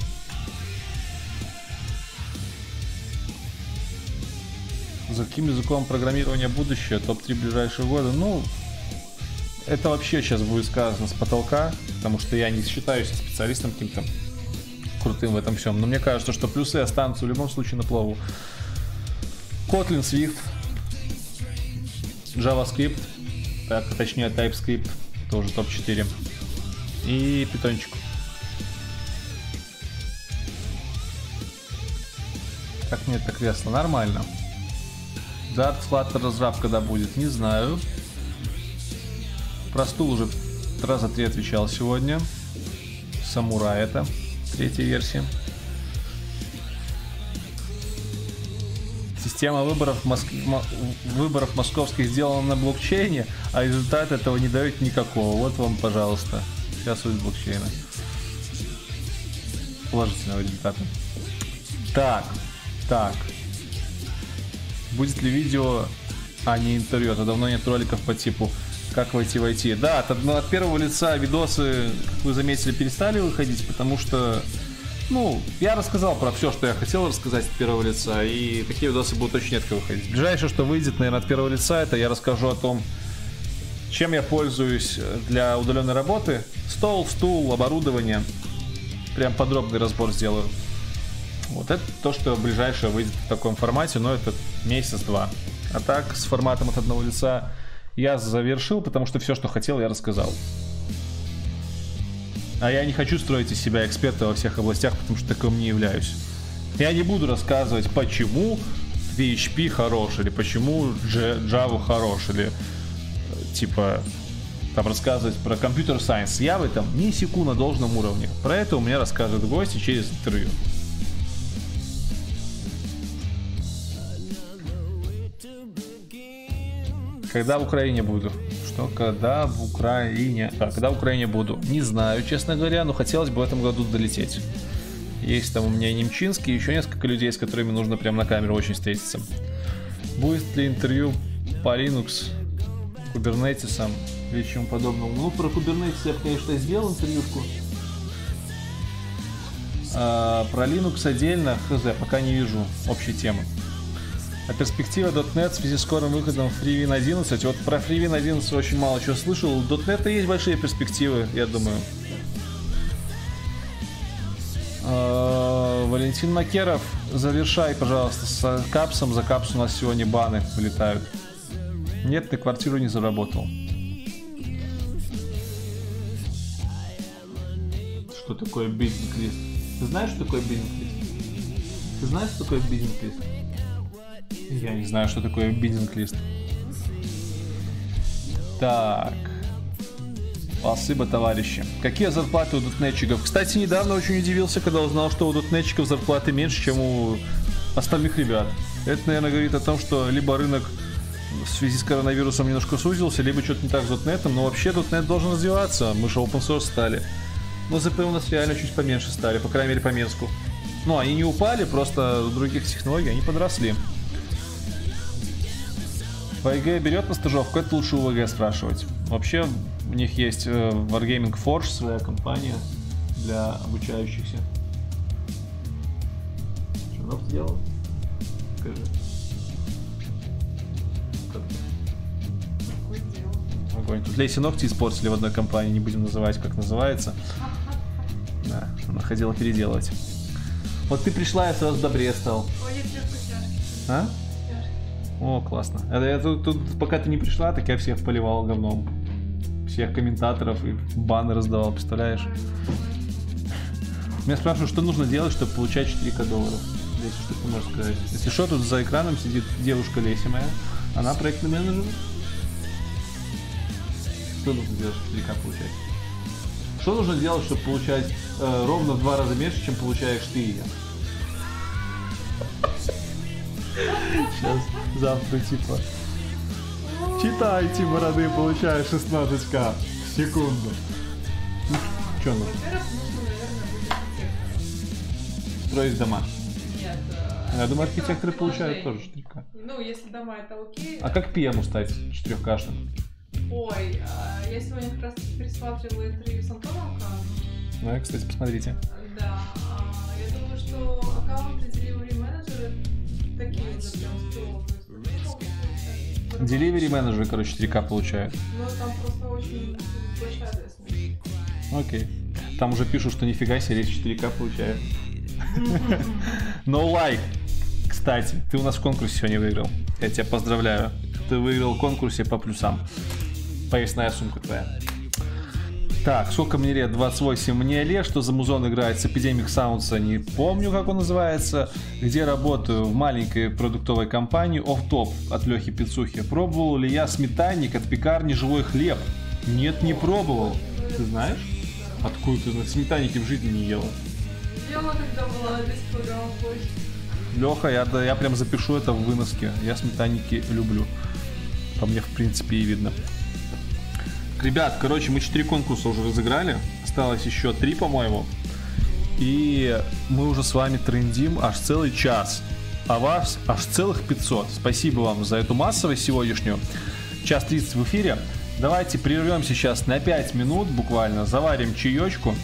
За каким языком программирования будущее? топ три ближайшие года? Ну, это вообще сейчас будет сказано с потолка, потому что я не считаюсь специалистом каким-то крутым в этом всем. Но мне кажется, что плюсы останутся в любом случае на плаву. Kotlin, Swift, JavaScript, так, точнее TypeScript, тоже топ четыре. И питончик. Как мне это кресло? Нормально. Dart, Flutter, разраб когда будет? Не знаю. Про стул уже раза три отвечал сегодня. Самурай это. Третья версия. Система выборов, Моск... выборов московских сделана на блокчейне, а результат этого не дает никакого. Вот вам, пожалуйста. Сейчас будет блокчейна. Положительного результата. Так, так. Будет ли видео, а не интервью? А то давно нет роликов по типу «Как войти в ай ти». Да, от, ну, от первого лица видосы, как вы заметили, перестали выходить, потому что, ну, я рассказал про все, что я хотел рассказать от первого лица, и такие видосы будут очень редко выходить. Ближайшее, что выйдет, наверное, от первого лица, это я расскажу о том, чем я пользуюсь для удаленной работы. Стол, стул, оборудование. Прям подробный разбор сделаю. Вот это то, что ближайшее выйдет в таком формате, но это месяц-два. А так, с форматом от одного лица я завершил, потому что все, что хотел, я рассказал. А я не хочу строить из себя эксперта во всех областях, потому что таковым не являюсь. Я не буду рассказывать, почему пи эйч пи хорош, или почему Java хорош, или типа там рассказывать про компьютер сайенс. Я в этом не секу на должном уровне. Про это у меня рассказывают гости через интервью. Когда в Украине буду? Что когда в Украине? А, когда в Украине буду? Не знаю, честно говоря, но хотелось бы в этом году долететь. Есть там у меня и Немчинский, и еще несколько людей, с которыми нужно прямо на камеру очень встретиться. Будет ли интервью по Linux, Kubernetes или чему подобному? Ну, про Kubernetes я бы, конечно, сделал интервьюшку. А про Linux отдельно, хз, пока не вижу общей темы. А перспектива .дот нет в связи с скорым выходом FreeWin одиннадцать. Вот про FreeWin одиннадцать очень мало чего слышал. У .дот нет есть большие перспективы, я думаю. А, Валентин Макеров, завершай, пожалуйста, с капсом. За капс у нас сегодня баны вылетают. Нет, ты квартиру не заработал. Что такое бизнес-лист? Ты знаешь, что такое бизнес-лист? Ты знаешь, что такое бизнес-лист? Я не знаю, что такое биддинг-лист. Так. Спасибо, товарищи. Какие зарплаты у дотнетчиков? Кстати, недавно очень удивился, когда узнал, что у дотнетчиков зарплаты меньше, чем у остальных ребят. Это, наверное, говорит о том, что либо рынок в связи с коронавирусом немножко сузился, либо что-то не так с дотнетом. Но вообще дотнет должен развиваться. Мы же open source стали. Но зэ пэ у нас реально чуть поменьше стали, по крайней мере, по Минску. Ну, они не упали, просто в других технологий они подросли. вэ гэ берет на стажировку, это лучше у вэ гэ спрашивать. Вообще, у них есть э, Wargaming Forge, своя компания для обучающихся. Что ногти делал? Скажи. Огонь. Тут Лейси ногти испортили в одной компании, не будем называть, как называется. Да, она хотела переделывать. Вот ты пришла, я сразу добрее стал. А? О, классно. Это я тут, тут, пока ты не пришла, так я всех поливал говном. Всех комментаторов и баны раздавал, представляешь? Меня спрашивают, что нужно делать, чтобы получать четыре ка долларов. Если что ты можешь сказать. Если что, тут за экраном сидит девушка Леся моя. Она проектный менеджер. Что нужно делать, чтобы четыре ка получать? Что нужно делать, чтобы получать э, ровно в два раза меньше, чем получаешь ты ее? Сейчас, завтра типа. Читайте, бороды, получаешь шестнадцать ка в секунду. Ну, что нужно? Во-первых, нужно, наверное, быть архитектором. Строить дома. Нет. Я думаю, архитекторы получают тоже четыре ка. Ну, если дома, это окей. А как пи эм стать четырехкашным? Ой, а я сегодня как раз пересматривала интервью с Антоном Аккаунтом. Ну, кстати, посмотрите. Да, а, я думаю, что аккаунты Delivery Manager такие уже прям столовые. Delivery менеджеры, короче, четыре ка получают. Ну, там просто очень большая ответственность. Окей. Там уже пишут, что нифига себе, речь четыре ка получает. No like. Кстати, ты у нас в конкурсе сегодня выиграл. Я тебя поздравляю. Ты выиграл в конкурсе по плюсам. Поясная сумка твоя. Так, сколько мне лет? двадцать восемь. Мне лет, что за музон играет с Epidemic Sounds, не помню, как он называется. Где работаю в маленькой продуктовой компании Off-Top от Лехи Пиццухи. Пробовал ли я сметанник от пекарни «Живой хлеб»? Нет, не пробовал. Ты знаешь? Откуда ты на сметаннике в жизни не ела? Ела, когда была на десять килограммов больше. Леха, я, да, я прям запишу это в выноске. Я сметанники люблю. По мне, в принципе, и видно. Ребят, короче, мы четыре конкурса уже разыграли. Осталось еще три, по-моему. И мы уже с вами трендим аж целый час. А вас аж целых пятьсот. Спасибо вам за эту массовость сегодняшнюю. Час тридцать в эфире. Давайте прервем сейчас на пять минут буквально. Заварим чаечку.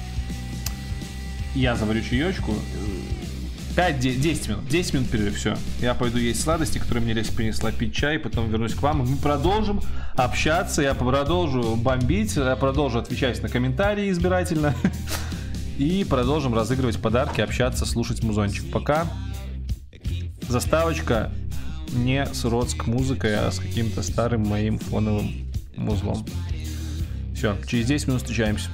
Я заварю чаечку. пять-десять минут. десять минут перерыв, все. Я пойду есть сладости, которые мне Леся принесла, пить чай, потом вернусь к вам. Мы продолжим общаться, я продолжу бомбить, я продолжу отвечать на комментарии избирательно. И продолжим разыгрывать подарки, общаться, слушать музончик. Пока заставочка не с родск музыкой, а с каким-то старым моим фоновым музлом. Все, через десять минут встречаемся.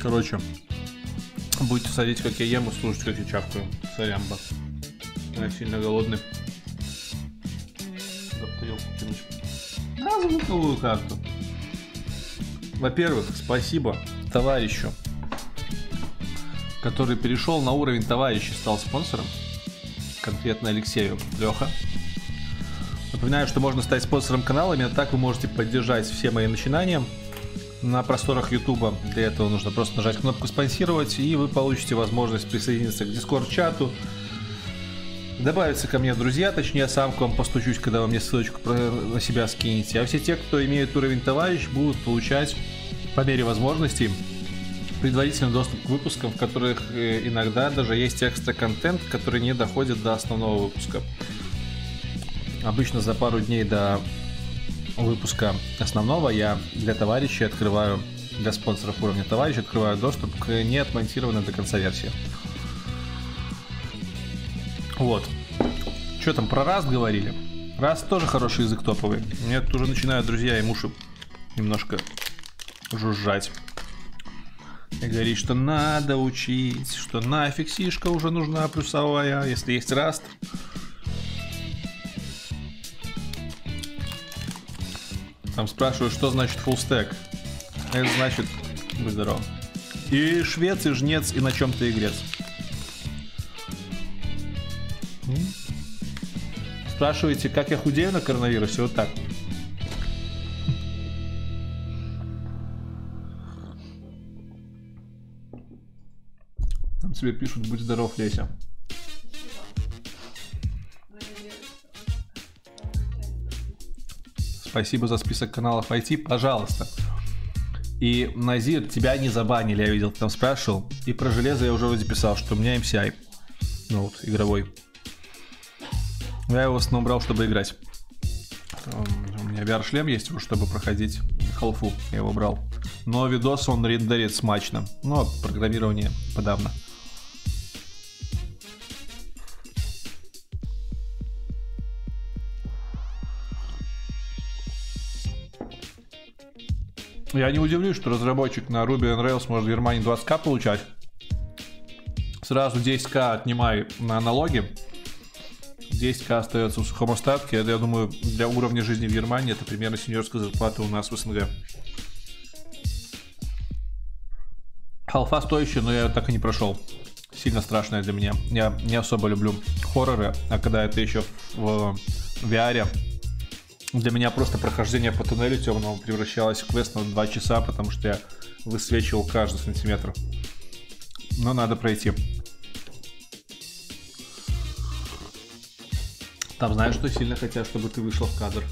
Короче, будете смотреть, как я ем, и слушать, как я чавкаю. Сорямба. Я сильно голодный. На звуковую карту. Во-первых, спасибо товарищу, который перешел на уровень товарища, стал спонсором. Конкретно Алексею. Леха. Напоминаю, что можно стать спонсором канала. Именно так вы можете поддержать все мои начинания на просторах Ютуба. Для этого нужно просто нажать кнопку «Спонсировать», и вы получите возможность присоединиться к Дискорд-чату, добавиться ко мне в друзья, точнее, я сам к вам постучусь, когда вы мне ссылочку на себя скинете. А все те, кто имеет уровень товарищ, будут получать по мере возможностей предварительный доступ к выпускам, в которых иногда даже есть экстра-контент, который не доходит до основного выпуска. Обычно за пару дней до выпуска основного я для товарищей открываю, для спонсоров уровня товарища открываю доступ к неотмонтированной до конца версии. Вот. Что там про Rust говорили? Rust тоже хороший язык топовый. Мне тут уже начинают друзья и муши немножко жужжать. И говорит, что надо учить, что нафиг сишка уже нужна плюсовая, если есть Rust. Там спрашивают, что значит full stack. Это значит, будь здоров, и швец, и жнец, и на чем-то игрец. Спрашиваете, как я худею на коронавирусе? Вот так. Там тебе пишут, будь здоров, Леся. Спасибо за список каналов ай ти, пожалуйста. И, Назир, тебя не забанили, я видел, ты там спрашивал. И про железо я уже вроде писал, что у меня эм си ай. Ну вот, игровой. Я его в основном брал, чтобы играть. У меня ви ар-шлем есть, чтобы проходить халфу. Я его брал. Но видос он рендерит смачно. Но программирование подавно. Я не удивлюсь, что разработчик на Ruby on Rails может в Германии двадцать тысяч получать. Сразу десять тысяч отнимай на налоги. десять тысяч остается в сухом остатке. Это, я думаю, для уровня жизни в Германии это примерно сеньорская зарплата у нас в СНГ. Халфа стоящая, но я так и не прошел. Сильно страшная для меня. Я не особо люблю хорроры, а когда это еще в ви ар, для меня просто прохождение по туннелю темному превращалось в квест на два часа, потому что я высвечивал каждый сантиметр. Но надо пройти. Там знаешь, что сильно хотят, чтобы ты вышел в кадр.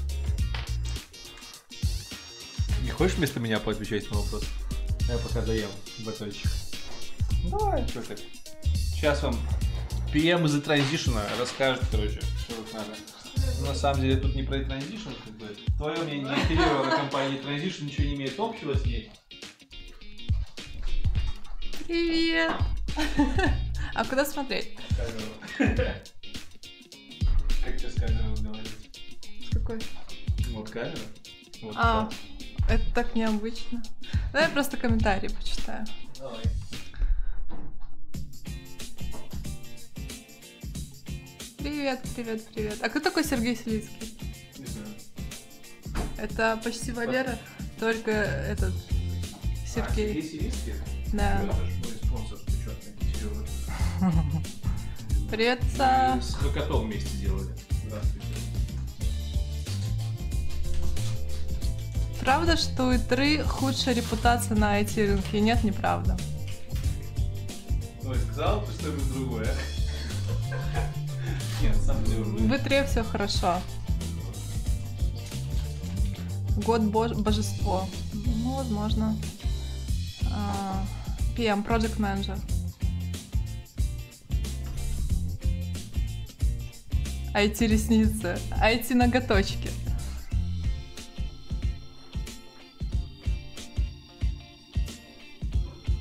Не хочешь вместо меня поотвечать на вопрос? Я пока доем батончик. Давай, что ты. Сейчас вам пи эм из-за транзишена расскажет, короче, что тут надо. Но на самом деле тут не про транзишн, как бы. Твое мнение не аффилировано компании Transition, ничего не имеет общего с ней. Привет! А куда смотреть? Камеру. Как тебе с камерой разговаривать? С какой? Вот камера. Вот а, так. Это так необычно. Давай я просто комментарии почитаю. Давай. Привет, привет, привет. А кто такой Сергей Селицкий? Не знаю. Это почти Валера, только этот Сергей. А, Сергей Селицкий? Да. Это же мой спонсор, ты чё, Серёга? Привет, Мы с Хакатом вместе делали. Здравствуйте. Правда, что у И3 худшая репутация на ай ти рынке? Нет, неправда. Ну, я сказал, что это другое. Нет, на самом деле... В И3 все хорошо. Год бож... божество. Ну, возможно. А, пи эм, Project Manager. ай ти ресницы. ай ти ноготочки.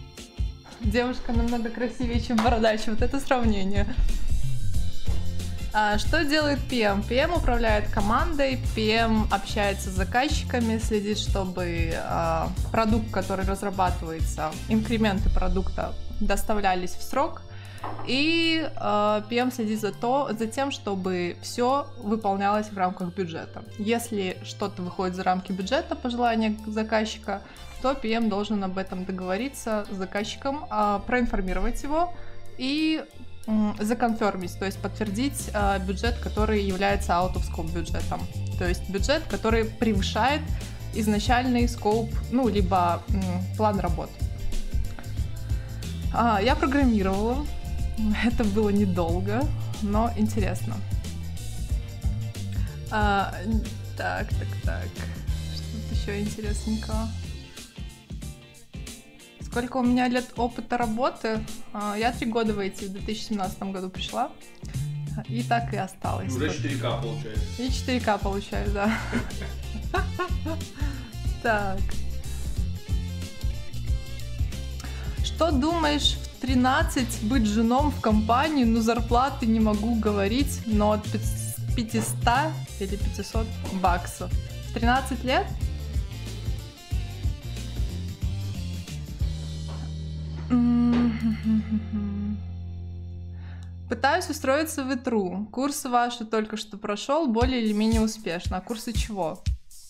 Девушка намного красивее, чем бородач. Вот это сравнение. А, что делает пи эм? пи эм управляет командой, пи эм общается с заказчиками, следит, чтобы а, продукт, который разрабатывается, инкременты продукта доставлялись в срок, и а, пи эм следит за, то, за тем, чтобы все выполнялось в рамках бюджета. Если что-то выходит за рамки бюджета по желанию заказчика, то пи эм должен об этом договориться с заказчиком, а, проинформировать его и законфермить, то есть подтвердить э, бюджет, который является out of scope бюджетом. То есть бюджет, который превышает изначальный скоп, ну, либо м, план работ. А, я программировала. Это было недолго, но интересно. А, так, так, так. Что-то еще интересненького. Сколько у меня лет опыта работы? Я три года в ай ти в две тысячи семнадцатом году пришла, и так и осталась. Уже четыре ка получается. И четыре ка получаю, да. Так. Что думаешь в тринадцать быть женом в компании, но зарплаты не могу говорить, но от пятисот или пятисот баксов? В тринадцать лет? Пытаюсь устроиться в ИТРУ. Курсы ваши только что прошел, более или менее успешно. А курсы чего?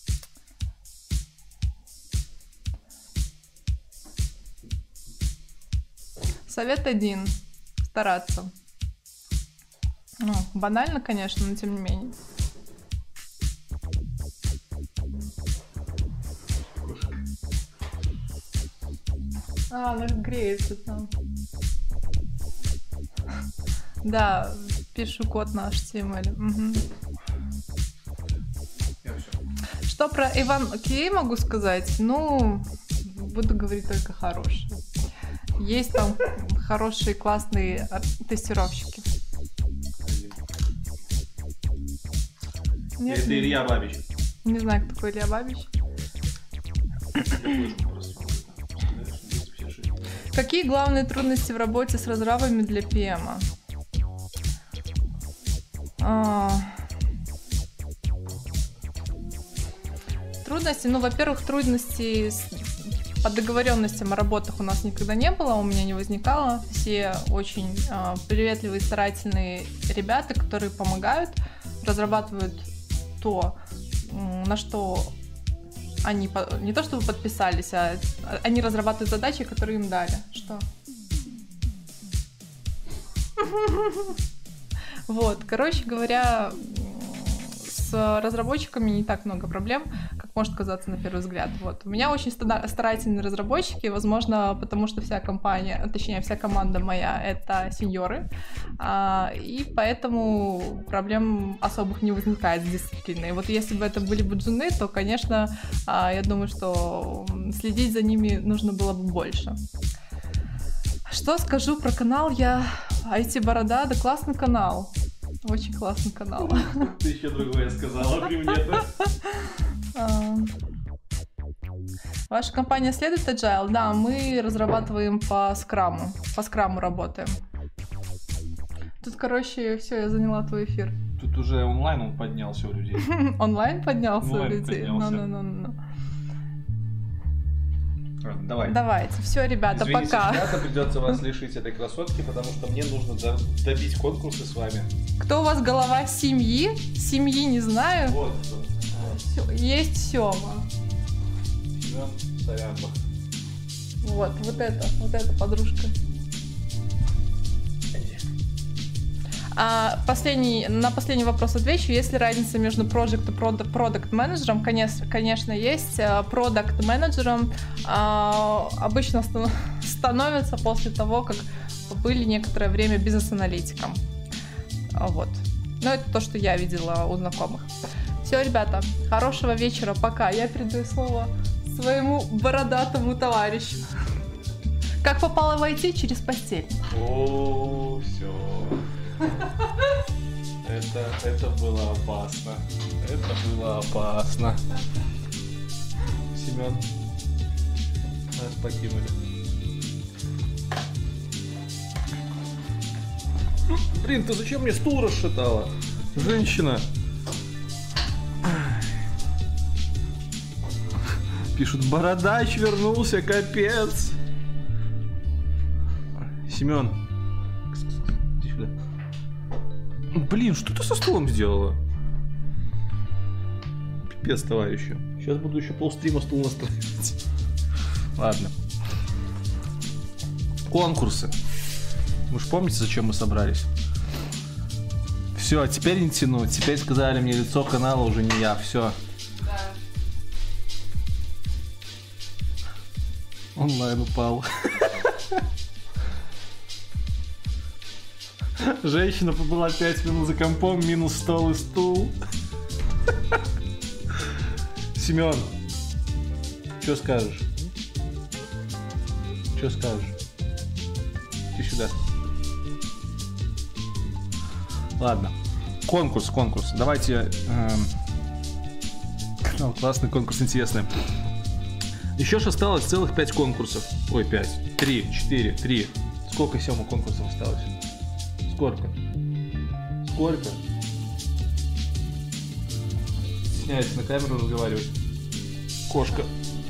Совет один. Стараться. Ну, банально, конечно, но тем не менее. А, она греется там. Да, пишу код на эйч ти эм эл. Угу. Что про Иван Кей могу сказать? Ну, буду говорить только хорошее. Есть там хорошие, классные тестировщики. Нет, это Илья Бабич. Не знаю, кто такой Илья Бабич. Какие главные трудности в работе с разрабами для пи эм? А... Трудности, ну, во-первых, трудности с... по договоренностям о работах у нас никогда не было, у меня не возникало. Все очень а, приветливые, старательные ребята, которые помогают, разрабатывают то, на что они не то чтобы подписались, а они разрабатывают задачи, которые им дали. Что? Вот, короче говоря, с разработчиками не так много проблем, как может казаться на первый взгляд. Вот. У меня очень старательные разработчики, возможно, потому что вся компания, точнее, вся команда моя — это сеньоры, и поэтому проблем особых не возникает с дисциплиной. Вот если бы это были бы джуны, то, конечно, я думаю, что следить за ними нужно было бы больше. Что скажу про канал я ай ти-борода? Да классный канал. Очень классный канал. Ты еще другое сказала при мне-то. Ваша компания следует Agile? Да, мы разрабатываем по скраму. По скраму работаем. Тут, короче, все, я заняла твой эфир. Тут уже онлайн он поднялся у людей. Онлайн поднялся у Онлайн людей? поднялся. Ну-ну-ну-ну. Ладно, давай. Давайте, все, ребята, Извините, пока. ребята, придется вас лишить этой красотки, потому что мне нужно до- добить конкурсы с вами. Кто у вас голова семьи? Семьи не знаю. Вот кто. Всё, есть Сёма. Семен Сарямба. Вот, вот это, вот эта подружка. А последний, на последний вопрос отвечу. Есть ли разница между project и product менеджером? Конечно, конечно, есть. Product менеджером а, обычно станов- становятся после того, как были некоторое время бизнес-аналитиком. А, вот. Но это то, что я видела у знакомых. Все, ребята, хорошего вечера. Пока. Я передаю слово своему бородатому товарищу. Как попала в ай ти? Через постель. О, все. Это, это было опасно. Это было опасно. Семен, нас покинули. Блин, ты зачем мне стул расшатала? Женщина. Пишут, бородач вернулся, капец. Семен. Иди сюда. Блин, что ты со стулом сделала? Пипец, товарищи. Сейчас буду еще полстрима стул настраивать. Ладно. Конкурсы. Вы же помните, зачем мы собрались? Все, теперь не тяну. Теперь сказали мне, лицо канала уже не я. Все. Да. Онлайн упал. Женщина побыла пять минут за компом, минус стол и стул. Семен, что скажешь? Что скажешь? Иди сюда. Ладно. Конкурс, конкурс. Давайте... Эм... Ну, классный конкурс, интересный. Еще ж осталось целых пять конкурсов. Ой, пять. Три, четыре, три. Сколько, Сема, конкурсов осталось? Сколько? Сколько? Стесняюсь на камеру разговаривать. Кошка.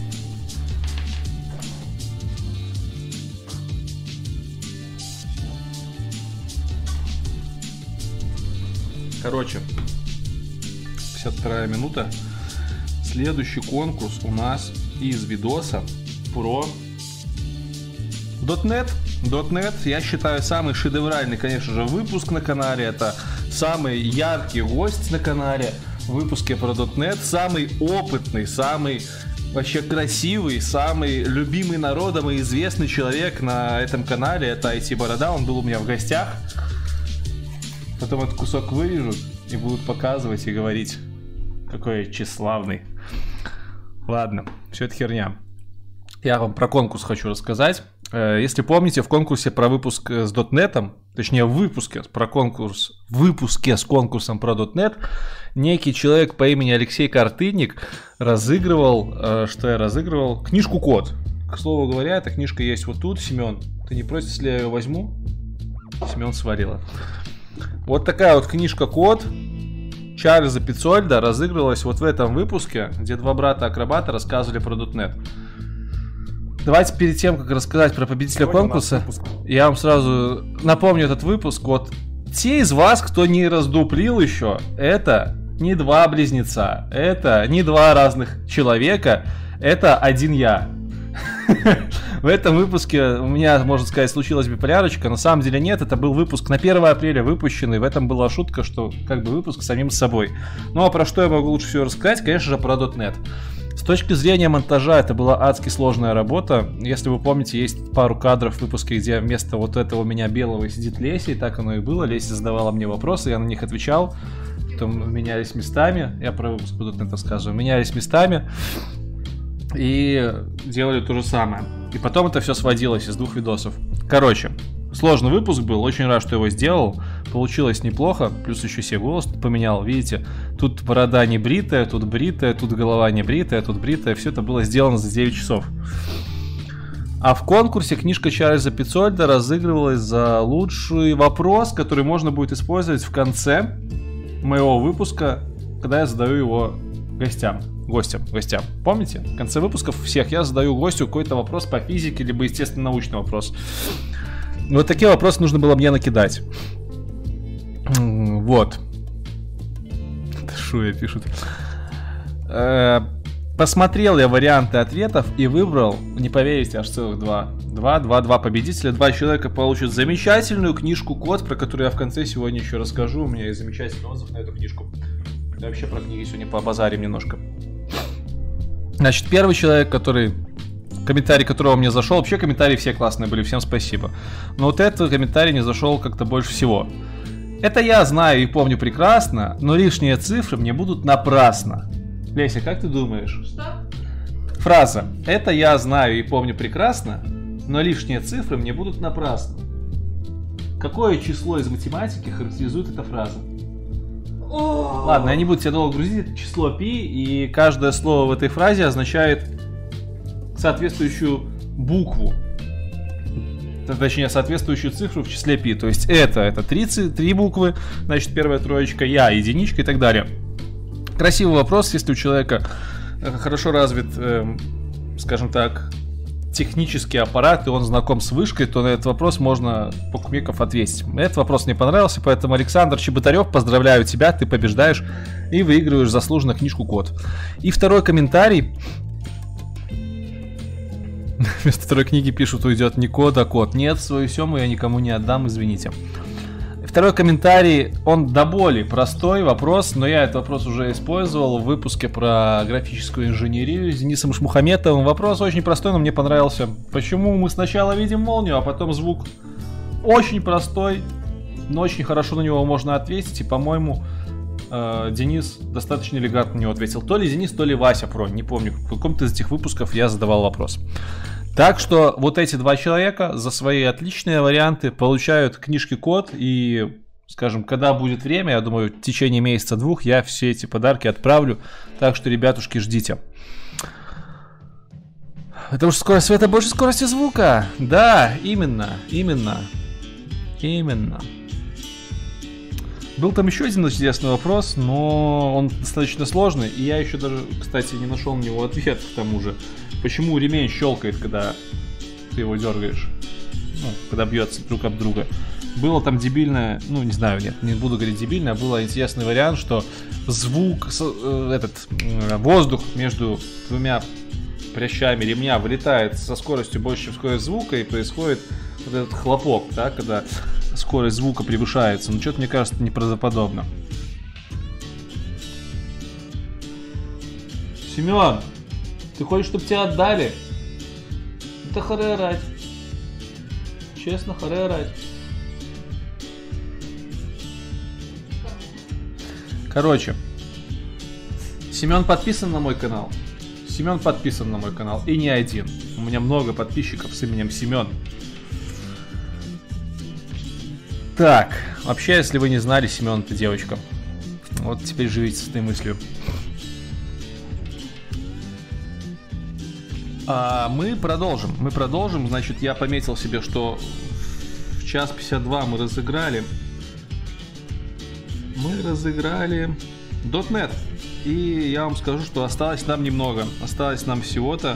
Короче, пятьдесят вторая минута. Следующий конкурс у нас из видоса про .NET. .NET, я считаю, самый шедевральный, конечно же, выпуск на канале. Это самый яркий гость на канале в выпуске про .NET. Самый опытный, самый вообще красивый, самый любимый народом и известный человек на этом канале. Это ай ти Борода, он был у меня в гостях. Потом этот кусок вырежут и будут показывать и говорить, какой я тщеславный. Ладно, все это херня. Я вам про конкурс хочу рассказать. Если помните, в конкурсе про выпуск с .NET, точнее в выпуске про конкурс, в выпуске с конкурсом про .NET, некий человек по имени Алексей Картынник разыгрывал, что я разыгрывал, книжку Код. К слову говоря, эта книжка есть вот тут. Семен, ты не против, если я ее возьму? Семен свалила. Вот такая вот книжка Код Чарльза Пиццольда разыгрывалась вот в этом выпуске, где два брата-акробата рассказывали про .NET. Давайте перед тем, как рассказать про победителя Сегодня конкурса, я вам сразу напомню этот выпуск. Вот те из вас, кто не раздуплил еще, это не два близнеца, это не два разных человека, это один я. В этом выпуске у меня, можно сказать, случилась биполярочка. На самом деле нет, это был выпуск на первое апреля выпущенный. В этом была шутка, что как бы выпуск с самим собой. Ну а про что я могу лучше всего рассказать? Конечно же, про .NET. С точки зрения монтажа это была адски сложная работа. Если вы помните, есть пару кадров в выпуске, где вместо вот этого меня белого сидит Леся, и так оно и было. Леся задавала мне вопросы, я на них отвечал. Потом менялись местами. Я про выпуск по .NET рассказываю. Менялись местами. И делали то же самое. И потом это все сводилось из двух видосов. Короче, сложный выпуск был. Очень рад, что его сделал. Получилось неплохо. Плюс еще себе голос поменял. Видите, тут борода не бритая, тут бритая, тут голова не бритая, тут бритая. Все это было сделано за девять часов. А в конкурсе книжка Чарльза Пиццольда разыгрывалась за лучший вопрос, который можно будет использовать в конце моего выпуска, когда я задаю его гостям. Гостям, гостям. Помните? В конце выпусков всех я задаю гостю какой-то вопрос по физике, либо, естественно, научный вопрос. Вот такие вопросы нужно было мне накидать. Вот. Шуя пишут. Посмотрел я варианты ответов и выбрал, не поверите, аж целых два. Два, два, два победителя. Два человека получат замечательную книжку Код, про которую я в конце сегодня еще расскажу. У меня есть замечательный отзыв на эту книжку. Да, вообще про книги сегодня пообазарим немножко. Значит, первый человек, который... Комментарий которого мне зашел... Вообще комментарии все классные были, всем спасибо. Но вот этот комментарий не зашел как-то больше всего. Это я знаю и помню прекрасно, но лишние цифры мне будут напрасно. Леся, как ты думаешь? Что? Фраза. Это я знаю и помню прекрасно, но лишние цифры мне будут напрасно. Какое число из математики характеризует эта фраза? Ладно, я не буду тебя долго грузить, это число π, и каждое слово в этой фразе означает соответствующую букву. точнее, соответствующую цифру в числе π. То есть это, это три, три буквы, значит, первая троечка, я, единичка и так далее. Красивый вопрос, если у человека хорошо развит, э, скажем так, технический аппарат, и он знаком с вышкой, то на этот вопрос можно покумеков ответить. Этот вопрос мне понравился, поэтому, Александр Чеботарев, поздравляю тебя, ты побеждаешь и выигрываешь заслуженно книжку «Код». И второй комментарий. Вместо второй книги пишут, уйдет не код, а код. Нет, свою сему я никому не отдам, извините. Второй комментарий, он до боли простой вопрос, но я этот вопрос уже использовал в выпуске про графическую инженерию с Денисом Шмухаметовым. Вопрос очень простой, но мне понравился. Почему мы сначала видим молнию, а потом звук? Очень простой, но очень хорошо на него можно ответить, и, по-моему, Денис достаточно элегантно на него ответил. То ли Денис, то ли Вася Про, не помню, в каком-то из этих выпусков я задавал вопрос. Так что вот эти два человека за свои отличные варианты получают книжки «Код», и, скажем, когда будет время, я думаю, в течение месяца-двух я все эти подарки отправлю. Так что, ребятушки, ждите. Потому что скорость света больше скорости звука. Да, именно, именно, именно. Был там еще один интересный вопрос, но он достаточно сложный, и я еще даже, кстати, не нашел на него ответ к тому же. Почему ремень щелкает, когда ты его дергаешь? Ну, когда бьется друг об друга. Было там дебильное, ну не знаю, нет, не буду говорить дебильное, было интересный вариант, что звук, этот воздух между двумя прящами ремня вылетает со скоростью больше, чем скорость звука, и происходит вот этот хлопок, да, когда скорость звука превышается. Ну что-то, мне кажется, неправдоподобно. Семен, ты хочешь, чтобы тебя отдали? Это харе орать. Честно, харе орать. Короче, Семен подписан на мой канал. Семен подписан на мой канал. И не один. У меня много подписчиков с именем Семен. Так, вообще, если вы не знали, Семен это девочка. Вот теперь живите с этой мыслью. А мы продолжим. Мы продолжим. Значит, я пометил себе, что в час пятьдесят два мы разыграли. Мы разыграли .дот нет. И я вам скажу, что осталось нам немного. Осталось нам всего-то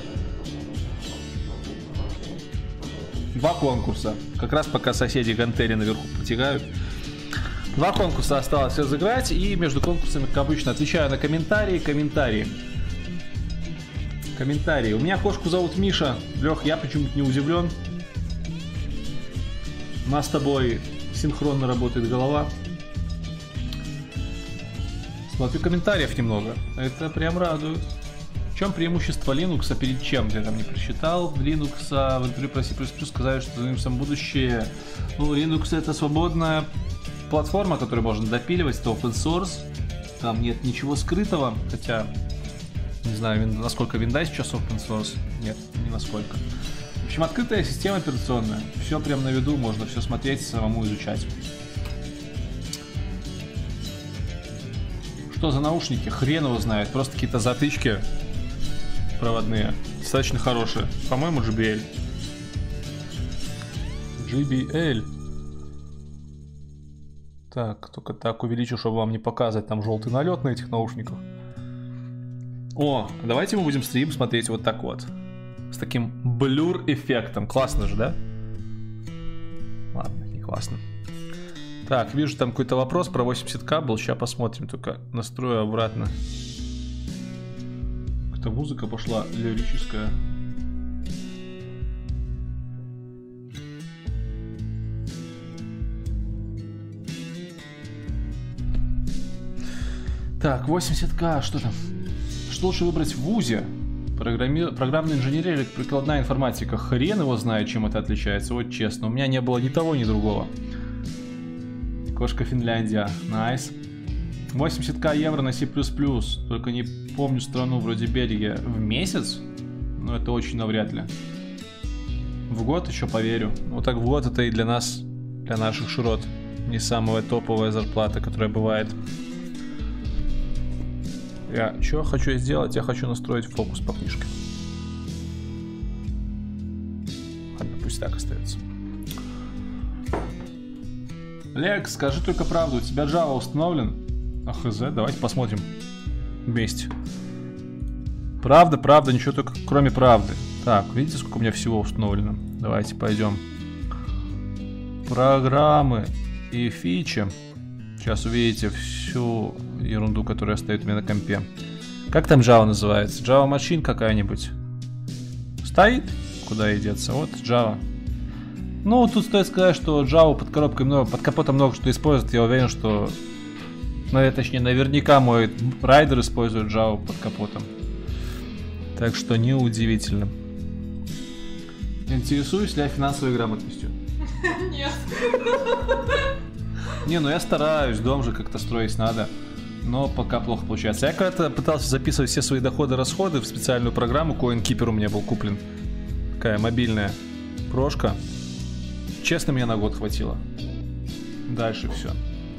два конкурса. Как раз пока соседи гантели наверху потягают. Два конкурса осталось разыграть. И между конкурсами, как обычно, отвечаю на комментарии. Комментарии. Комментарии. У меня кошку зовут Миша. Лех, я почему-то не удивлен. У нас с тобой синхронно работает голова. Смотрю, комментариев немного. Это прям радует. В чем преимущество Linux, перед чем? Я там не просчитал. Linux в интервью про C++ сказали, что за Linux будущее. Ну, Linux это свободная платформа, которую можно допиливать, это open source. Там нет ничего скрытого, хотя не знаю, насколько Windows сейчас open source. Нет, не насколько. В общем, открытая система операционная. Все прям на виду, можно все смотреть, самому изучать. Что за наушники? Хрен его знает. Просто какие-то затычки проводные. Достаточно хорошие. По-моему, джей би эл. джей би эл. Так, только так увеличу, чтобы вам не показывать там желтый налет на этих наушниках. О, давайте мы будем стрим смотреть вот так вот. С таким блюр-эффектом. Классно же, да? Ладно, не классно. Так, вижу там какой-то вопрос про восемьдесят ка был. Сейчас посмотрим, только настрою обратно. Какая-то музыка пошла лирическая. Так, восемьдесят ка, что там? Что лучше выбрать в вузе? Программи... Программная инженерия или прикладная информатика? Хрен его знает, чем это отличается. Вот честно, у меня не было ни того, ни другого. Кошка Финляндия. Найс. восемьдесят ка евро на C++. Только не помню страну, вроде Бельгия. В месяц? Ну, это очень навряд ли. В год еще поверю. Вот так в год это и для нас, для наших широт, не самая топовая зарплата, которая бывает. Я что хочу сделать? Я хочу настроить фокус по книжке. Ладно, пусть так остается. Лекс, скажи только правду, у тебя Java установлен? А хз, давайте посмотрим вместе. Правда, правда, ничего только кроме правды. Так, видите, сколько у меня всего установлено? Давайте пойдем. Программы и фичи. Сейчас увидите всю ерунду, которая стоит у меня на компе. Как там Java называется? Java Machine какая-нибудь? Стоит? Куда ей деться? Вот Java. Ну, тут стоит сказать, что Java под коробкой много, под капотом много что использует. Я уверен, что... Ну, точнее, наверняка мой райдер использует Java под капотом. Так что неудивительно. Интересуюсь ли я финансовой грамотностью? Нет. Не, ну я стараюсь, дом же как-то строить надо. Но пока плохо получается. Я когда-то пытался записывать все свои доходы-расходы в специальную программу. CoinKeeper у меня был куплен. Такая мобильная прошка. Честно, меня на год хватило. Дальше все.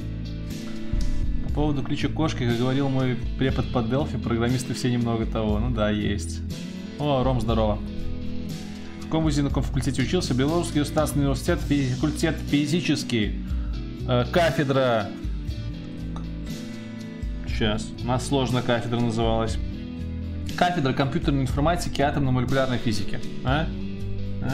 По поводу кличек кошки, как говорил мой препод по Delphi, программисты все немного того. Ну да, есть. О, Ром, здорово. В каком вузе, на каком факультете учился? Белорусский государственный университет, факультет физический. Э, кафедра... Сейчас. У нас сложная кафедра называлась. Кафедра компьютерной информатики и атомно-молекулярной физики. А? А?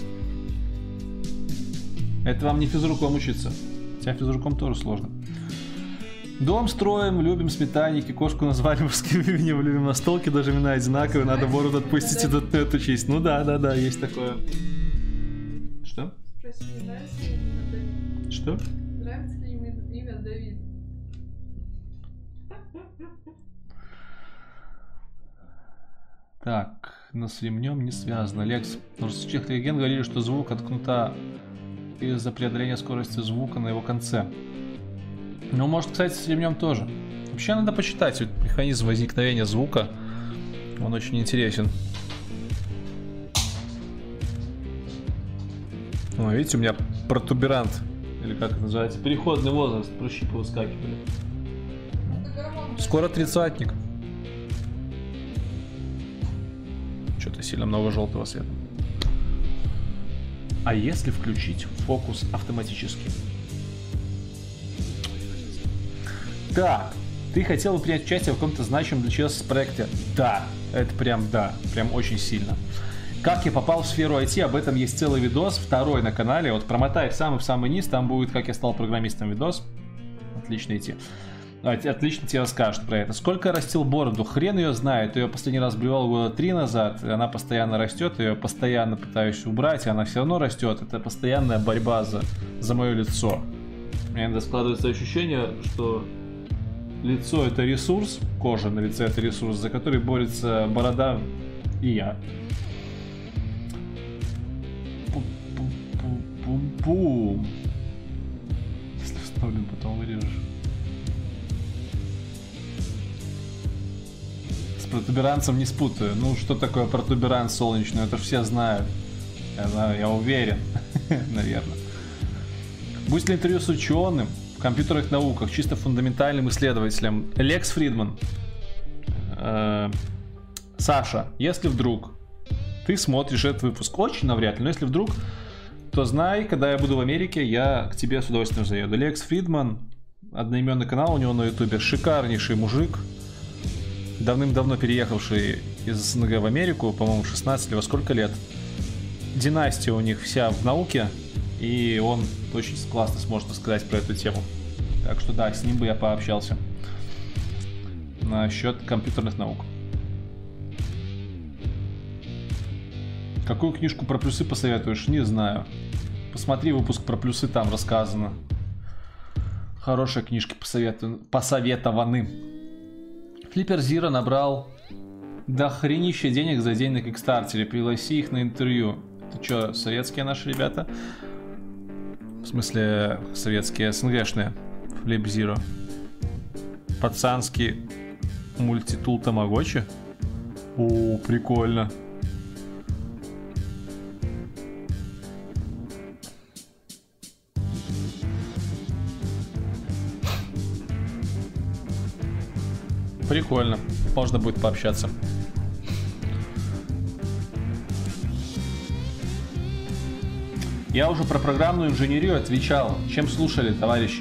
Это вам не физруком учиться. Хотя физруком тоже сложно. Дом строим, любим сметанники, кошку назвали мужским именем, любим настолки, даже имена одинаковые, надо бороду отпустить и тут эту честь. Ну да, да, да, есть такое. Что? Спроси, нравится ли имя Давид? Что? Нравится ли имя Давид? Так, но с ремнем не связано. Лекс, в русских легенд говорили, что звук от кнута из-за преодоления скорости звука на его конце. Ну, может, кстати, с ремнем тоже. Вообще надо почитать вот механизм возникновения звука. Он очень интересен. О, видите, у меня протуберант. Или как это называется? Переходный возраст. Прыщи повыскакивали. Скоро тридцатник. Что-то сильно много желтого света. А если включить фокус автоматически? Так, ты хотел бы принять участие в каком-то значимом для человека проекте? Да, это прям да, прям очень сильно. Как я попал в сферу ай ти, об этом есть целый видос, второй на канале. Вот промотай в самый-самый низ, там будет «Как я стал программистом» видос. Отлично идти. Отлично тебе расскажут про это. Сколько растил бороду? Хрен ее знает. Ее последний раз бревал года три назад. Она постоянно растет. Ее постоянно пытаюсь убрать. И она все равно растет. Это постоянная борьба за, за мое лицо. У меня иногда складывается ощущение, что лицо это ресурс. Кожа на лице это ресурс, за который борется борода и я. Пум-пум-пум-пум. Если вставлю, потом вырежешь. Протуберанцем не спутаю. Ну, что такое протуберанц солнечный? Это все знают. Я знаю, я уверен. Наверное. Будет ли интервью с ученым в компьютерных науках, чисто фундаментальным исследователем? Лекс Фридман. Э-э- Саша, если вдруг ты смотришь этот выпуск, очень навряд ли, но если вдруг, то знай, когда я буду в Америке, я к тебе с удовольствием заеду. Лекс Фридман, одноименный канал у него на ютубе, шикарнейший мужик. Давным-давно переехавший из СНГ в Америку, по-моему, шестнадцать или во сколько лет. Династия у них вся в науке, и он очень классно сможет рассказать про эту тему. Так что да, с ним бы я пообщался. Насчет компьютерных наук. Какую книжку про плюсы посоветуешь? Не знаю. Посмотри выпуск про плюсы, там рассказано. Хорошие книжки посовету... посоветованы. Flipper Zero набрал дохренища денег за день на Кикстартере. Пригласи их на интервью. Это что, советские наши ребята? В смысле, советские, СНГшные. Flip Zero. Пацанский мультитул Тамагочи. О, прикольно. Прикольно. Можно будет пообщаться. Я уже про программную инженерию отвечал. Чем слушали, товарищи?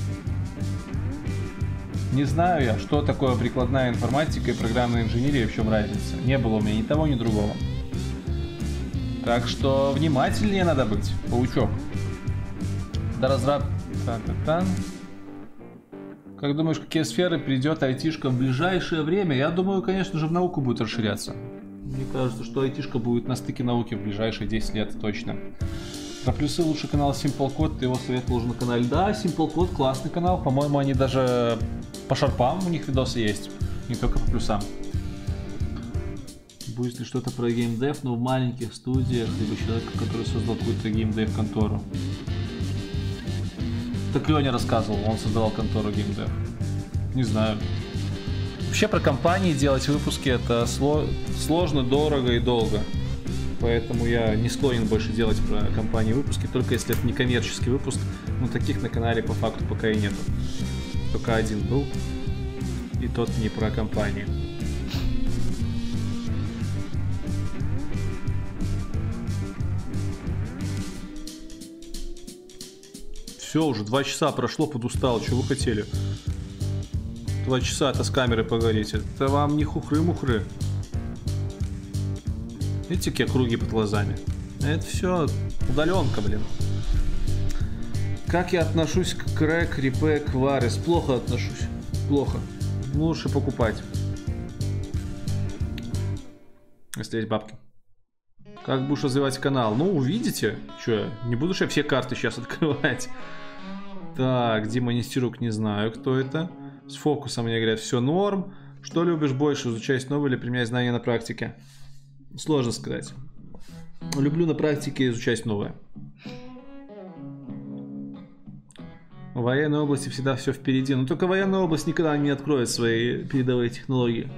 Не знаю я, что такое прикладная информатика и программная инженерия, в чем разница. Не было у меня ни того, ни другого. Так что внимательнее надо быть, паучок. До разраб... Та-та-та. Как думаешь, какие сферы придет айтишка в ближайшее время? Я думаю, конечно же, в науку будет расширяться. Мне кажется, что айтишка будет на стыке науки в ближайшие десять лет точно. Про плюсы лучший канал Simple Code, ты его советовал уже на канале. Да, Simple Code классный канал, по-моему, они даже по шарпам у них видосы есть, не только по плюсам. Будет ли что-то про геймдев, но в маленьких студиях, либо человека, который создал какую-то геймдев-контору? Так Леня рассказывал, он создавал контору геймдев. Не знаю. Вообще про компании делать выпуски это сло- сложно, дорого и долго. Поэтому я не склонен больше делать про компании выпуски, только если это не коммерческий выпуск. Но таких на канале по факту пока и нету. Только один был. И тот не про компанию. Все, уже два часа прошло, подустал. Что вы хотели? Два часа-то с камерой поговорить. Это вам не хухры-мухры. Видите, какие круги под глазами? Это все удаленка, блин. Как я отношусь к Crack, Repack, Varis? Плохо отношусь. Плохо. Лучше покупать. Если есть бабки. Как будешь развивать канал? Ну, увидите. Че, не буду же я все карты сейчас открывать. Так, Дима Нестерук, не знаю, кто это. С фокусом мне говорят, все норм. Что любишь больше, изучать новое или применять знания на практике? Сложно сказать. Люблю на практике изучать новое. В военной области всегда все впереди. Но только военная область никогда не откроет свои передовые технологии.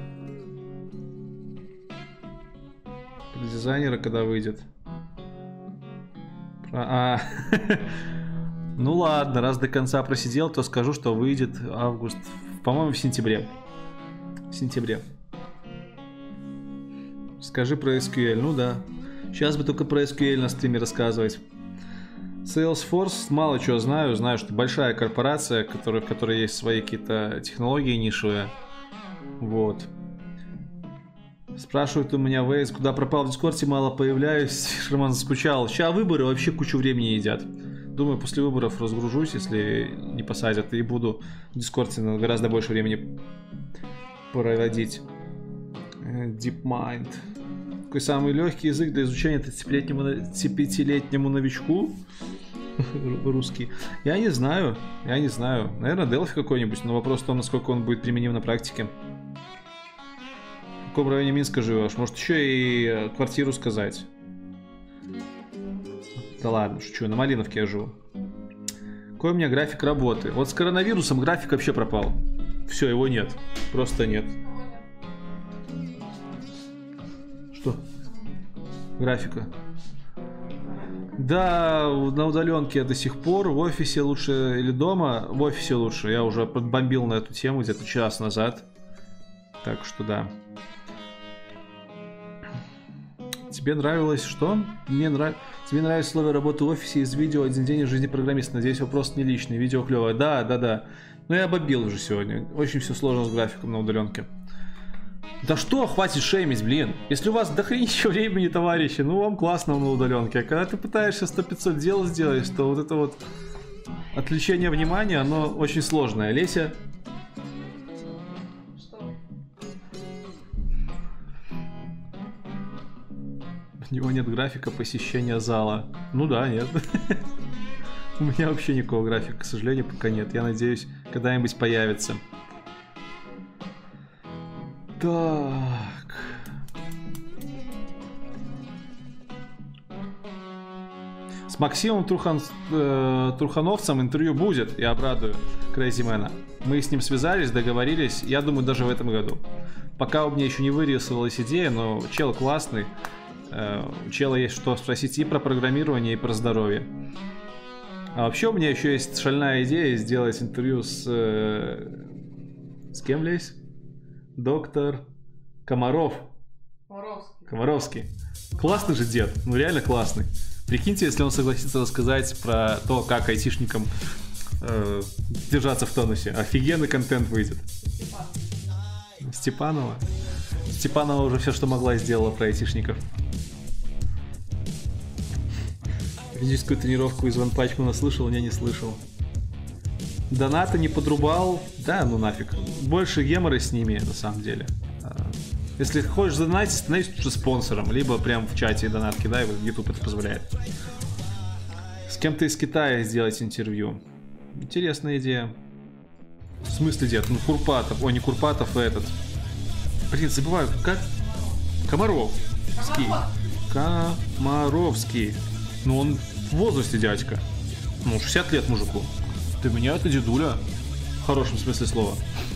Про дизайнера когда выйдет? Про... А, ну ладно, раз до конца просидел, то скажу, что выйдет август. По-моему, в сентябре. В сентябре. Скажи про эс кью эль. Ну да. Сейчас бы только про эс кью эль на стриме рассказывать. Salesforce мало чего знаю. Знаю, что большая корпорация, которая, в которой есть свои какие-то технологии нишевые. Вот. Спрашивают у меня Вейс, куда пропал в Дискорде, мало появляюсь. Роман заскучал. Сейчас выборы вообще кучу времени едят. Думаю, после выборов разгружусь, если не посадят, и буду в Дискорде гораздо больше времени проводить. DeepMind. Какой самый легкий язык для изучения тридцатипятилетнему новичку? Русский. Я не знаю. Я не знаю. Наверное, Delphi какой-нибудь, но вопрос в том, насколько он будет применим на практике. В каком районе Минска живешь? Может, еще и квартиру сказать? Да ладно, шучу. На Малиновке я живу. Какой у меня график работы? Вот с коронавирусом график вообще пропал. Все, его нет. Просто нет. Что? Графика. Да, на удаленке до сих пор. В офисе лучше или дома? В офисе лучше. Я уже подбомбил на эту тему где-то час назад. Так что да. Тебе нравилось что? Мне нравится. Тебе нравится условия работы в офисе из видео «Один день из жизни программиста». Надеюсь, вопрос не личный. Видео клевое. Да, да, да. Но я бомбил уже сегодня. Очень все сложно с графиком на удаленке. Да что, хватит шеймить, блин. Если у вас дохренища времени, товарищи, ну вам классно на удаленке. А когда ты пытаешься сто пятьсот дел сделать, то вот это вот отвлечение внимания, оно очень сложное. Леся? Что? У него нет графика посещения зала. Ну да, нет. У меня вообще никакого графика, к сожалению, пока нет. Я надеюсь, когда-нибудь появится. Так. С Максимом Трухан... э, Трухановцем интервью будет, я обрадую Крейзимена. Мы с ним связались, договорились, я думаю, даже в этом году. Пока у меня еще не вырисовалась идея, но чел классный. Э, у чела есть что спросить и про программирование, и про здоровье. А вообще у меня еще есть шальная идея сделать интервью с... Э, с кем, Лесь? Доктор Комаров. Комаровский. Комаровский. Классный же дед, ну реально классный. Прикиньте, если он согласится рассказать про то, как айтишникам э, держаться в тонусе. Офигенный контент выйдет. Степанова. Степанова уже все, что могла, сделала про айтишников. Физическую тренировку из ванпачку наслышал, я не слышал. Доната не подрубал. Да, ну нафиг. Больше гемора с ними, на самом деле. Если хочешь задонатить, становись уже спонсором. Либо прям в чате донат кидай, YouTube это позволяет. С кем-то из Китая сделать интервью. Интересная идея. В смысле, дед? Ну, Курпатов. Ой, не Курпатов, а этот. Блин, забываю, как? Комаровский. Комаровский. Ну, он в возрасте дядька. Ну, шестьдесят лет мужику. Для меня это дедуля. В хорошем смысле слова.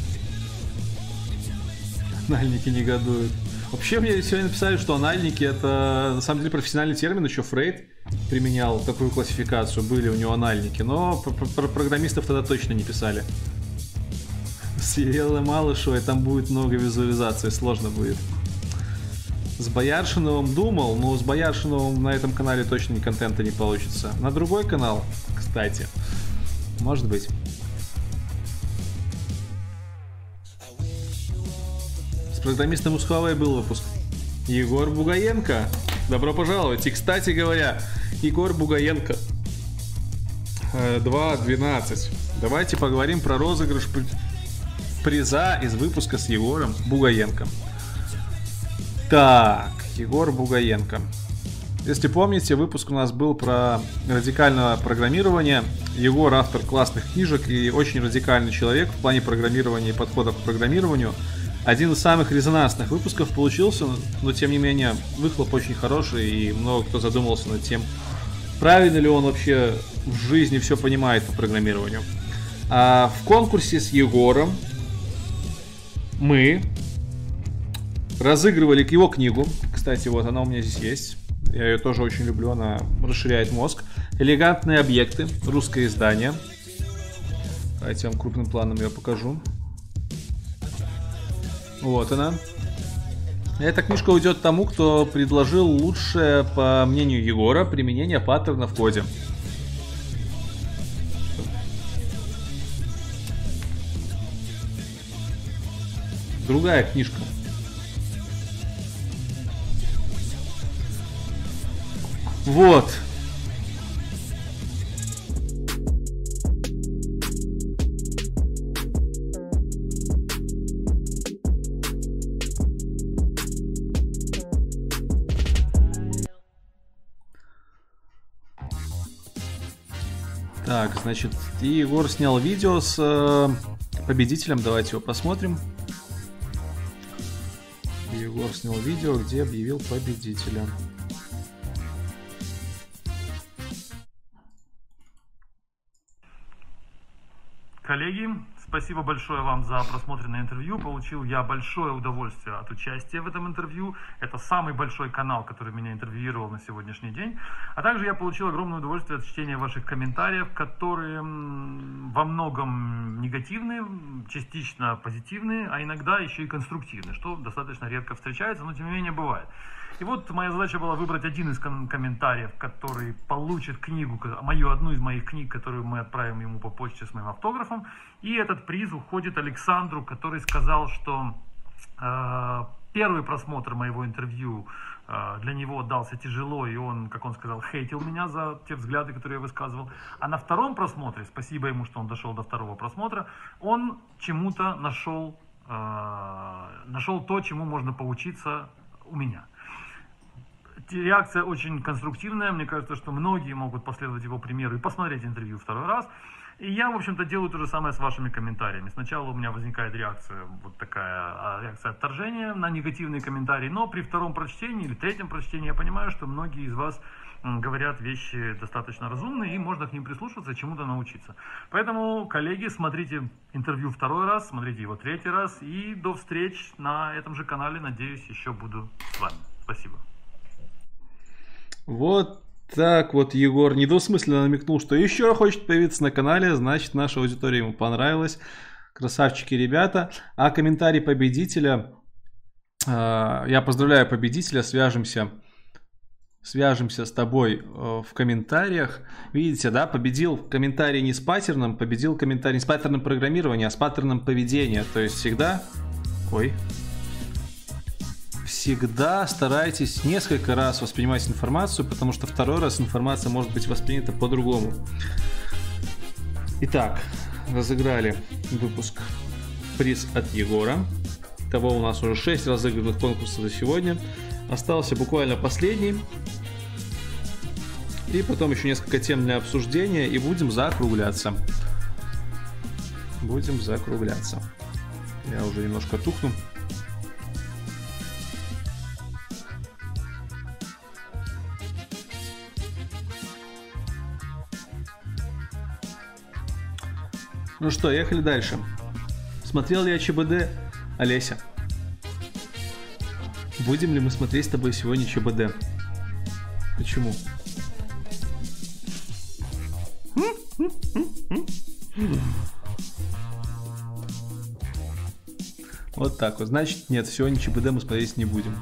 Анальники негодуют. Вообще мне сегодня написали, что анальники это на самом деле профессиональный термин. Еще Фрейд применял такую классификацию. Были у него анальники. Но про программистов тогда точно не писали. Съела Малышева, и там будет много визуализаций. Сложно будет. С Бояршиновым думал, но с Бояршиновым на этом канале точно ни контента не получится. На другой канал, кстати, может быть. С программистом из Huawei был выпуск. Егор Бугаенко. Добро пожаловать. И, кстати говоря, Егор Бугаенко. два двенадцать. Давайте поговорим про розыгрыш приза из выпуска с Егором Бугаенко. Так, Егор Бугаенко. Если помните, выпуск у нас был про радикальное программирование. Егор автор классных книжек и очень радикальный человек в плане программирования и подходов к программированию. Один из самых резонансных выпусков получился, но тем не менее выхлоп очень хороший, и много кто задумался над тем, правильно ли он вообще в жизни все понимает по программированию. А в конкурсе с Егором мы разыгрывали его книгу. Кстати, вот она у меня здесь есть. Я ее тоже очень люблю, она расширяет мозг. «Элегантные объекты», русское издание. Давайте я вам крупным планом ее покажу. Вот она. Эта книжка уйдет тому, кто предложил лучшее, по мнению Егора, применение паттерна в коде. Другая книжка. Вот. Так, значит, и Егор снял видео с э, победителем. Давайте его посмотрим. Егор снял видео, где объявил победителя. Коллеги, спасибо большое вам за просмотренное интервью. Получил я большое удовольствие от участия в этом интервью. Это самый большой канал, который меня интервьюировал на сегодняшний день. А также я получил огромное удовольствие от чтения ваших комментариев, которые во многом негативные, частично позитивные, а иногда еще и конструктивные, что достаточно редко встречается, но тем не менее бывает. И вот моя задача была выбрать один из ком- комментариев, который получит книгу, мою одну из моих книг, которую мы отправим ему по почте с моим автографом. И этот приз уходит Александру, который сказал, что э, первый просмотр моего интервью э, для него дался тяжело, и он, как он сказал, хейтил меня за те взгляды, которые я высказывал. А на втором просмотре, спасибо ему, что он дошел до второго просмотра, он чему-то нашел, э, нашел то, чему можно поучиться у меня. Реакция очень конструктивная, мне кажется, что многие могут последовать его примеру и посмотреть интервью второй раз. И я, в общем-то, делаю то же самое с вашими комментариями. Сначала у меня возникает реакция, вот такая реакция отторжения на негативные комментарии, но при втором прочтении или третьем прочтении я понимаю, что многие из вас говорят вещи достаточно разумные, и можно к ним прислушиваться и чему-то научиться. Поэтому, коллеги, смотрите интервью второй раз, смотрите его третий раз, и до встреч на этом же канале. Надеюсь, еще буду с вами. Спасибо. Вот так вот Егор недвусмысленно намекнул, что еще хочет появиться на канале, значит, наша аудитория ему понравилась. Красавчики ребята. А комментарий победителя, э, я поздравляю победителя, свяжемся свяжемся с тобой в комментариях. Видите, да, победил комментарий не с паттерном, победил комментарий не с паттерном программирования, а с паттерном поведения. То есть всегда... Ой. Всегда старайтесь несколько раз воспринимать информацию, потому что второй раз информация может быть воспринята по-другому. Итак, разыграли выпуск приз от Егора. Того у нас уже шесть разыгранных конкурсов за сегодня. Остался буквально последний. И потом еще несколько тем для обсуждения. И будем закругляться. Будем закругляться. Я уже немножко тухну. Ну что, ехали дальше. Смотрел ли я ЧБД? Олеся. Будем ли мы смотреть с тобой сегодня ЧБД? Почему? Вот так вот. Значит, нет, сегодня ЧБД мы смотреть не будем.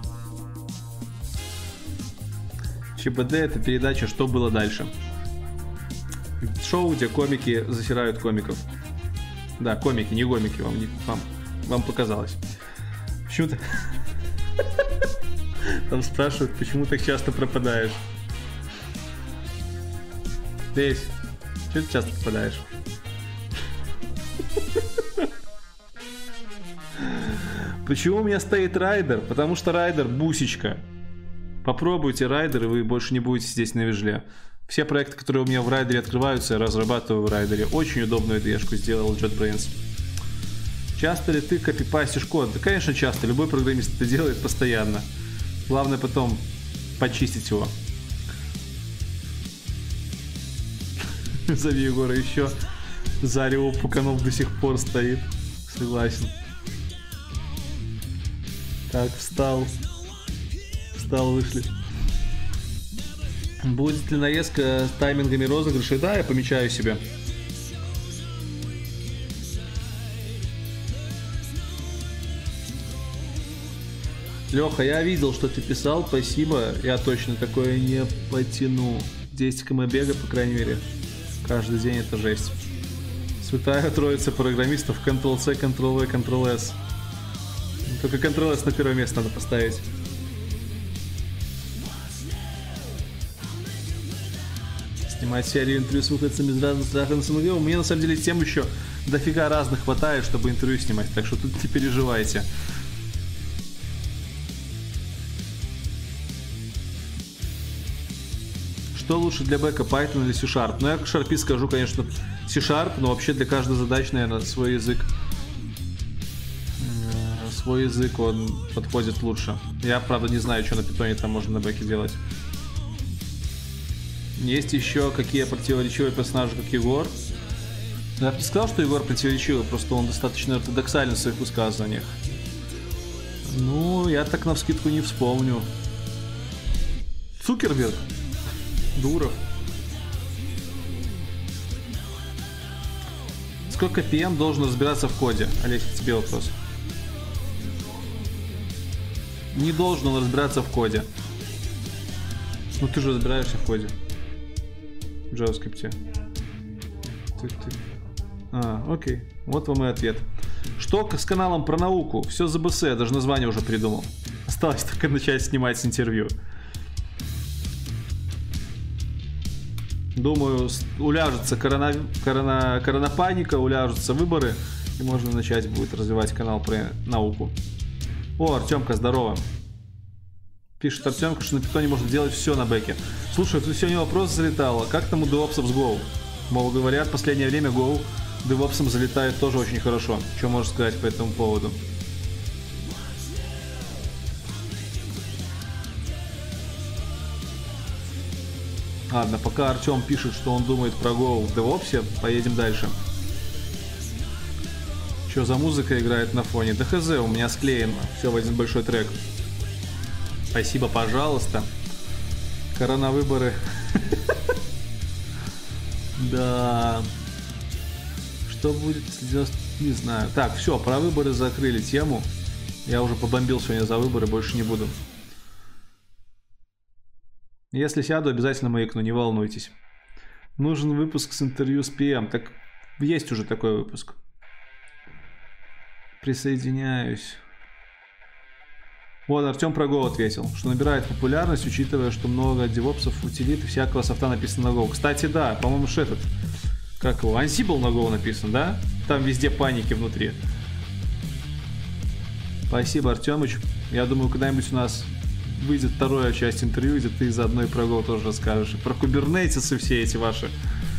ЧБД — это передача «Что было дальше». Шоу, где комики засирают комиков. Да, комики, не гомики, вам, не, вам, вам показалось. Почему-то... Там спрашивают, почему так часто пропадаешь. Здесь. Чего ты часто пропадаешь? Почему у меня стоит райдер? Потому что райдер бусечка. Попробуйте райдер, и вы больше не будете сидеть на вежле. Все проекты, которые у меня в райдере открываются, я разрабатываю в райдере. Очень удобную движку сделал JetBrains. Часто ли ты копипастишь код? Да, конечно, часто. Любой программист это делает постоянно. Главное потом почистить его. Зови Егора еще. Зарево Пуканов до сих пор стоит. Согласен. Так, встал. Встал, вышли. Будет ли нарезка с таймингами розыгрышей? Да, я помечаю себе. Леха, я видел, что ты писал, спасибо. Я точно такое не потяну. десять километров бега, по крайней мере. Каждый день это жесть. Святая троица программистов. контрол-C, контрол-V, контрол-S. Только контрол-S на первое место надо поставить. Снимать серию интервью с выходцами из разных стран СНГ. У меня на самом деле тем еще дофига разных хватает, чтобы интервью снимать. Так что тут не переживайте. Что лучше для бэка, Python или C-Sharp? Ну, я к C-Sharp скажу, конечно, C-Sharp, но вообще для каждой задачи, наверное, свой язык. Свой язык, он подходит лучше. Я, правда, не знаю, что на питоне там можно на бэке делать. Есть еще какие противоречивые персонажи, как Егор. Я бы не сказал, что Егор противоречивый, просто он достаточно ортодоксален в своих высказываниях. Ну, я так навскидку не вспомню. Цукерберг. Дуров. Сколько пи эм должен разбираться в коде? Олег, к тебе вопрос. Не должен он разбираться в коде. Ну ты же разбираешься в коде. В JavaScript. Ты, ты. А, окей. Вот вам и ответ. Что с каналом про науку? Все за БС, я даже название уже придумал. Осталось только начать снимать интервью. Думаю, уляжется корона, корона, коронапаника, уляжутся выборы, и можно начать будет развивать канал про науку. О, Артемка, здорово. Пишет Артемка, что на питоне можно делать все на бэке. Слушай, тут сегодня вопрос залетал. Как там у девопсов с Go? Мол, говорят, в последнее время Go девопсом залетает тоже очень хорошо. Что можешь сказать по этому поводу? Ладно, пока Артем пишет, что он думает про Go в девопсе, поедем дальше. Что за музыка играет на фоне? Да хз, у меня склеено. Все в один большой трек. Спасибо, пожалуйста. Коронавыборы. Да. Что будет, если... Не знаю. Так, все, про выборы закрыли тему. Я уже побомбил сегодня за выборы, больше не буду. Если сяду, обязательно маякну, не волнуйтесь. Нужен выпуск с интервью с пи эм. Так есть уже такой выпуск. Присоединяюсь. Вот, Артем про Go ответил, что набирает популярность, учитывая, что много девопсов, утилит и всякого софта написано на Go. Кстати, да, по-моему, что этот, как его, Ansible на Go написан, да? Там везде паники внутри. Спасибо, Артемыч. Я думаю, когда-нибудь у нас выйдет вторая часть интервью, где ты заодно и про Go тоже расскажешь. И про кубернетисы все эти ваши.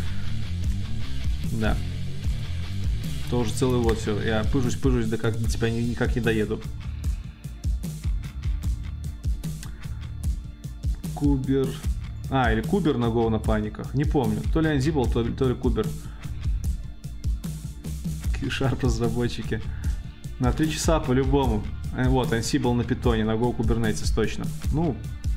Да. Тоже целый год все. Я пыжусь-пыжусь, да как до тебя никак не доеду. Кубер. А, или Кубер на Go на паниках. Не помню. То ли Ansible, то ли, то ли Кубер. K-Sharp разработчики. На три часа по-любому. Вот, Ansible на питоне, на Go Kubernetes точно. Ну,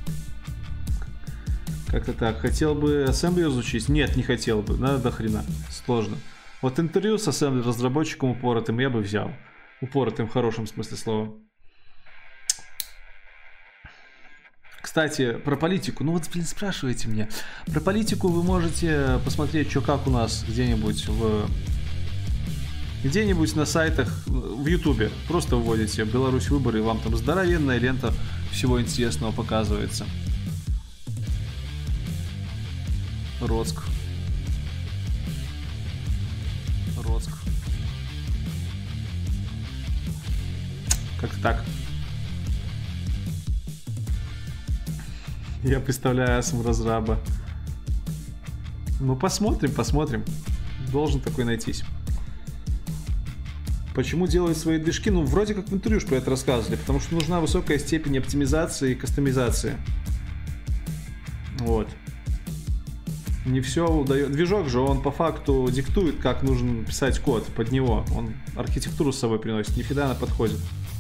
как-то так. Хотел бы Assembly изучить? Нет, не хотел бы. Надо до хрена. Сложно. Вот интервью с Assembly разработчиком упоротым я бы взял. Упоротым в хорошем смысле слова. Кстати, про политику. Ну вот, блин, спрашиваете меня. Про политику вы можете посмотреть, что как у нас где-нибудь в... Где-нибудь на сайтах в Ютубе. Просто вводите «Беларусь выборы», и вам там здоровенная лента всего интересного показывается. Роцк. Роцк. Как-то так. Я представляю асм разраба. Ну, посмотрим, посмотрим. Должен такой найтись. Почему делают свои движки? Ну, вроде как в интервью про это рассказывали. Потому что нужна высокая степень оптимизации и кастомизации. Вот. Не все удается. Движок же, он по факту диктует, как нужно писать код под него. Он архитектуру с собой приносит. Нифига она подходит.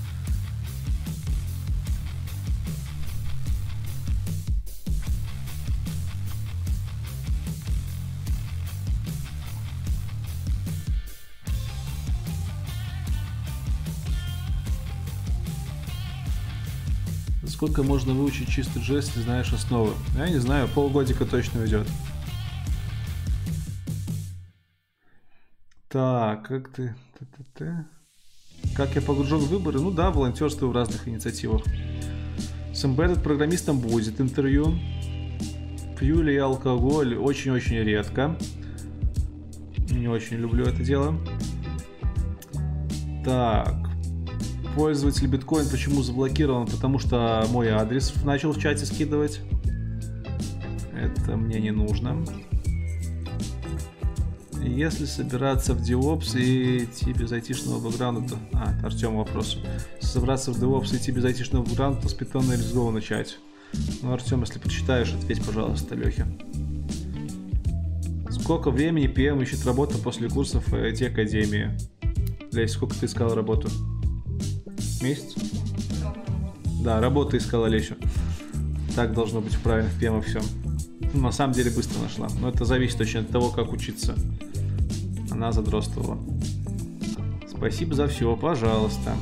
Сколько можно выучить чистый джей эс, если знаешь основы? Я не знаю, полгодика точно уйдет. Так, как ты... Как я погружен в выборы? Ну да, волонтерствую в разных инициативах. С embedded программистом будет интервью. Пью ли я алкоголь? Очень-очень редко. Не очень люблю это дело. Так. Пользователь биткоин почему заблокирован? Потому что мой адрес начал в чате скидывать. Это мне не нужно. Если собираться в DevOps и идти без айтишного бэкграунда, то... А, это Артем вопрос. Собраться в DevOps и идти без айтишного бэкграунда, то с питона или с Go начать. Ну, Артем, если почитаешь, ответь, пожалуйста, Лехе. Сколько времени пи эм ищет работу после курсов ай ти-академии? Лесь, сколько ты искал работу? Месяц? Да, работу искала Лесю. Так должно быть правильно в пи эм все. Ну, на самом деле быстро нашла. Но это зависит очень от того, как учиться. Она задротствовала. Спасибо за все, пожалуйста.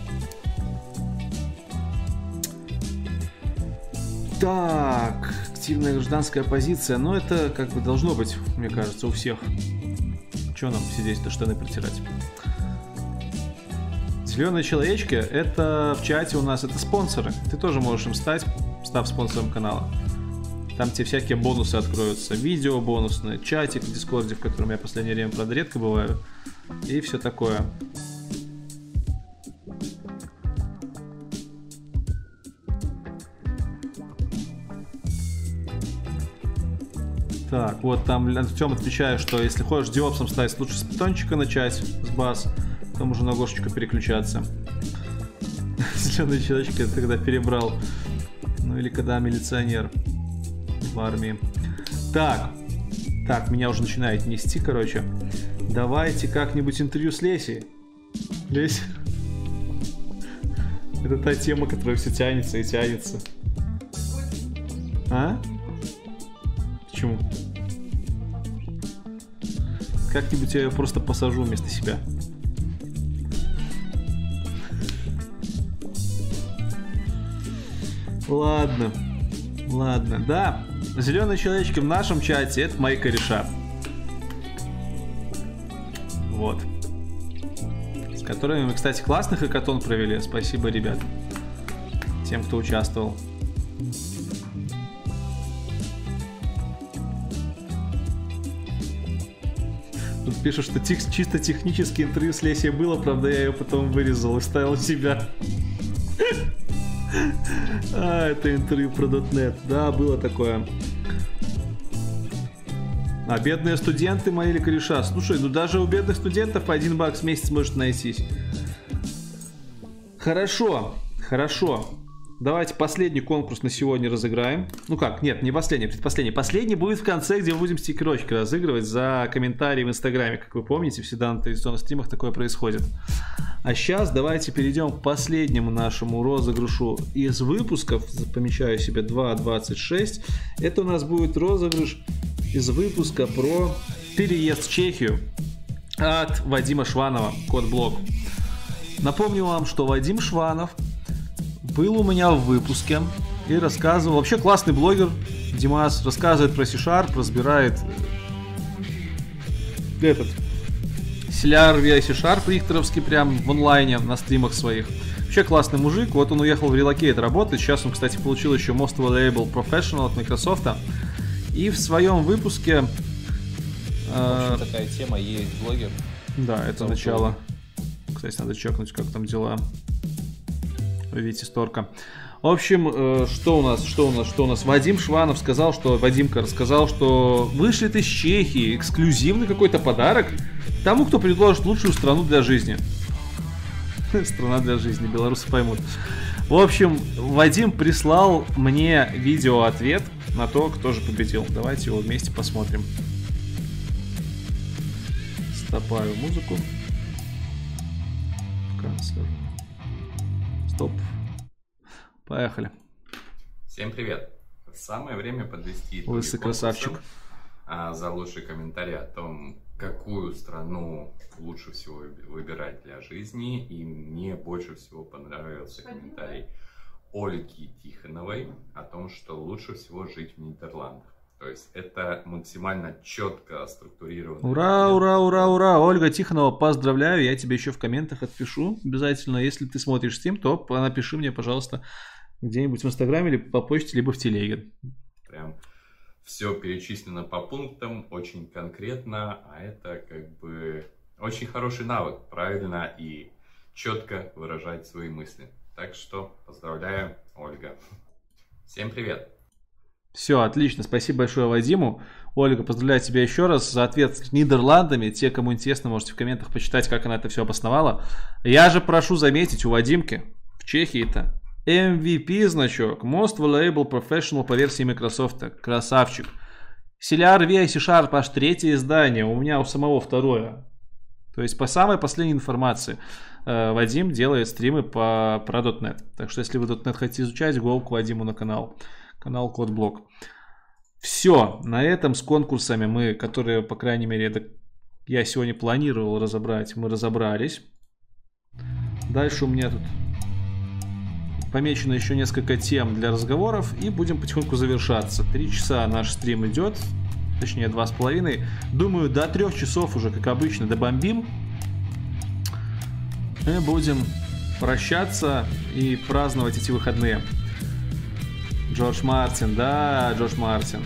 Так, активная гражданская позиция. Но это как бы должно быть, мне кажется, у всех. Че нам сидеть-то штаны протирать? Зеленые человечки, это в чате у нас, это спонсоры. Ты тоже можешь им стать, став спонсором канала. Там тебе всякие бонусы откроются. Видео бонусные, чатик в Дискорде, в котором я в последнее время, правда, редко бываю. И все такое. Так, вот там Артем отвечает, что если хочешь девопсом стать, лучше с питончика начать, с баз. Потом уже на Гошечку переключаться. Зеленые человечки, это когда перебрал. Ну или когда милиционер в армии. Так. Так, меня уже начинает нести, короче. Давайте как-нибудь интервью с Лесей. Леся. Это та тема, которая все тянется и тянется. А? Почему? Как-нибудь я ее просто посажу вместо себя. Ладно, Ладно, да. Зеленые человечки в нашем чате — это мои кореша. Вот. С которыми мы, кстати, классный хакатон провели. Спасибо, ребят. Тем, кто участвовал. Тут пишут, что тех, чисто технически интервью с Лесей было, правда, я ее потом вырезал и ставил у себя. А, это интервью про .дот нет. Да, было такое. А бедные студенты мои кореша. Слушай, ну даже у бедных студентов по один бакс в месяц может найтись. Хорошо, хорошо. Давайте последний конкурс на сегодня разыграем. Ну как, нет, не последний, предпоследний. Последний будет в конце, где мы будем стикерочки разыгрывать за комментарии в Инстаграме. Как вы помните, всегда на традиционных стримах такое происходит. А сейчас давайте перейдем к последнему нашему розыгрышу из выпусков. Помечаю себе два двадцать шесть. Это у нас будет розыгрыш из выпуска про переезд в Чехию от Вадима Шванова, Кодблок. Напомню вам, что Вадим Шванов был у меня в выпуске и рассказывал. Вообще классный блогер Димас, рассказывает про C-Sharp, разбирает этот Селяр via C-Sharp рихтеровский прям в онлайне на стримах своих. Вообще классный мужик. Вот он уехал в Relocate работать. Сейчас он, кстати, получил еще Most Valuable Professional от Microsoft. И в своем выпуске... В общем, такая тема, есть блогер. Да, это Золотой. Начало. Кстати, надо чекнуть, как там дела. Вити Сторка. В общем, что у нас, что у нас, что у нас? Вадим Шванов сказал, что Вадимка рассказал, что вышлет из Чехии эксклюзивный какой-то подарок тому, кто предложит лучшую страну для жизни. Страна для жизни, белорусы поймут. В общем, Вадим прислал мне видео-ответ на то, кто же победил. Давайте его вместе посмотрим. Стопаю музыку. Канцлер. Стоп. Поехали. Всем привет. Самое время подвести итоги Лысый красавчик. А, за лучший комментарий о том, какую страну лучше всего выбирать для жизни. И мне больше всего понравился комментарий Ольги Тихоновой о том, что лучше всего жить в Нидерландах. То есть это максимально четко структурировано. Ура, ура, ура, ура! Ольга Тихонова, поздравляю. Я тебе еще в комментах отпишу. Обязательно, если ты смотришь Steam, то напиши мне, пожалуйста, где-нибудь в Инстаграме, либо по почте, либо в телеге. Прям все перечислено по пунктам, очень конкретно, а это как бы очень хороший навык, правильно и четко выражать свои мысли. Так что поздравляю, Ольга. Всем привет! Все, отлично. Спасибо большое Вадиму. Ольга, поздравляю тебя еще раз за ответ с Нидерландами. Те, кому интересно, можете в комментах почитать, как она это все обосновала. Я же прошу заметить, у Вадимки в Чехии-то эм ви пи значок, Most Valuable Professional по версии Microsoft. Красавчик. Селяр via C-Sharp аж третье издание, у меня у самого второе. То есть по самой последней информации Вадим делает стримы по, про .дот нет. Так что если вы .дот нет хотите изучать, go к Вадиму на канал. Канал Кодблок. Все, на этом с конкурсами мы, которые, по крайней мере, я сегодня планировал разобрать, мы разобрались. Дальше у меня тут помечено еще несколько тем для разговоров, и будем потихоньку завершаться. Три часа наш стрим идет, точнее два с половиной. Думаю, до трех часов уже, как обычно, добомбим. Мы будем прощаться и праздновать эти выходные. Джордж Мартин, да, Джордж Мартин.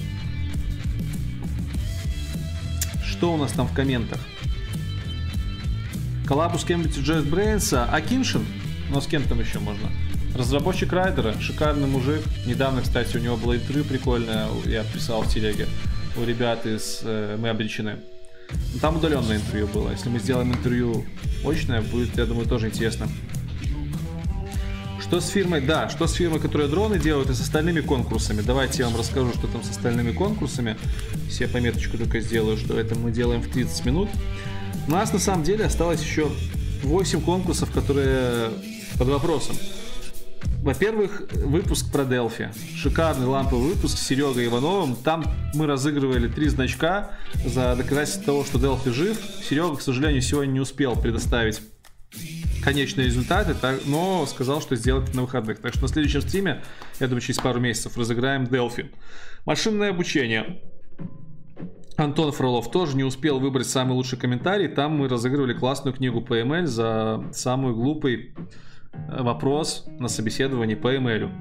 Что у нас там в комментах? Коллабу с кем-нибудь JetBrains, Акиншин, но с кем там еще можно? Разработчик Райдера, шикарный мужик. Недавно, кстати, у него было интервью прикольное, я писал в телеге. У ребят из э, «Мы обречены». Там удаленное интервью было. Если мы сделаем интервью очное, будет, я думаю, тоже интересно. Что с фирмой? Да, что с фирмой, которая дроны делают, и с остальными конкурсами. Давайте я вам расскажу, что там с остальными конкурсами. Все пометочку только сделаю, что это мы делаем в тридцать минут. У нас на самом деле осталось еще восемь конкурсов, которые под вопросом. Во-первых, выпуск про Delphi. Шикарный ламповый выпуск с Серегой Ивановым. Там мы разыгрывали три значка за доказательство того, что Delphi жив. Серега, к сожалению, сегодня не успел предоставить конечные результаты, так, но сказал, что сделает это на выходных. Так что на следующем стриме, я думаю, через пару месяцев разыграем Delphi. Машинное обучение. Антон Фролов тоже не успел выбрать самый лучший комментарий. Там мы разыгрывали классную книгу по эм эл за самый глупый вопрос на собеседовании по эм эл.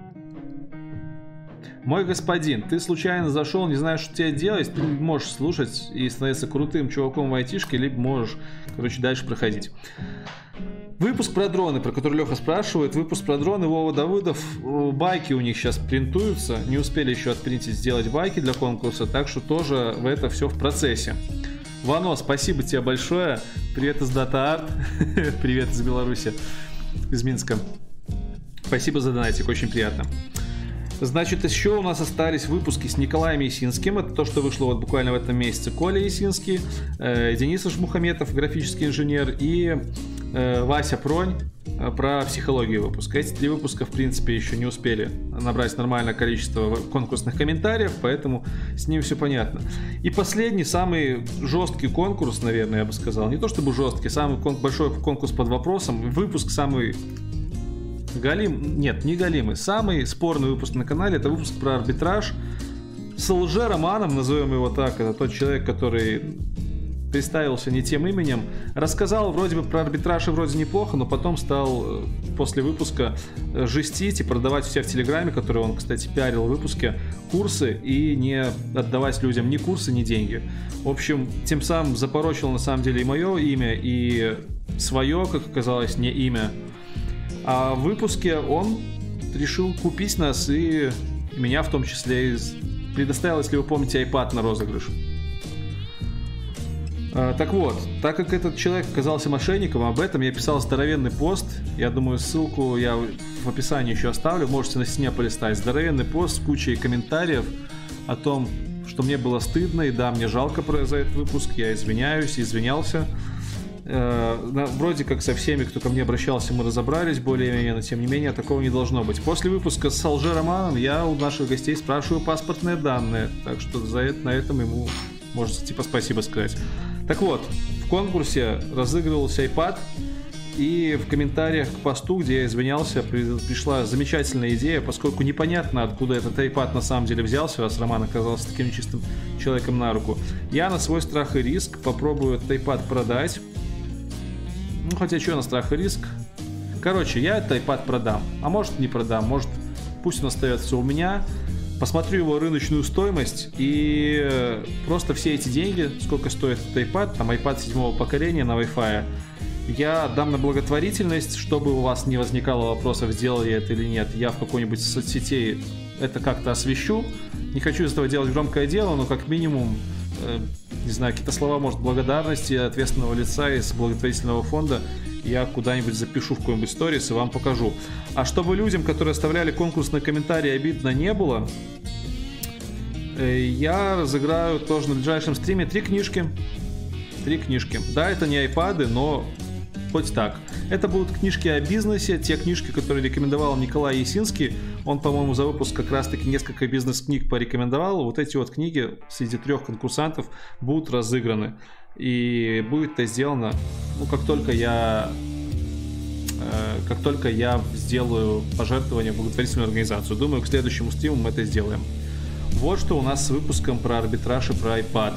Мой господин, ты случайно зашел, не знаешь, что тебе делать, ты можешь слушать и становиться крутым чуваком в айтишке, либо можешь, короче, дальше проходить. Выпуск про дроны, про который Леха спрашивает. Выпуск про дроны, Вова Давыдов. Байки у них сейчас принтуются. Не успели еще отпринтить, сделать байки для конкурса. Так что тоже в это все в процессе. Вано, спасибо тебе большое. Привет из Data Art. Привет из Беларуси. Из Минска. Спасибо за донатик, очень приятно. Значит, еще у нас остались выпуски с Николаем Есинским. Это то, что вышло вот буквально в этом месяце. Коля Есинский, э, Денис Ашмухаметов, графический инженер, и э, Вася Пронь э, про психологию выпуска. Эти три выпуска, в принципе, еще не успели набрать нормальное количество конкурсных комментариев, поэтому с ним все понятно. И последний, самый жесткий конкурс, наверное, я бы сказал. Не то чтобы жесткий, самый кон- большой конкурс под вопросом. Выпуск самый... Галим, нет, не галимый. Самый спорный выпуск на канале — это выпуск про арбитраж с лже-романом, назовем его так. Это тот человек, который представился не тем именем, рассказал вроде бы про арбитраж и вроде неплохо, но потом стал после выпуска жестить и продавать все в Телеграме, который он, кстати, пиарил в выпуске, курсы, и не отдавать людям ни курсы, ни деньги. В общем, тем самым запорочил на самом деле и мое имя, и свое, как оказалось, не имя. А в выпуске он решил купить нас и меня в том числе предоставил, если вы помните, iPad на розыгрыш. А, так вот, так как этот человек оказался мошенником, об этом я писал здоровенный пост. Я думаю, ссылку я в описании еще оставлю, можете на стене полистать. Здоровенный пост с кучей комментариев о том, что мне было стыдно, и да, мне жалко за этот выпуск, я извиняюсь, извинялся. Вроде как со всеми, кто ко мне обращался, мы разобрались более-менее, но тем не менее такого не должно быть. После выпуска с лже-романом я у наших гостей спрашиваю паспортные данные, так что за это, на этом ему можно типа спасибо сказать. Так вот, в конкурсе разыгрывался iPad, и в комментариях к посту, где я извинялся, пришла замечательная идея, поскольку непонятно, откуда этот iPad на самом деле взялся, раз Роман оказался таким нечистым человеком на руку. Я на свой страх и риск попробую этот iPad продать. Ну, хотя что на страх и риск? Короче, я этот iPad продам. А может, не продам. Может, пусть он остается у меня. Посмотрю его рыночную стоимость. И просто все эти деньги, сколько стоит этот iPad, там iPad седьмого поколения на Wi-Fi, я дам на благотворительность, чтобы у вас не возникало вопросов, сделали это или нет. Я в какой-нибудь соцсети это как-то освещу. Не хочу из этого делать громкое дело, но как минимум, э, не знаю, какие-то слова, может, благодарности ответственного лица из благотворительного фонда я куда-нибудь запишу в какой-нибудь сторис и вам покажу. А чтобы людям, которые оставляли конкурсные комментарии, обидно не было, э, я разыграю тоже на ближайшем стриме три книжки. Три книжки. Да, это не айпады, но хоть так. Это будут книжки о бизнесе, те книжки, которые рекомендовал Николай Есинский. Он, по-моему, за выпуск как раз-таки несколько бизнес-книг порекомендовал. Вот эти вот книги среди трех конкурсантов будут разыграны. И будет это сделано, ну, как только я, э, как только я сделаю пожертвование в благотворительную организацию. Думаю, к следующему стриму мы это сделаем. Вот что у нас с выпуском про арбитраж и про iPad.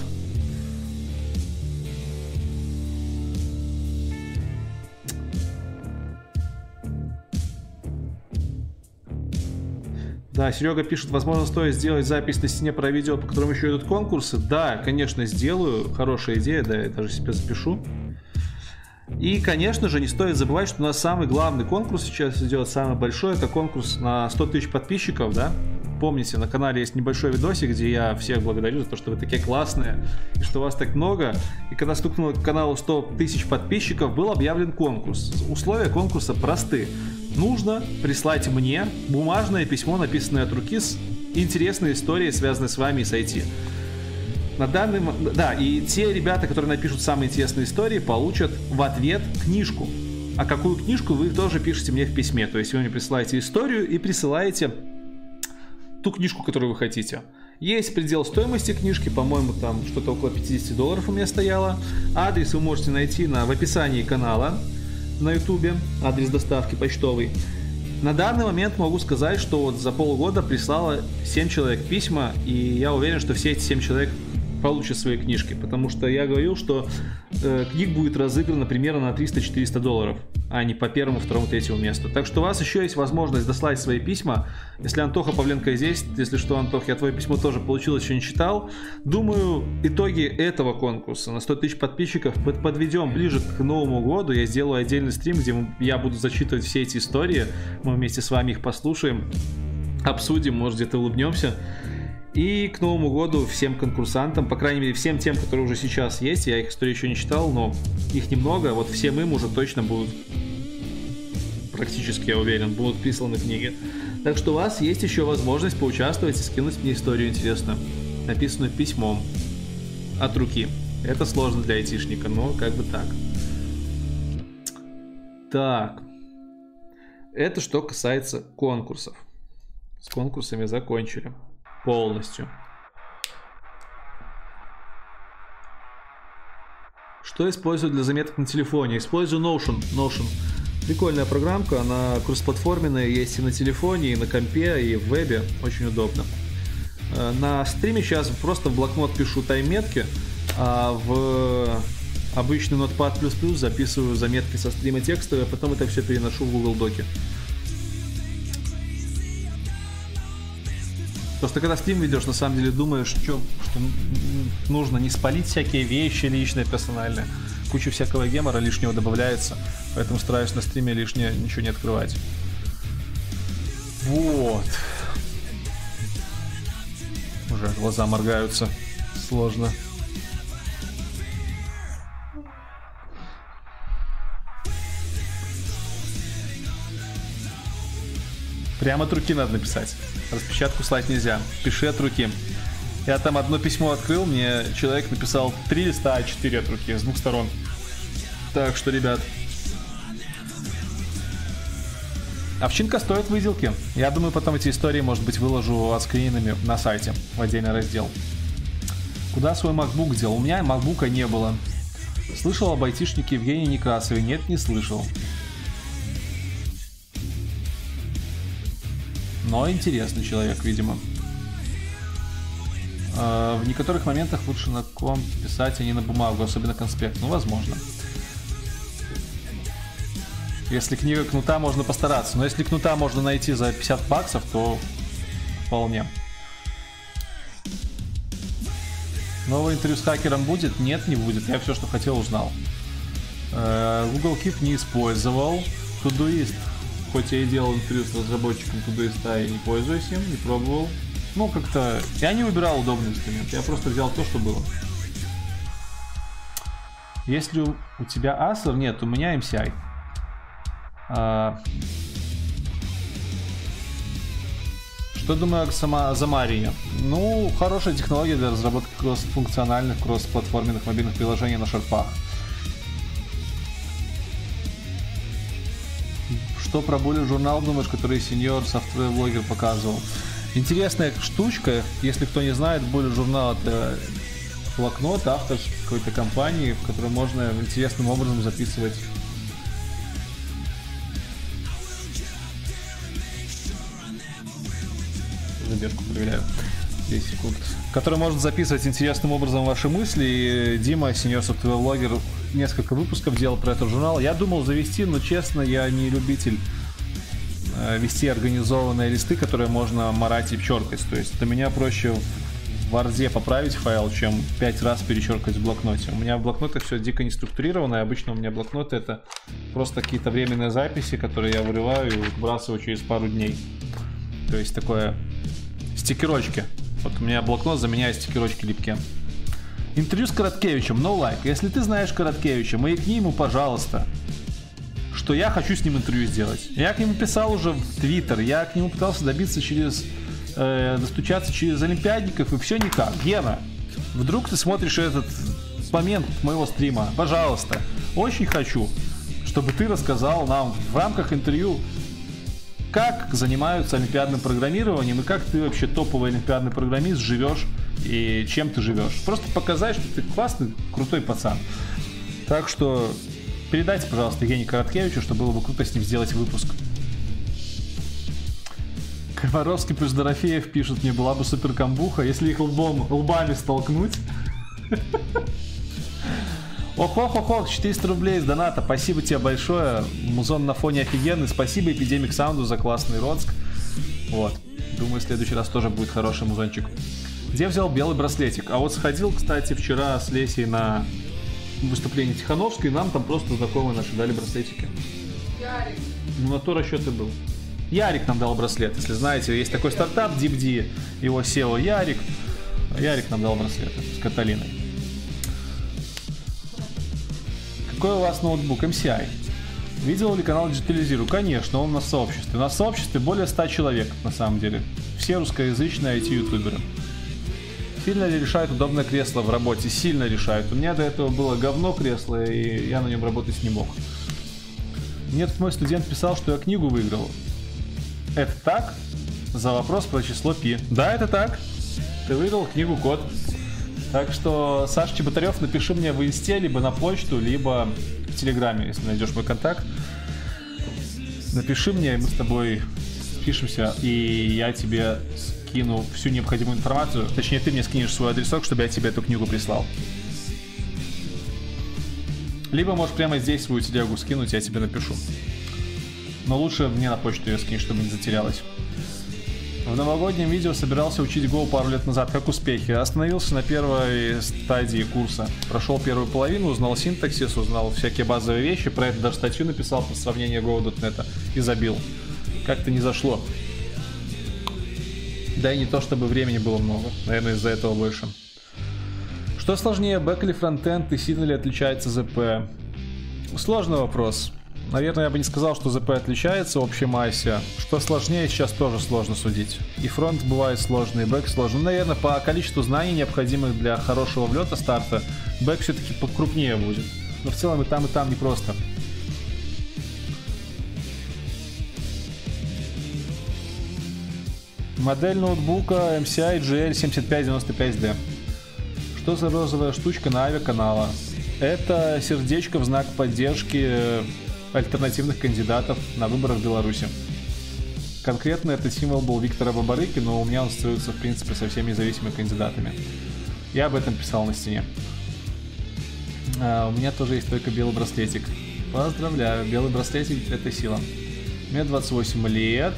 Да, Серега пишет, возможно, стоит сделать запись на стене про видео, по которым еще идут конкурсы. Да, конечно, сделаю. Хорошая идея, да, я даже себе запишу. И, конечно же, не стоит забывать, что у нас самый главный конкурс сейчас идет, самый большой, это конкурс на сто тысяч подписчиков, да? Помните, на канале есть небольшой видосик, где я всех благодарю за то, что вы такие классные, и что вас так много. И когда стукнуло к каналу сто тысяч подписчиков, был объявлен конкурс. Условия конкурса просты. Нужно прислать мне бумажное письмо, написанное от руки, с интересной историей, связанной с вами и с ай ти. На данный момент, да, и те ребята, которые напишут самые интересные истории, получат в ответ книжку. А какую книжку, вы тоже пишете мне в письме. То есть вы мне присылаете историю и присылаете ту книжку, которую вы хотите. Есть предел стоимости книжки, по-моему, там что-то около пятьдесят долларов у меня стояло. Адрес вы можете найти на, в описании канала. на ютубе, адрес доставки почтовый. На данный момент могу сказать, что вот за полгода прислало семь человек письма, и я уверен, что все эти семь человек получат свои книжки, потому что я говорил, что э, книг будет разыграно примерно на триста-четыреста долларов, а не по первому, второму, третьему месту. Так что у вас еще есть возможность дослать свои письма. Если Антоха Павленко здесь, если что, Антох, я твое письмо тоже получил, еще не читал. Думаю, итоги этого конкурса на сто тысяч подписчиков подведем ближе к Новому году. Я сделаю отдельный стрим, где я буду зачитывать все эти истории. Мы вместе с вами их послушаем, обсудим, может где-то улыбнемся. И к Новому году всем конкурсантам, по крайней мере всем тем, которые уже сейчас есть, я их историю еще не читал, но их немного, вот всем им уже точно будут, практически я уверен, будут присланы книги. Так что у вас есть еще возможность поучаствовать и скинуть мне историю интересную, написанную письмом от руки. Это сложно для айтишника, но как бы так. Так. Это что касается конкурсов. С конкурсами закончили. Полностью. Что использую для заметок на телефоне? Использую Notion. Notion. Прикольная программка, она кроссплатформенная, есть и на телефоне, и на компе, и в вебе. Очень удобно. На стриме сейчас просто в блокнот пишу тайм-метки, а в обычный Notepad++ записываю заметки со стрима текстовые, а потом это все переношу в Google Доки. Просто когда стрим ведешь, на самом деле думаешь, что, что нужно не спалить всякие вещи личные, персональные. Куча всякого гемора лишнего добавляется, поэтому стараюсь на стриме лишнее ничего не открывать. Вот. Уже глаза моргаются. Сложно. Прямо от руки надо написать. Распечатку слать нельзя. Пиши от руки. Я там одно письмо открыл, мне человек написал три листа а четыре от руки, с двух сторон. Так что, ребят. Овчинка стоит выделки. Я думаю, потом эти истории, может быть, выложу отскриненными на сайте в отдельный раздел. Куда свой MacBook дел? У меня MacBook'а не было. Слышал об айтишнике Евгении Некрасовой? Нет, не слышал. Но интересный человек, видимо. Э, в некоторых моментах лучше на комп писать, а не на бумагу, особенно конспект. Ну, возможно. Если книга Кнута, можно постараться. Но если Кнута можно найти за пятьдесят баксов, то вполне. Новое интервью с хакером будет? Нет, не будет. Я все, что хотел, узнал. Э, Google Keep не использовал. Todoist. Хоть я и делал интервью с разработчиком Todoist, я не пользуюсь им, не пробовал. Ну, как-то... Я не выбирал удобный инструмент, я просто взял то, что было. Есть ли у тебя Acer? Нет, у меня эм си ай. А... Что думаю о Xamarin? Ну, хорошая технология для разработки кроссфункциональных, кроссплатформенных мобильных приложений на шарпах. Что про Bullet журнал думаешь, который сеньор софтвер-блогер показывал? Интересная штучка, если кто не знает, Bullet журнал — это блокнот автор какой-то компании, в которой можно интересным образом записывать задержку проверяю. десять секунд. Который может записывать интересным образом ваши мысли. И Дима, сеньор софтвер-блогер, несколько выпусков делал про этот журнал. Я думал завести, но честно, я не любитель э, вести организованные листы, которые можно марать и черкать. То есть для меня проще в Word поправить файл, чем пять раз перечеркать в блокноте. У меня в блокнотах все дико не структурировано, и обычно у меня блокноты — это просто какие-то временные записи, которые я вырываю и выбрасываю через пару дней. То есть такое стикерочки. Вот у меня блокнот заменяет стикерочки липкие. Интервью с Короткевичем, no like. Если ты знаешь Короткевича, маякни ему, пожалуйста, что я хочу с ним интервью сделать. Я к нему писал уже в Твиттер, я к нему пытался добиться через... Э, достучаться через олимпиадников, и все никак. Гена, вдруг ты смотришь этот момент моего стрима, пожалуйста, очень хочу, чтобы ты рассказал нам в рамках интервью, как занимаются олимпиадным программированием и как ты вообще топовый олимпиадный программист живешь и чем ты живешь. Просто показать, что ты классный, крутой пацан. Так что Передайте, пожалуйста, Евгению Короткевичу, что было бы круто с ним сделать выпуск. Комаровский плюс Дорофеев пишут, мне была бы супер камбуха, если их лбом, лбами столкнуть. Ох-ох-ох-ох, четыреста рублей с доната, спасибо тебе большое. Музон на фоне офигенный, спасибо Эпидемик Саунду за классный Роцк. Вот, думаю, в следующий раз тоже будет хороший музончик. Где взял белый браслетик? А вот сходил, кстати, вчера с Лесей на выступление Тихановской, и нам там просто знакомые наши дали браслетики. Ярик. Ну, на то расчет и был. Ярик нам дал браслет, если знаете, есть такой стартап DeepD, его сео Ярик. Ярик нам дал браслет с Каталиной. Какой у вас ноутбук? эм си ай. Видел ли канал Digitalizirую? Конечно, он у нас в сообществе. У нас в сообществе более ста человек, на самом деле. Все русскоязычные ай ти-ютуберы. Сильно ли решает удобное кресло в работе? Сильно решает. У меня до этого было говно кресло, и я на нем работать не мог. Мне тут мой студент писал, что я книгу выиграл. Это так? За вопрос про число пи. Да, это так. Ты выиграл книгу Код. Так что, Саш Чеботарев, напиши мне в инсте, либо на почту, либо в телеграме, если найдешь мой контакт. Напиши мне, мы с тобой спишемся, и я тебе скину всю необходимую информацию. Точнее, ты мне скинешь свой адресок, чтобы я тебе эту книгу прислал. Либо можешь прямо здесь свою телегу скинуть, я тебе напишу. Но лучше мне на почту ее скинь, чтобы не затерялась. В новогоднем видео собирался учить Go пару лет назад. Как успехи? Остановился на первой стадии курса. Прошел первую половину, узнал синтаксис, узнал всякие базовые вещи. Про это даже статью написал по сравнению Go точка нет и забил. Как-то не зашло. Да и не то, чтобы времени было много. Наверное, из-за этого больше. Что сложнее, бэк или фронтенд, и сильно ли отличается зэ пэ? Сложный вопрос. Наверное, я бы не сказал, что зэ пэ отличается в общей массе. Что сложнее, сейчас тоже сложно судить. И фронт бывает сложный, и бэк сложный. Наверное, по количеству знаний, необходимых для хорошего влета старта, бэк все-таки покрупнее будет. Но в целом и там, и там непросто. Модель ноутбука эм си ай джи эл семьдесят пять девяносто пять ди. Что за розовая штучка на авиаканала? Это сердечко в знак поддержки альтернативных кандидатов на выборах в Беларуси. Конкретно этот символ был Виктора Бабарыки, но у меня он ассоциируется в принципе со всеми независимыми кандидатами. Я об этом писал на стене. А, у меня тоже есть только белый браслетик. Поздравляю, белый браслетик — это сила. Мне двадцать восемь лет.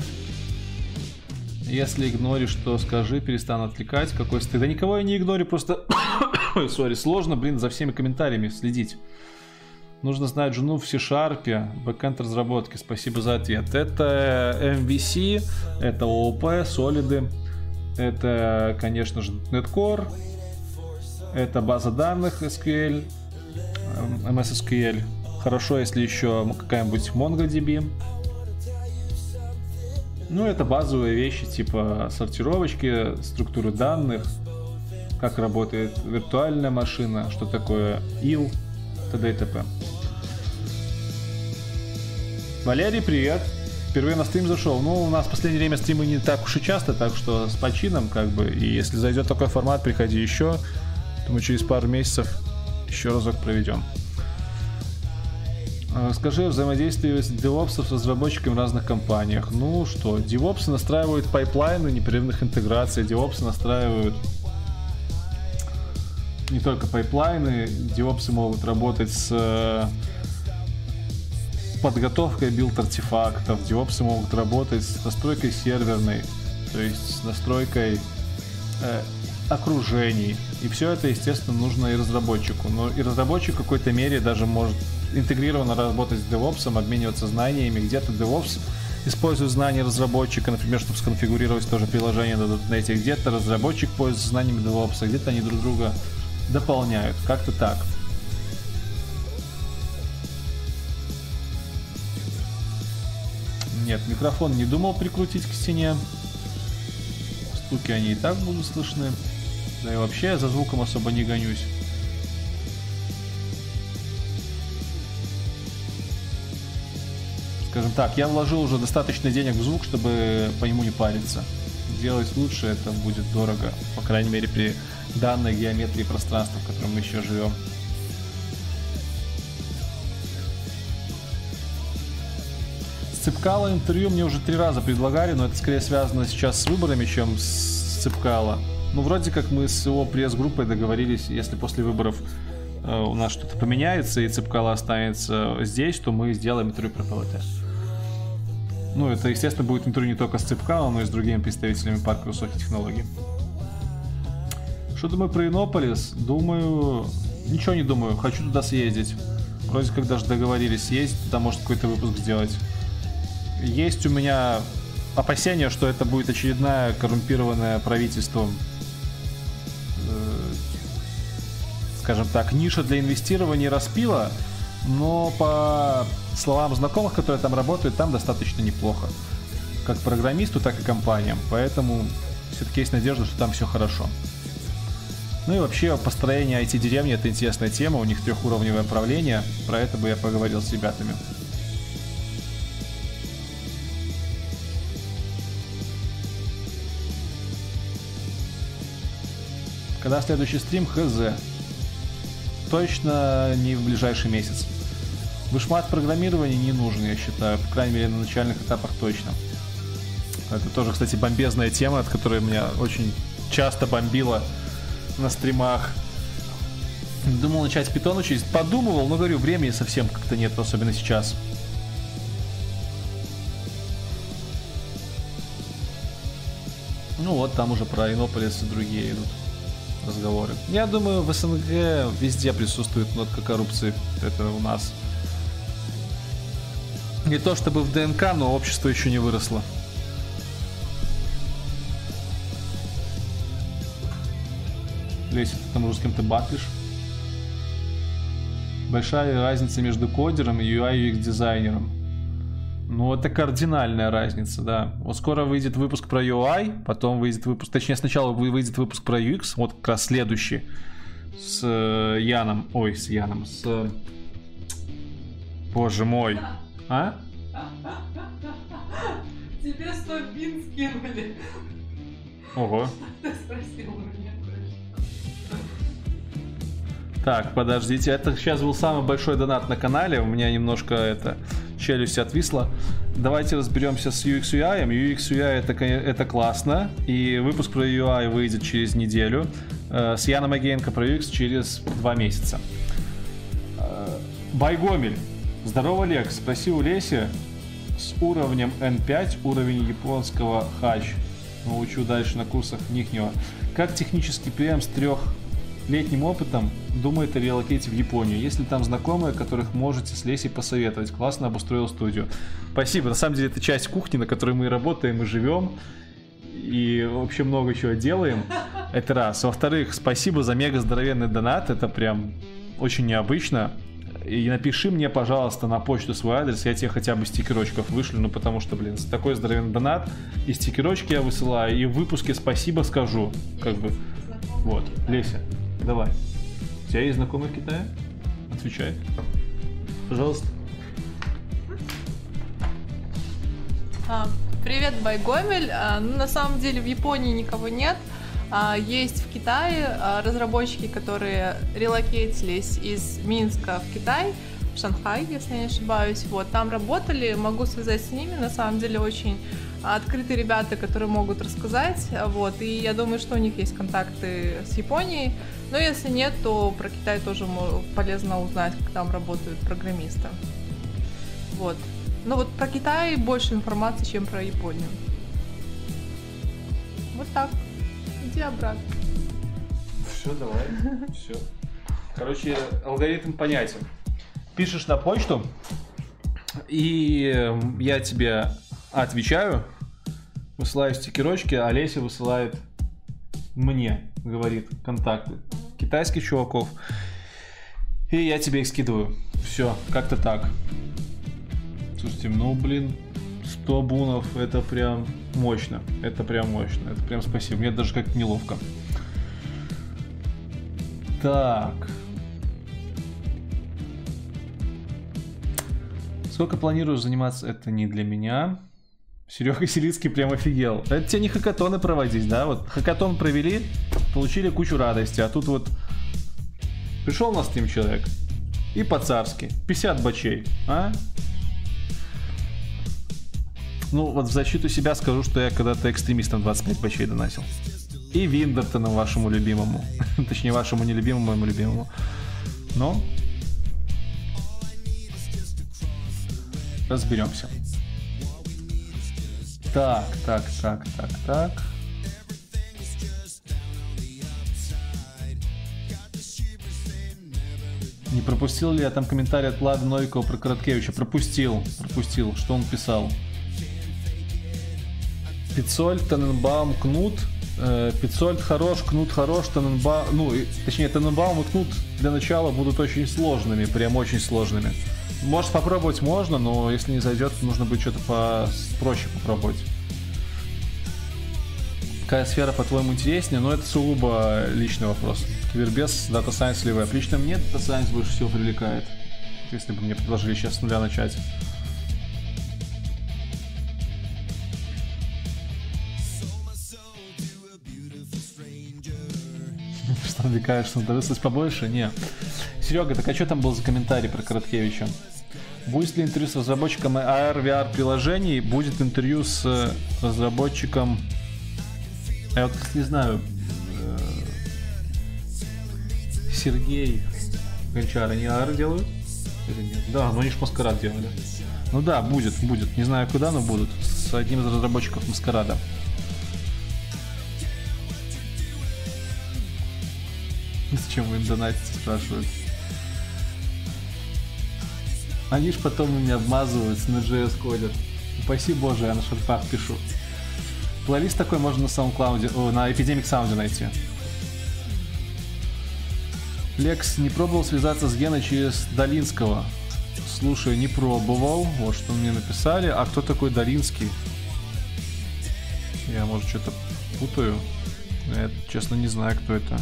Если игноришь, то скажи, перестану отвлекать. Какой стыд. Да никого я не игнорю, просто... Ой, сори, сложно, блин, за всеми комментариями следить. Нужно знать жену в C-Sharp, бэкэнд разработки. Спасибо за ответ. Это эм ви си, это о о пи, солиды, это, конечно же, .нет Core, это база данных эс кью эль, эм эс эс кью эль. Хорошо, если еще какая-нибудь MongoDB. Ну, это базовые вещи типа сортировочки, структуры данных, как работает виртуальная машина, что такое ил, т.д. и т.п. Валерий, привет! Впервые на стрим зашел. Ну, у нас в последнее время стримы не так уж и часто, так что с почином, как бы. И если зайдет такой формат, приходи еще. То мы через пару месяцев еще разок проведем. Скажи, взаимодействие с DevOps с разработчиками в разных компаниях. Ну что, DevOps настраивают пайплайны непрерывных интеграций, DevOps настраивают не только пайплайны, DevOps могут работать с подготовкой билд-артефактов, DevOps могут работать с настройкой серверной, то есть с настройкой э, окружений. И все это, естественно, нужно и разработчику. Но и разработчик в какой-то мере даже может интегрированно работать с DevOps, обмениваться знаниями. Где-то DevOps использует знания разработчика, например, чтобы сконфигурировать тоже приложение на .дот нет. Где-то разработчик пользуется знаниями DevOps, а где-то они друг друга дополняют. Как-то так. Нет, микрофон не думал прикрутить к стене. Стуки они и так будут слышны. Да и вообще я за звуком особо не гонюсь. Скажем так, я вложил уже достаточно денег в звук, чтобы по нему не париться. Делать лучше это будет дорого, по крайней мере при данной геометрии пространства, в котором мы еще живем. Цепкало интервью мне уже три раза предлагали, но это скорее связано сейчас с выборами, чем с Цепкало. Ну, вроде как мы с его пресс-группой договорились, если после выборов э, у нас что-то поменяется и Цепкало останется здесь, то мы сделаем интервью про ПВТ. Ну, это, естественно, будет интервью не только с Цепкало, но и с другими представителями парка высоких технологий. Что думаю про Иннополис? Думаю... Ничего не думаю, хочу туда съездить. Вроде как даже договорились съездить, туда может какой-то выпуск сделать. Есть у меня опасения, что это будет очередное коррумпированное правительством, э, скажем так, ниша для инвестирования распила, но по словам знакомых, которые там работают, там достаточно неплохо. Как программисту, так и компаниям. Поэтому все-таки есть надежда, что там все хорошо. Ну и вообще построение ай ти-деревни — это интересная тема, у них трехуровневое правление, про это бы я поговорил с ребятами. Когда следующий стрим? Хз. Точно не в ближайший месяц. Вышмат программирования не нужен, я считаю, по крайней мере на начальных этапах точно. Это тоже, кстати, бомбезная тема, от которой меня очень часто бомбило на стримах. Думал начать Python учить, подумывал, но говорю, времени совсем как-то нет, особенно сейчас. Ну вот, там уже про Иннополис и другие идут разговоры. Я думаю, в СНГ везде присутствует нотка коррупции. Это у нас не то чтобы в ДНК, но общество еще не выросло. Леся, ты там уже с кем-то батлишь? Большая разница между кодером и ю ай ю экс дизайнером. Ну, это кардинальная разница, да. Вот скоро выйдет выпуск про ю ай, потом выйдет выпуск... Точнее, сначала выйдет выпуск про ю экс, вот как раз следующий. С Яном... Ой, с Яном, с... Боже мой. А? Тебе сто бин скинули. Ого. Ты спросил у меня. Так, подождите, это сейчас был самый большой донат на канале, у меня немножко это челюсть отвисла. Давайте разберемся с ю экс ю ай. ю экс ю ай это, это классно, и выпуск про ю ай выйдет через неделю, с Яном Агеенко про ю экс через два месяца. Байгомель. Здорово, Лекс. Спроси у Леси с уровнем эн пять, уровень японского хач. Научу дальше на курсах Нихнего. Как технический пи эм с трехлетним опытом думает о релокейте в Японию? Есть ли там знакомые, которых можете с Лесей посоветовать? Классно обустроил студию. Спасибо. На самом деле это часть кухни, на которой мы работаем и живем. И вообще много чего делаем. Это раз. Во-вторых, спасибо за мега здоровенный донат. Это прям очень необычно. И напиши мне, пожалуйста, на почту свой адрес, я тебе хотя бы стикерочков вышлю, ну потому что, блин, такой здоровенный донат, и стикерочки я высылаю, и в выпуске спасибо скажу, как бы. Вот, Леся, давай. У тебя есть знакомый в Китае? Отвечай. Пожалуйста. А, привет, Байгомель. А, ну, на самом деле в Японии никого нет. А, есть в Китае а, разработчики, которые релокейтились из Минска в Китай, в Шанхай, если я не ошибаюсь. Вот, там работали, могу связать с ними. На самом деле очень открытые ребята, которые могут рассказать. Вот, и я думаю, что у них есть контакты с Японией. Но если нет, то про Китай тоже полезно узнать, как там работают программисты. Вот. Но вот про Китай больше информации, чем про Японию. Вот так. Иди обратно. Все, давай. Все. Короче, алгоритм понятен. Пишешь на почту, и я тебе отвечаю, высылаю стикерочки, а Леся высылает мне, говорит, контакты китайских чуваков, и я тебе их скидываю. Все, как-то так. Слушайте, ну блин, сто бунов, это прям мощно, это прям мощно, это прям спасибо, мне даже как-то неловко. Так. Сколько планируешь заниматься? Это не для меня. Серега Селицкий прям офигел. Это тебе не хакатоны проводить, да? Вот хакатон провели, получили кучу радости, а тут вот пришел на стрим человек и по-царски пятьдесят бачей, а? Ну, вот в защиту себя скажу, что я когда-то экстремистам двадцать пять бачей донатил. И Виндертону вашему любимому. Точнее, вашему нелюбимому, моему любимому. Но... разберемся. Так, так, так, так, так. Не пропустил ли я там комментарий от Влада Новикова про Короткевича? Пропустил, пропустил. Что он писал? Пиццольд, Таненбаум, Кнут. Э, Пиццольд хорош, Кнут хорош, Таненбаум... Ну, и, точнее, Таненбаум и Кнут для начала будут очень сложными, прям очень сложными. Может, попробовать можно, но если не зайдет, нужно будет что-то попроще попробовать. Какая сфера, по-твоему, интереснее? Но это сугубо личный вопрос. Кибербез, Data Science или веб. Лично мне Data Science больше всего привлекает. Если бы мне предложили сейчас с нуля начать. Что намекаешь, что надо выслать побольше? Не. Серега, так а что там был за комментарий про Короткевича? Будет ли интервью с разработчиком эй ар ви ар приложений? Будет интервью с разработчиком... Я вот не знаю... Сергей Гончар, они эй ар делают? Или нет? Да, но они ж Маскарад делали. Ну да, будет, будет. Не знаю куда, но будут. С одним из разработчиков Маскарада. Зачем вы им донатите, спрашивают. Они ж потом меня обмазываются на джей эс кодер. Упаси боже, я на шарфах пишу. Плейлист такой можно на SoundCloud, о, на Epidemic Sound найти. Лекс не пробовал связаться с Геной через Долинского. Слушай, не пробовал. Вот что мне написали. А кто такой Долинский? Я, может, что-то путаю. Я, честно, не знаю, кто это.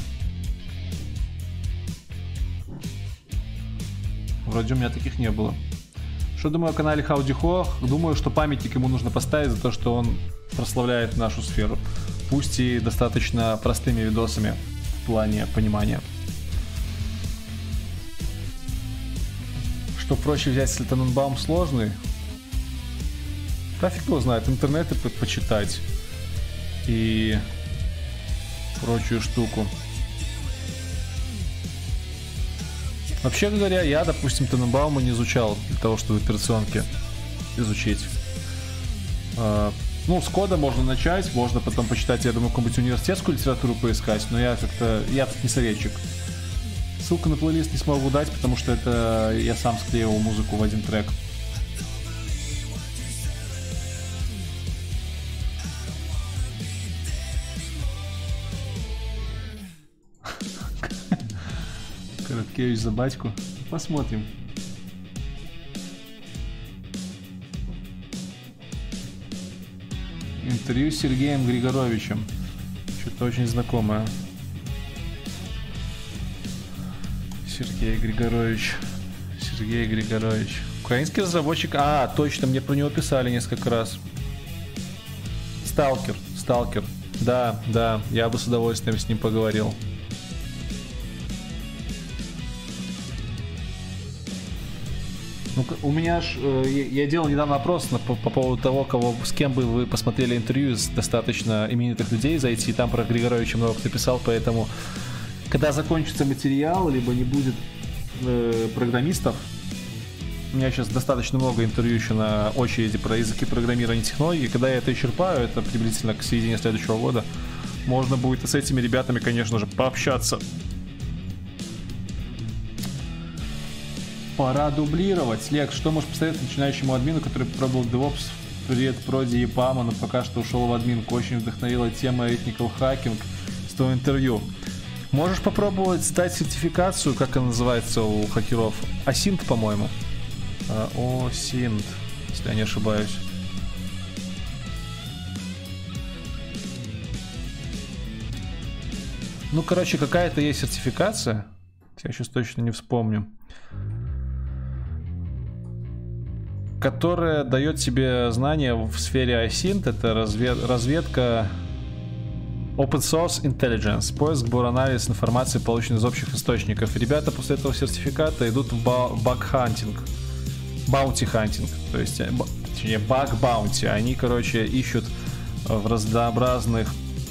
Вроде у меня таких не было. Что думаю о канале Хаудихо? Думаю, что памятник ему нужно поставить за то, что он прославляет нашу сферу. Пусть и достаточно простыми видосами в плане понимания. Что проще взять, если Таненбаум сложный? Да фиг его знает, интернеты по почитать и прочую штуку. Вообще говоря, я, допустим, Таненбаума не изучал для того, чтобы операционки изучить. А, ну, с кода можно начать, можно потом почитать, я думаю, какую-нибудь университетскую литературу поискать, но я как-то, я тут не советчик. Ссылку на плейлист не смогу дать, потому что это я сам склеивал музыку в один трек. Короткевич за батьку. Посмотрим. Интервью с Сергеем Григоровичем. Что-то очень знакомое. Сергей Григорович. Сергей Григорович. Украинский разработчик. А, точно, мне про него писали несколько раз. Сталкер. Сталкер. Да, да, я бы с удовольствием с ним поговорил. Ну, у меня ж, э, я делал недавно опрос на, по, по поводу того, кого, с кем бы вы посмотрели интервью из достаточно именитых людей зайти, и там про Григоровича много кто писал, поэтому когда закончится материал, либо не будет э, программистов, у меня сейчас достаточно много интервью еще на очереди про языки программирования и технологий, когда я это исчерпаю, это приблизительно к середине следующего года, можно будет и с этими ребятами, конечно же, пообщаться. Пора дублировать. Лекс, что можешь посоветовать начинающему админу, который пробовал DevOps перед Проди и Пама, но пока что ушел в админку? Очень вдохновила тема Ethical Hacking с того интервью. Можешь попробовать сдать сертификацию, как она называется у хакеров? Асинт, по-моему. Осинт, если я не ошибаюсь. Ну, короче, какая-то есть сертификация. Я сейчас точно не вспомню. Которая дает тебе знания в сфере асинт. Это развед... разведка Open Source Intelligence, поиск, сбор, анализ информации, полученной из общих источников. Ребята после этого сертификата идут в баг-хантинг, баунти-хантинг. То есть точнее, Bug Bounty. Они, короче, ищут в разнообразных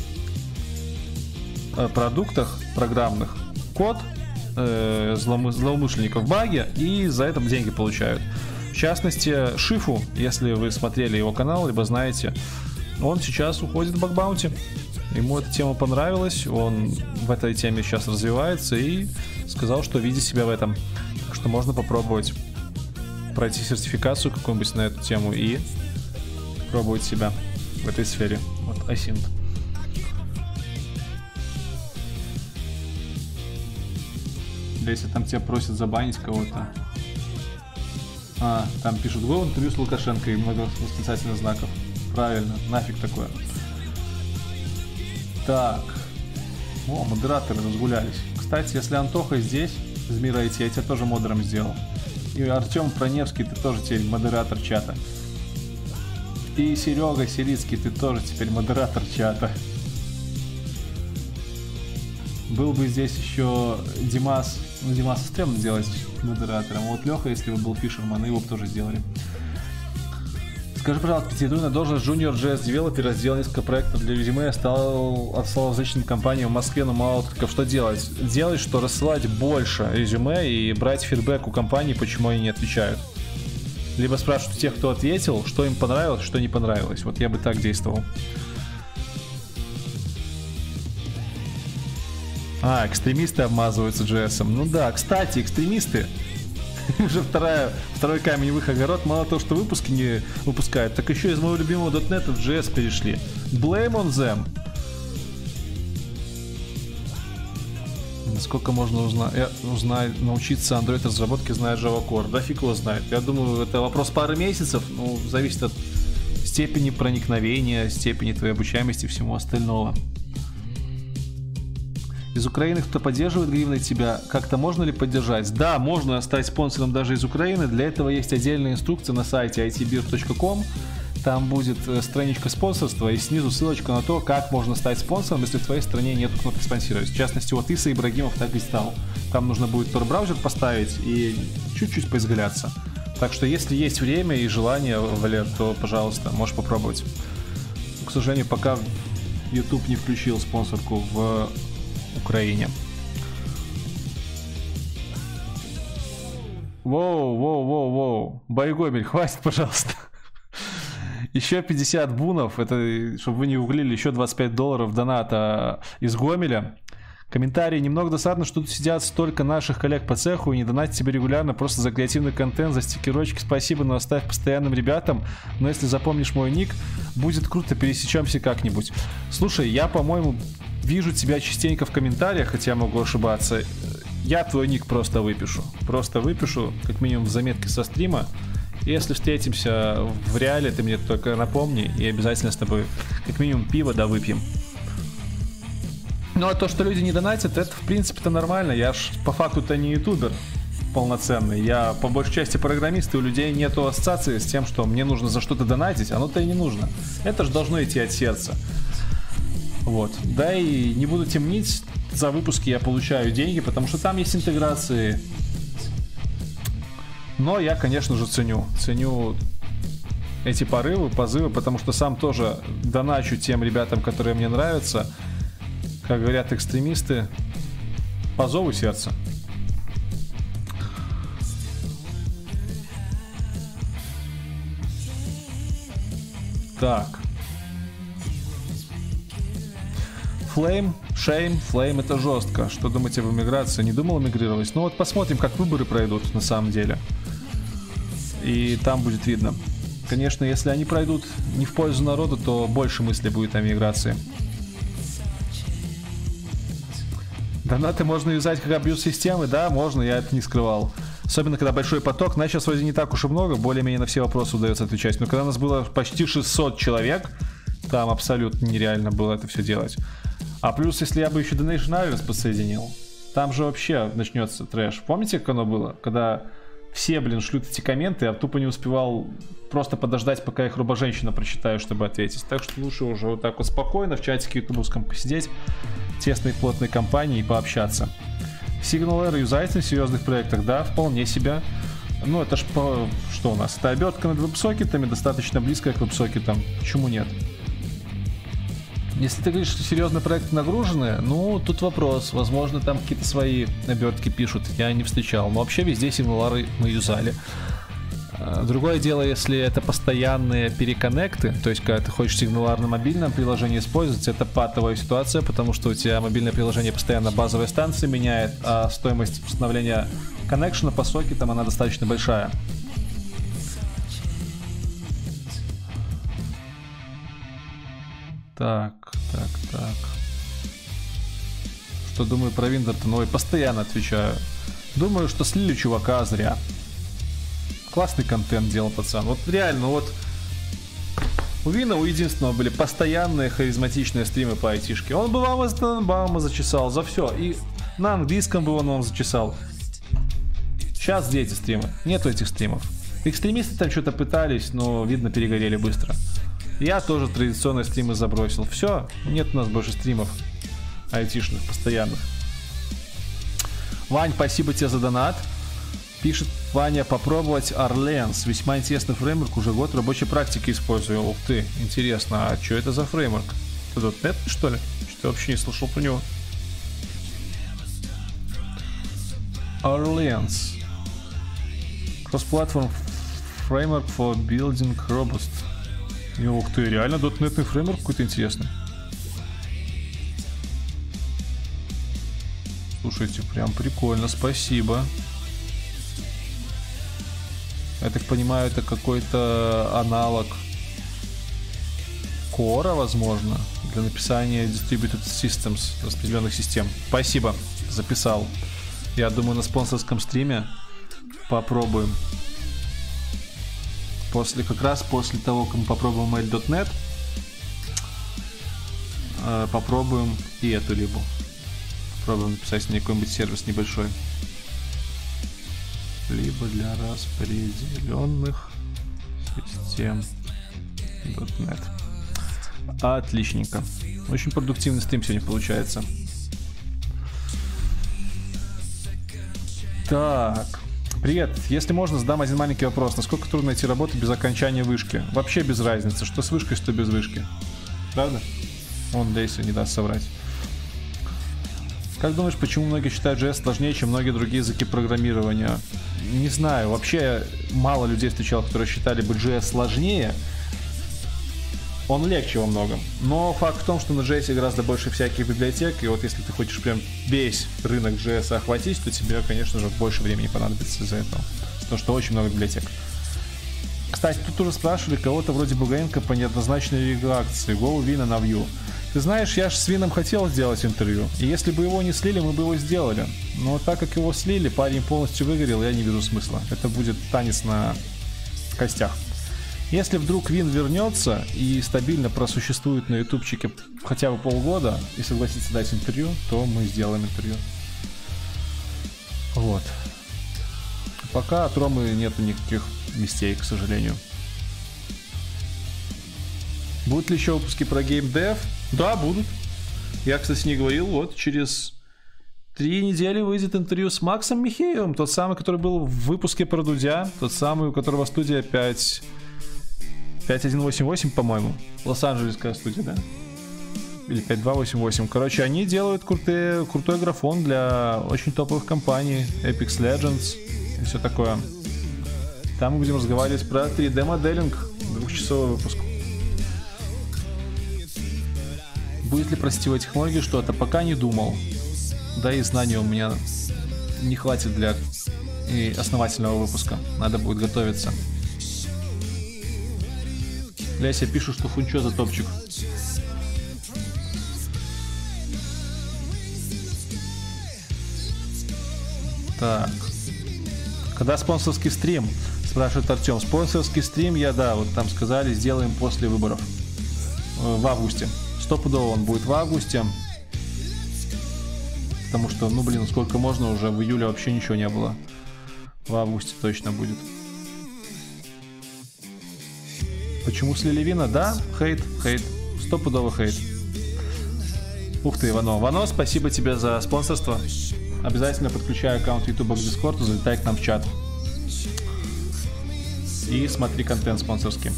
продуктах программных код э, злоум- злоумышленников баги, и за это деньги получают. В частности, Шифу, если вы смотрели его канал, либо знаете, он сейчас уходит в Bug Bounty. Ему эта тема понравилась, он в этой теме сейчас развивается и сказал, что видит себя в этом. Так что можно попробовать пройти сертификацию какую-нибудь на эту тему и пробовать себя в этой сфере. Вот Асинт. Если там тебя просят забанить кого-то. А, там пишут: го в интервью с Лукашенко и много восклицательных знаков. Правильно, нафиг такое. Так. О, модераторы разгулялись. Кстати, если Антоха здесь, из мира ай ти, я тебя тоже модером сделал. И Артем Проневский, ты тоже теперь модератор чата. И Серега Селицкий, ты тоже теперь модератор чата. Был бы здесь еще Димас. Ну, Димаса стрёмно делать модератором. Вот Леха, если бы был Фишерман, его бы тоже сделали. Скажи, пожалуйста, претендуя на должность Junior джей эс девелопера, сделал несколько проектов для резюме, стал отслал зачетным компаниям в Москве, но мало откликов. Что делать? Делать, что рассылать больше резюме и брать фидбэк у компаний, почему они не отвечают. Либо спрашивать тех, кто ответил, что им понравилось, что не понравилось. Вот я бы так действовал. А, экстремисты обмазываются джей эс. Ну да, кстати, экстремисты. Уже вторая, второй камень в их огород. Мало того, что выпуски не выпускают, так еще из моего любимого .дот нет в джей эс перешли. Blame on them. Насколько можно узнать, узнать научиться Android разработке, зная Java Core? Да фиг его знает. Я думаю, это вопрос пары месяцев. Ну, зависит от степени проникновения, степени твоей обучаемости и всего остального. Из Украины кто поддерживает гривной тебя? Как-то можно ли поддержать? Да, можно стать спонсором даже из Украины. Для этого есть отдельная инструкция на сайте ай ти бир точка ком. Там будет страничка спонсорства и снизу ссылочка на то, как можно стать спонсором, если в твоей стране нет кнопки спонсировать. В частности, вот Иса Ибрагимов так и стал. Там нужно будет Tor-браузер поставить и чуть-чуть поизгаляться. Так что если есть время и желание, Валер, то, пожалуйста, можешь попробовать. К сожалению, пока YouTube не включил спонсорку в Украине. Воу, воу, воу, воу. Байгобель, хватит, пожалуйста. Еще пятьдесят бунов, это, чтобы вы не углили, еще двадцать пять долларов доната из Гомеля. Комментарии: немного досадно, что тут сидят столько наших коллег по цеху и не донатят тебе регулярно просто за креативный контент, за стикерочки. Спасибо, но оставь постоянным ребятам. Но если запомнишь мой ник, будет круто, пересечемся как-нибудь. Слушай, я, по-моему, вижу тебя частенько в комментариях, хотя могу ошибаться. Я твой ник просто выпишу. Просто выпишу, как минимум, в заметке со стрима. И если встретимся в реале, ты мне только напомни, и обязательно с тобой как минимум пиво да выпьем. Ну а то, что люди не донатят, это в принципе-то нормально. Я ж по факту-то не ютубер полноценный. Я по большей части программист, и у людей нету ассоциации с тем, что мне нужно за что-то донатить. Оно-то и не нужно. Это же должно идти от сердца. Вот. Да и не буду темнить, за выпуски я получаю деньги, потому что там есть интеграции. Но я, конечно же, ценю. Ценю эти порывы, позывы, потому что сам тоже доначу тем ребятам, которые мне нравятся. Как говорят экстремисты, по зову сердца. Так. Flame, Shame, Flame — это жестко. Что думаете об эмиграции? Не думал эмигрировать? Ну вот посмотрим, как выборы пройдут на самом деле. И там будет видно. Конечно, если они пройдут не в пользу народа, то больше мысли будет о миграции. Донаты можно юзать как абьюз системы? Да, можно, я это не скрывал. Особенно, когда большой поток. Нас сейчас вроде не так уж и много, более-менее на все вопросы удается отвечать. Но когда у нас было почти шестьсот человек, там абсолютно нереально было это все делать. А плюс, если я бы еще Donation Alerts подсоединил, там же вообще начнется трэш. Помните, как оно было? Когда все, блин, шлют эти комменты, я тупо не успевал просто подождать, пока их робо-женщина прочитаю, чтобы ответить. Так что лучше уже вот так вот спокойно в чатике ютубовском посидеть, тесной плотной компании и пообщаться. Signal Air юзается в серьезных проектах? Да, вполне себе. Ну, это ж по... что у нас? Это обертка над веб-сокетами, достаточно близкая к веб-сокетам. Почему нет? Если ты говоришь, что серьезные проекты нагружены, ну, тут вопрос. Возможно, там какие-то свои обертки пишут. Я не встречал. Но вообще везде сигналары мы юзали. Другое дело, если это постоянные переконнекты, то есть когда ты хочешь сигналар на мобильном приложении использовать, это патовая ситуация, потому что у тебя мобильное приложение постоянно базовые станции меняет, а стоимость установления коннекшена по сокетам, она достаточно большая. Так, так, так. Что думаю про Виндертон? Ой, постоянно отвечаю. Думаю, что слили чувака зря. Классный контент делал пацан. Вот реально, вот у Вина, у единственного были постоянные харизматичные стримы по айтишке. Он бы вам из Таненбаума зачесал за все. И на английском бы он вам зачесал. Сейчас где эти стримы? Нету этих стримов. Экстремисты там что-то пытались, но, видно, перегорели быстро. Я тоже традиционные стримы забросил. Все, нет у нас больше стримов айтишных, постоянных. Вань, спасибо тебе за донат. Пишет Ваня, попробовать Orleans. Весьма интересный фреймворк, уже год рабочей практики использую. Ух ты, интересно, а что это за фреймворк? Это .дот нет, что ли? Что-то я вообще не слышал про него. Orleans. Cross-platform framework for building robust. И, ух ты, реально .дот-нетный фреймворк какой-то интересный. Слушайте, прям прикольно, спасибо. Я так понимаю, это какой-то аналог Core, возможно, для написания Distributed Systems, распределенных систем. Спасибо, записал. Я думаю, на спонсорском стриме попробуем. После, как раз после того, как мы попробуем mail точка нет, э, попробуем и эту либо. Попробуем написать на какой-нибудь сервис небольшой. Либо для распределенных систем точка нет. Отличненько. Очень продуктивный стрим сегодня получается. Так. Привет. Если можно, задам один маленький вопрос. Насколько трудно найти работу без окончания вышки? Вообще без разницы. Что с вышкой, что без вышки. Правда? Он Дейси не даст соврать. Как думаешь, почему многие считают джей эс сложнее, чем многие другие языки программирования? Не знаю. Вообще мало людей встречал, которые считали бы джей эс сложнее. Он легче во многом. Но факт в том, что на джей эс гораздо больше всяких библиотек, и вот если ты хочешь прям весь рынок джей эс охватить, то тебе, конечно же, больше времени понадобится из-за этого. Потому что очень много библиотек. Кстати, тут уже спрашивали кого-то вроде Бугаенко по неоднозначной реакции. Go Вина на Vue. Ты знаешь, я же с Вином хотел сделать интервью. И если бы его не слили, мы бы его сделали. Но так как его слили, парень полностью выгорел, я не вижу смысла. Это будет танец на костях. Если вдруг Вин вернется и стабильно просуществует на ютубчике хотя бы полгода и согласится дать интервью, то мы сделаем интервью. Вот. Пока от Ромы нету никаких вестей, к сожалению. Будут ли еще выпуски про геймдев? Да, будут. Я, кстати, не говорил, вот через три недели выйдет интервью с Максом Михеевым, тот самый, который был в выпуске про Дудя, тот самый, у которого студия пять... пять один восемь восемь, по-моему. Лос-Анджелесская студия, да? Или пять два восемь восемь. Короче, они делают крутые, крутой графон для очень топовых компаний. Apex Legends и все такое. Там мы будем разговаривать про три дэ-моделинг. Двухчасовой выпуск. Будет ли про сетевые технологии что-то? Пока не думал. Да и знаний у меня не хватит для и основательного выпуска. Надо будет готовиться. Ляся, пишу, что Фунчо за топчик. Так. Когда спонсорский стрим? Спрашивает Артем. Спонсорский стрим я, да, вот там сказали, сделаем после выборов. В августе. Стопудово он будет в августе. Потому что, ну блин, сколько можно, уже в июле вообще ничего не было. В августе точно будет. Почему слили Вина? Да, хейт, хейт. Стопудовый хейт. Ух ты, Вано. Вано, спасибо тебе за спонсорство. Обязательно подключай аккаунт YouTube к Discord, залетай к нам в чат. и смотри контент спонсорский.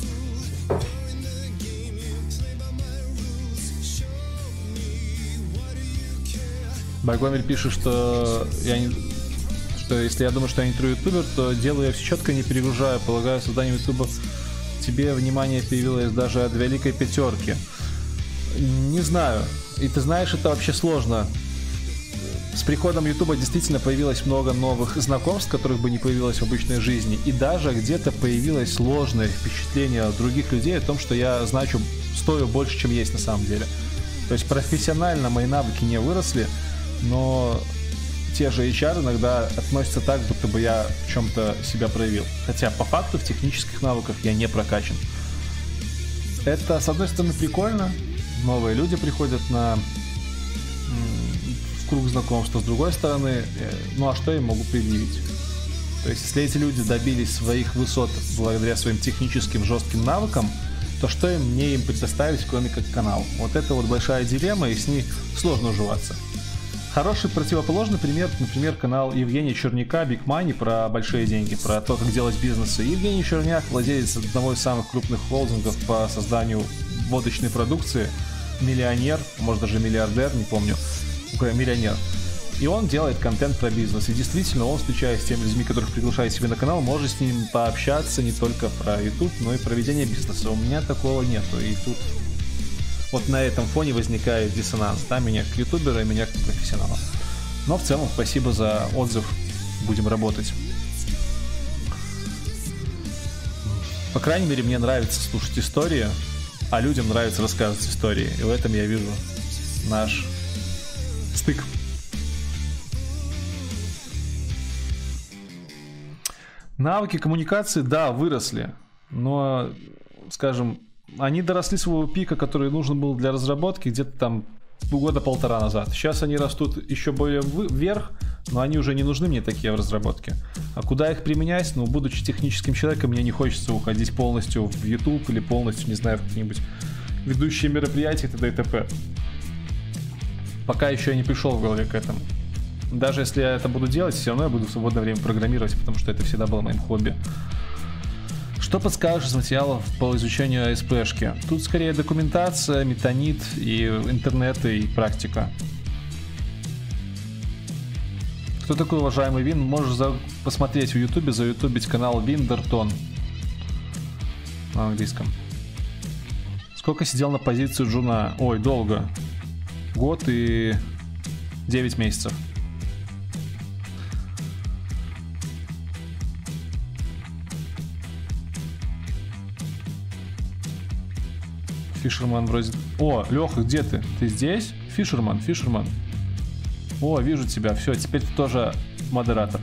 Байгомель пишет, что я не... что если я думаю, что я не true ютубер, то делаю я все четко, не перегружаю. Полагаю, созданием ютуба тебе внимание появилось даже от великой пятерки. Не знаю. И ты знаешь, это вообще сложно. С приходом ютуба действительно появилось много новых знакомств, которых бы не появилось в обычной жизни. И даже где-то появилось ложное впечатление от других людей о том, что я значу, стою больше, чем есть на самом деле. То есть профессионально мои навыки не выросли, но те же эйч ар иногда относятся так, будто бы я в чем-то себя проявил. Хотя по факту в технических навыках я не прокачан. Это, с одной стороны, прикольно. Новые люди приходят на в круг знакомства. С другой стороны, ну а что я могу предъявить? То есть, если эти люди добились своих высот благодаря своим техническим жестким навыкам, то что им, мне им предоставить, кроме как канал? Вот это вот большая дилемма, и с ней сложно уживаться. Хороший противоположный пример, например, канал Евгения Черняка Big Money про большие деньги, про то, как делать бизнесы. Евгений Черняк, владелец одного из самых крупных холдингов по созданию водочной продукции, миллионер, может даже миллиардер, не помню, миллионер. И он делает контент про бизнес. И действительно, он, встречаясь с теми людьми, которых приглашает себе на канал, может с ним пообщаться не только про YouTube, но и про ведение бизнеса. У меня такого нету. И тут вот на этом фоне возникает диссонанс, да, меня как ютубера и меня как профессионала. Но в целом спасибо за отзыв, будем работать. По крайней мере, мне нравится слушать истории, а людям нравится рассказывать истории. И в этом я вижу наш стык. Навыки коммуникации, да, выросли, но, скажем, они доросли своего пика, который нужен был для разработки где-то там года полтора назад. Сейчас они растут еще более вверх, но они уже не нужны мне такие в разработке. А куда их применять? Ну, будучи техническим человеком, мне не хочется уходить полностью в YouTube или полностью, не знаю, в какие-нибудь ведущие мероприятия и т.д. и т.п. Пока еще я не пришел в голове к этому. Даже если я это буду делать, все равно я буду в свободное время программировать, потому что это всегда было моим хобби. Что подскажешь из материалов по изучению эй эс пи-шки? Тут скорее документация, метанит и интернет и практика. Кто такой уважаемый Вин? Можешь за... посмотреть в ютубе, заютубить канал Виндертон на английском. Сколько сидел на позицию джуна? Ой, долго. Год и девять месяцев. Фишерман вроде... О, Леха, где ты? Ты здесь? Фишерман, Фишерман. О, вижу тебя. Все, теперь ты тоже модератор.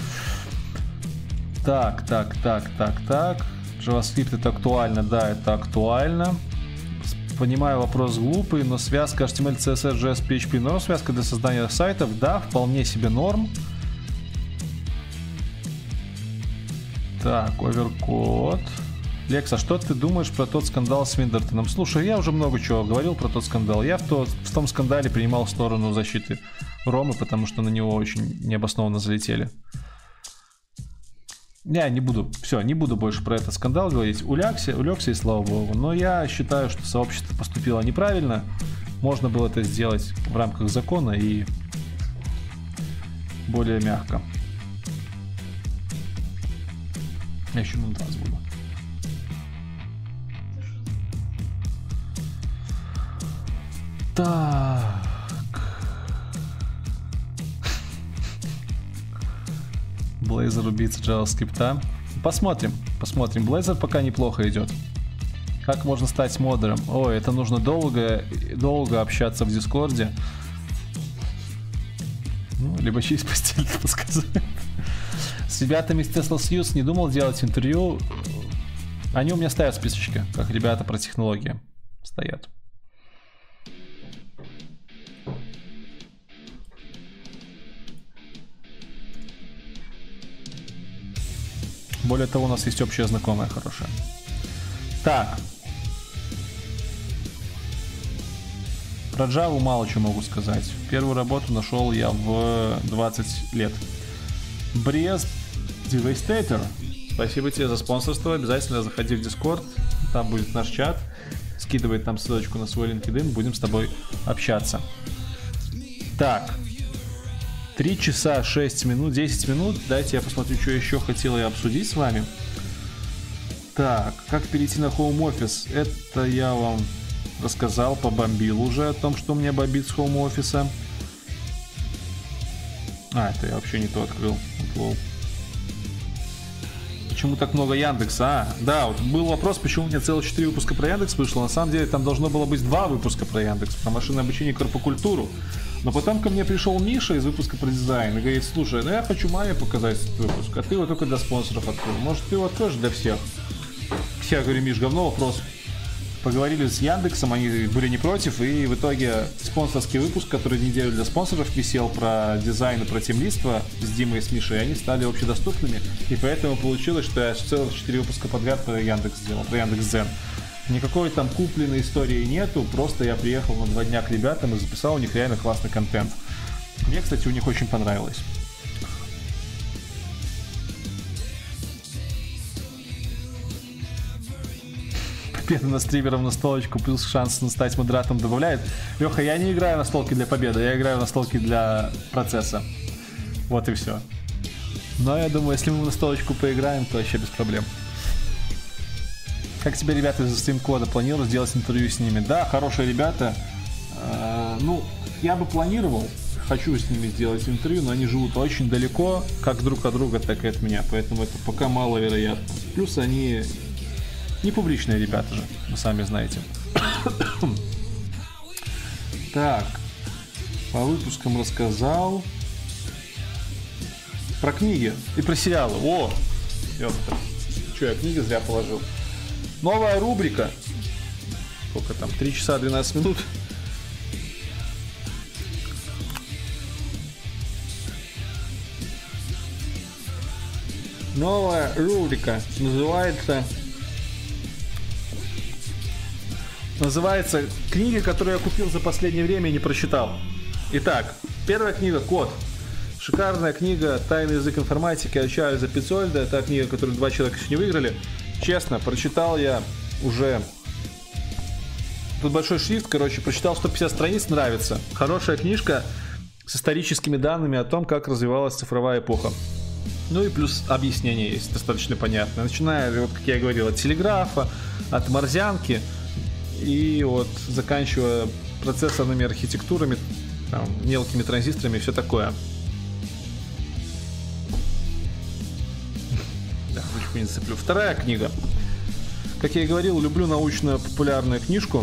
Так, так, так, так, так. JavaScript это актуально? Да, это актуально. Понимаю, вопрос глупый, но связка эйч ти эм эль, си эс эс, джей эс, пи эйч пи норм связка для создания сайтов? Да, вполне себе норм. Так, оверкод. Лекс, а что ты думаешь про тот скандал с Виндертоном? Слушай, я уже много чего говорил про тот скандал. Я в, то, в том скандале принимал сторону защиты Ромы, потому что на него очень необоснованно залетели. Я не буду, все, не буду больше про этот скандал говорить. Улегся, улегся и слава богу. Но я считаю, что сообщество поступило неправильно. Можно было это сделать в рамках закона и более мягко. Я еще минут раз буду. Так. Blazor убийца JavaScript. Посмотрим, посмотрим. Blazor пока неплохо идет. Как можно стать модером? Ой, это нужно долго, долго общаться в Дискорде. Ну, либо через постель подсказывает. С ребятами из Tesla News не думал делать интервью. Они у меня стоят в списочке, как ребята про технологии. Стоят. Более того, у нас есть общая знакомая хорошая. Так. Про Java мало чего могу сказать. Первую работу нашел я в двадцать лет. Брест Devastator. Спасибо тебе за спонсорство. Обязательно заходи в Discord. Там будет наш чат. Скидывай там ссылочку на свой LinkedIn. Будем с тобой общаться. Так. три часа шесть минут, десять минут. Дайте я посмотрю, что еще хотел я обсудить с вами. Так, как перейти на Home Office? Это я вам рассказал, побомбил уже о том, что у меня бомбит с Home Office. А, это я вообще не то открыл. Лол. Почему так много Яндекса? А, да, вот был вопрос, почему у меня целых четыре выпуска про Яндекс вышло. На самом деле там должно было быть два выпуска про Яндекс, про машинное обучение и корпокультуру. Но потом ко мне пришел Миша из выпуска про дизайн и говорит: слушай, ну я хочу Майе показать этот выпуск, а ты его только для спонсоров открыл. Может, ты его откроешь для всех? Я говорю: Миш, говно вопрос. Поговорили с Яндексом, они были не против, и в итоге спонсорский выпуск, который неделю для спонсоров висел, про дизайн и про тимлидство с Димой и с Мишей, они стали общедоступными, и поэтому получилось, что я целых четыре выпуска подряд про Яндекс сделал, про Яндекс.Дзен. Никакой там купленной истории нету, просто я приехал на два дня к ребятам и записал у них реально классный контент. Мне, кстати, у них очень понравилось. Победа на стримеров на столочку плюс шанс стать модератором добавляет. Леха, я не играю на столке для победы, я играю на столке для процесса. Вот и все. Но я думаю, если мы на столочку поиграем, то вообще без проблем. Как тебе ребята из стримкода? Планирую сделать интервью с ними? Да, хорошие ребята. Э-э- ну, я бы планировал, хочу с ними сделать интервью, но они живут очень далеко, как друг от друга, так и от меня, поэтому это пока маловероятно. Плюс они не публичные ребята же, вы сами знаете. Так, по выпускам рассказал. Про книги и про сериалы. О, ёпта. Че, я книги зря положил. Новая рубрика. Сколько там? три часа двенадцать минут. Новая рубрика. Называется... Называется «Книги, которые я купил за последнее время и не прочитал». Итак, первая книга «Код». Шикарная книга «Тайный язык информатики» от Чарльза Петцольда. Это книга, которую два человека еще не выиграли. Честно, прочитал я уже... Тут большой шрифт, короче, прочитал сто пятьдесят страниц, нравится. Хорошая книжка с историческими данными о том, как развивалась цифровая эпоха. Ну и плюс объяснение есть, достаточно понятное. Начиная, вот как я говорил, от телеграфа, от морзянки и вот заканчивая процессорными архитектурами, там, мелкими транзисторами и все такое. Да, ручку не зацеплю. Вторая книга. Как я и говорил, люблю научную популярную книжку.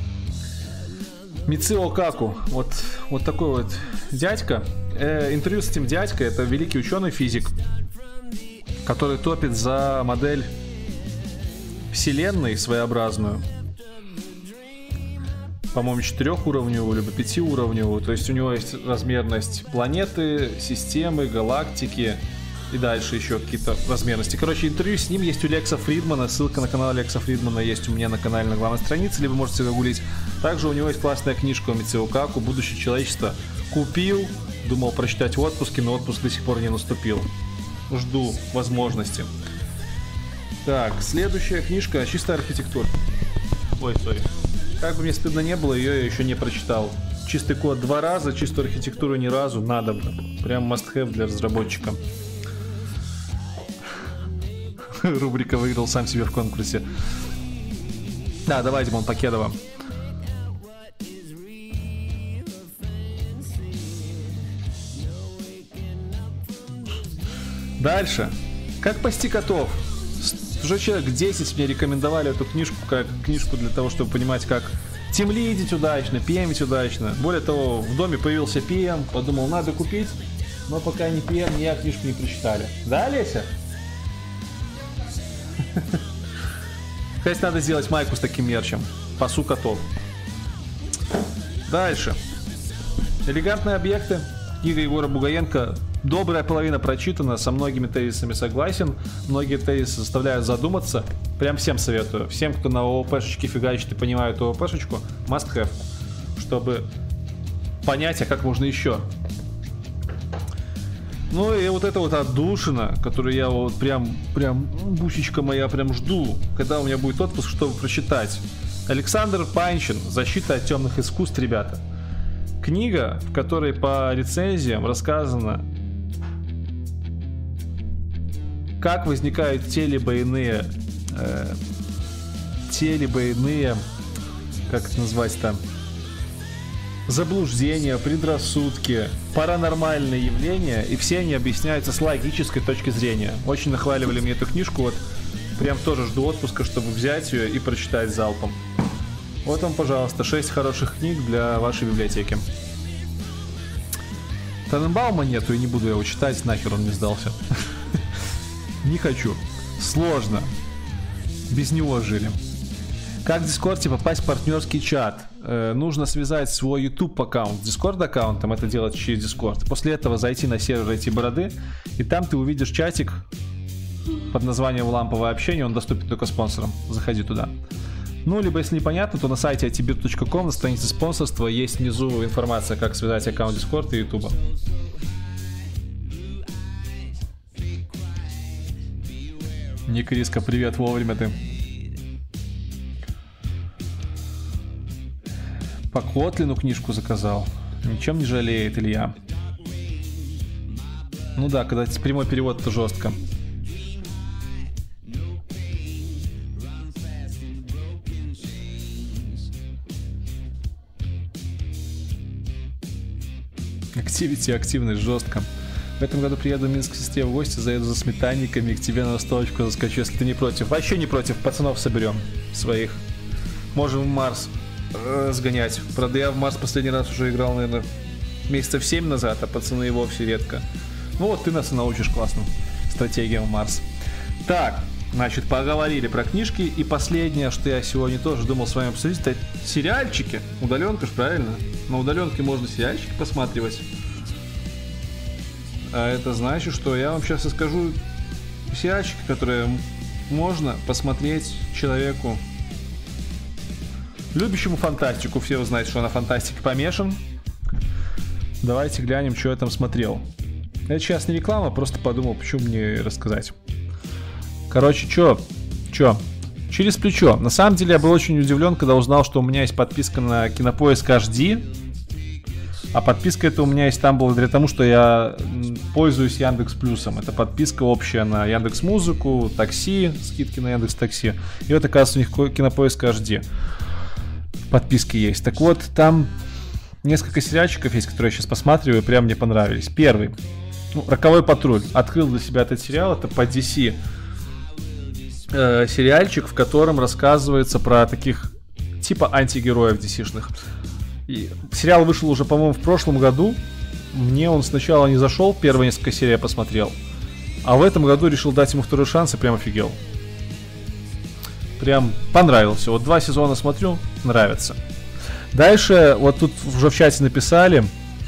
Мицуо Каку. Вот, вот такой вот дядька. Э, интервью с этим дядькой. Это великий ученый-физик, который топит за модель вселенной своеобразную. По-моему, четырехуровневую, либо пятиуровневую. То есть у него есть размерность планеты, системы, галактики и дальше еще какие-то размерности. Короче, интервью с ним есть у Лекса Фридмана. Ссылка на канал Лекса Фридмана есть у меня на канале на главной странице, либо можете загуглить. Также у него есть классная книжка о Мицуо Каку «Будущее человечества». Купил, думал прочитать в отпуске, но отпуск до сих пор не наступил. Жду возможности. Так, следующая книжка «Чистая архитектура». Ой, сори. Как бы мне стыдно не было, ее я еще не прочитал. Чистый код два раза, чистую архитектуру ни разу. Надо бы. Прям must-have для разработчика. Рубрика «Выиграл сам себе в конкурсе». Да, давай, Димон Покедова. Дальше. Как пасти котов. Уже человек десять мне рекомендовали эту книжку как книжку для того, чтобы понимать, как тимлидить удачно, пиэмить удачно. Более того, в доме появился пи эм, подумал, надо купить, но пока ни пи эм, ни я книжку не прочитали. Да, Леся? Кстати, надо сделать майку с таким мерчем. Пасу котов. Дальше. Элегантные объекты. Книга Егора Бугаенко. Добрая половина прочитана, со многими тезисами согласен. Многие тезисы заставляют задуматься. Прям всем советую. Всем, кто на ООПшечке фигачит и понимает ООПшечку, must have, чтобы понять, а как можно еще. Ну и вот эта вот отдушина, которую я вот прям, прям, бусечка моя, прям жду, когда у меня будет отпуск, чтобы прочитать. Александр Панчин «Защита от темных искусств», ребята. Книга, в которой по рецензиям рассказано, как возникают те либо иные, э, те либо иные, как это назвать там, заблуждения, предрассудки, паранормальные явления, и все они объясняются с логической точки зрения. Очень нахваливали мне эту книжку, вот прям тоже жду отпуска, чтобы взять ее и прочитать залпом. Вот вам, пожалуйста, шесть хороших книг для вашей библиотеки. Таненбаума нету, и не буду его читать, нахер он не сдался. Не хочу. Сложно. Без него жили. Как в Дискорде попасть в партнерский чат? Э, нужно связать свой YouTube аккаунт с Discord аккаунтом, это делать через Discord. После этого зайти на сервер ай ти Бороды, и там ты увидишь чатик под названием «Ламповое общение», он доступен только спонсорам. Заходи туда. Ну, либо, если непонятно, то на сайте ай ти бирд точка ком на странице спонсорства есть внизу информация, как связать аккаунт Discord и YouTube. Ник Риска, привет, вовремя ты. По Котлину книжку заказал. Ничем не жалеет Илья. Ну да, когда прямой перевод, то жестко. Активити, активность, жестко. В этом году приеду в Минск к сестре в гости, заеду за сметанниками, к тебе на столочку заскочу, если ты не против. Вообще не против, пацанов соберем своих. Можем в Марс э, сгонять. Правда, я в Марс последний раз уже играл, наверное, месяцев семь назад, а пацаны и вовсе редко. Ну вот ты нас и научишь классным стратегиям в Марс. Так, значит, поговорили про книжки. И последнее, что я сегодня тоже думал с вами обсудить, это сериальчики. Удаленка ж, правильно? На удаленке можно сериальчики посматривать. А это значит, что я вам сейчас расскажу сериальчики, которые можно посмотреть человеку, любящему фантастику. Все вы знаете, что на фантастике помешан. Давайте глянем, что я там смотрел. Это сейчас не реклама, просто подумал, почему мне рассказать. Короче, чё? Чё? Через плечо. На самом деле я был очень удивлен, когда узнал, что у меня есть подписка на Кинопоиск эйч ди. А подписка эта у меня есть там благодаря тому, что я пользуюсь Яндекс Плюсом. Это подписка общая на Яндекс Музыку, такси, скидки на Яндекс Такси. И вот, оказывается, у них Кинопоиск эйч ди подписки есть. Так вот, там несколько сериальчиков есть, которые я сейчас посматриваю, и прям мне понравились. Первый. Ну, «Роковой патруль». Открыл для себя этот сериал. Это по ди си э, сериальчик, в котором рассказывается про таких типа антигероев ди си-шных. И сериал вышел уже, по-моему, в прошлом году. Мне он сначала не зашел, первые несколько серий я посмотрел. А в этом году решил дать ему второй шанс и прям офигел. Прям понравился. Вот два сезона смотрю, нравится. Дальше, вот тут уже в чате написали.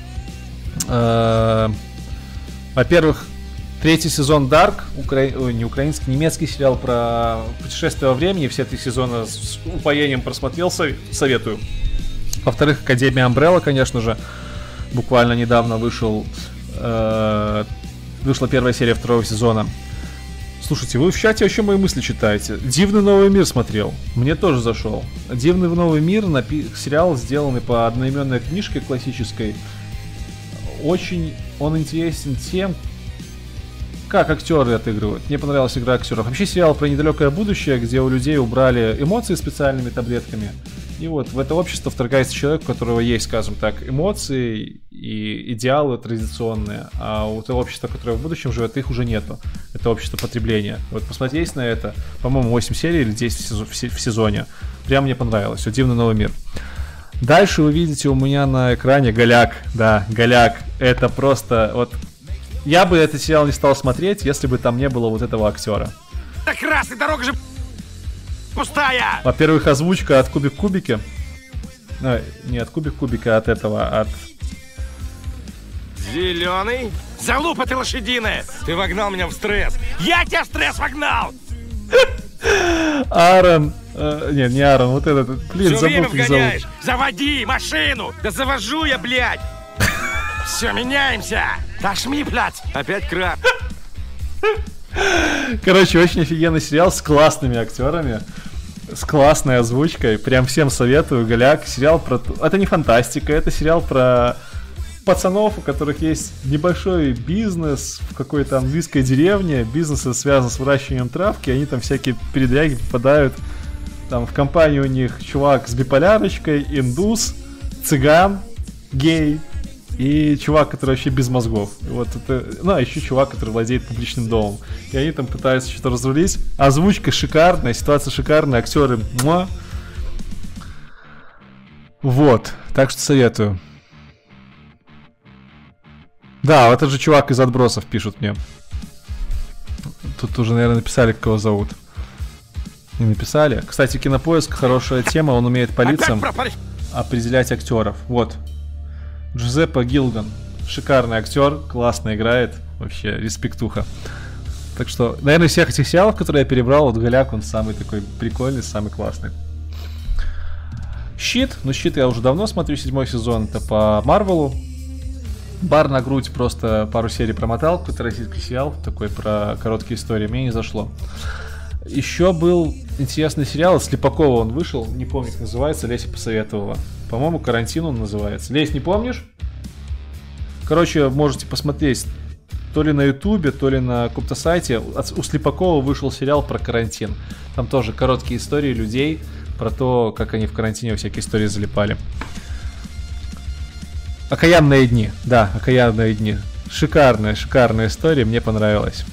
Э, во-первых, третий сезон Dark, укра... Ой, не украинский, немецкий сериал про путешествие во времени. Все три сезона с упоением просмотрел, советую. Во-вторых, Академия Umbrella, конечно же, буквально недавно вышел, э, вышла первая серия второго сезона. Слушайте, вы в чате вообще мои мысли читаете. «Дивный новый мир» смотрел, мне тоже зашел. «Дивный новый мир», напи- сериал, сделанный по одноименной книжке классической. Очень он интересен тем, как актеры отыгрывают. Мне понравилась игра актеров. Вообще сериал про недалекое будущее, где у людей убрали эмоции специальными таблетками. И вот в это общество вторгается человек, у которого есть, скажем так, эмоции и идеалы традиционные, а у того общества, которое в будущем живет, их уже нету. Это общество потребления. Вот посмотреть на это, по-моему, восемь серий или десять в сезоне. Прям мне понравилось. Вот «Дивный новый мир». Дальше вы видите у меня на экране «Голяк». Да, «Голяк». Это просто... вот я бы этот сериал не стал смотреть, если бы там не было вот этого актера. Так раз, и дорога же пустая! Во-первых, озвучка от Кубик Кубики. А, не от Кубик Кубика, а от этого, от... Зеленый? Залупа ты лошадиная! Ты вогнал меня в стресс! Я тебя в стресс вогнал! Аарон... Э, нет, не Аарон, вот этот... Блин, Все забыл, время как зовут. вгоняешь! Заводи машину! Да завожу я, блядь! Все, меняемся! Дошми, блядь! Опять краб. Короче, очень офигенный сериал с классными актерами, с классной озвучкой. Прям всем советую. Голяк. Сериал про... Это не фантастика, это сериал про пацанов, у которых есть небольшой бизнес в какой-то английской деревне. Бизнес связан с выращиванием травки. Они там всякие передряги попадают. Там в компанию у них чувак с биполярочкой, индус, цыган, гей и чувак, который вообще без мозгов. И вот это, ну, а еще чувак, который владеет публичным домом. И они там пытаются что-то разрулить. Озвучка шикарная, ситуация шикарная, актеры. Муа. Вот, так что советую. Да, вот этот же чувак из «Отбросов» пишут мне. Тут уже, наверное, написали, как его зовут. Не написали. Кстати, Кинопоиск хорошая тема, он умеет по лицам определять актеров. Вот. Джузеппе Гилган. Шикарный актер, классно играет. Вообще, респектуха. Так что, наверное, из всех этих сериалов, которые я перебрал, вот Голяк, он самый такой прикольный, самый классный. Щит. Ну, Щит я уже давно смотрю, седьмой сезон. Это по Марвелу. Бар на грудь, просто пару серий промотал. Какой-то российский сериал, такой про короткие истории. Мне не зашло. Еще был интересный сериал, от Слепакова он вышел, не помню, как называется, Леся посоветовала. По-моему, «Карантин» он называется. Лесь, не помнишь? Короче, можете посмотреть то ли на Ютубе, то ли на каком-то сайте. У Слепакова вышел сериал про карантин. Там тоже короткие истории людей, про то, как они в карантине всякие истории залипали. «Окаянные дни». Да, «Окаянные дни». Шикарная, шикарная история, мне понравилась.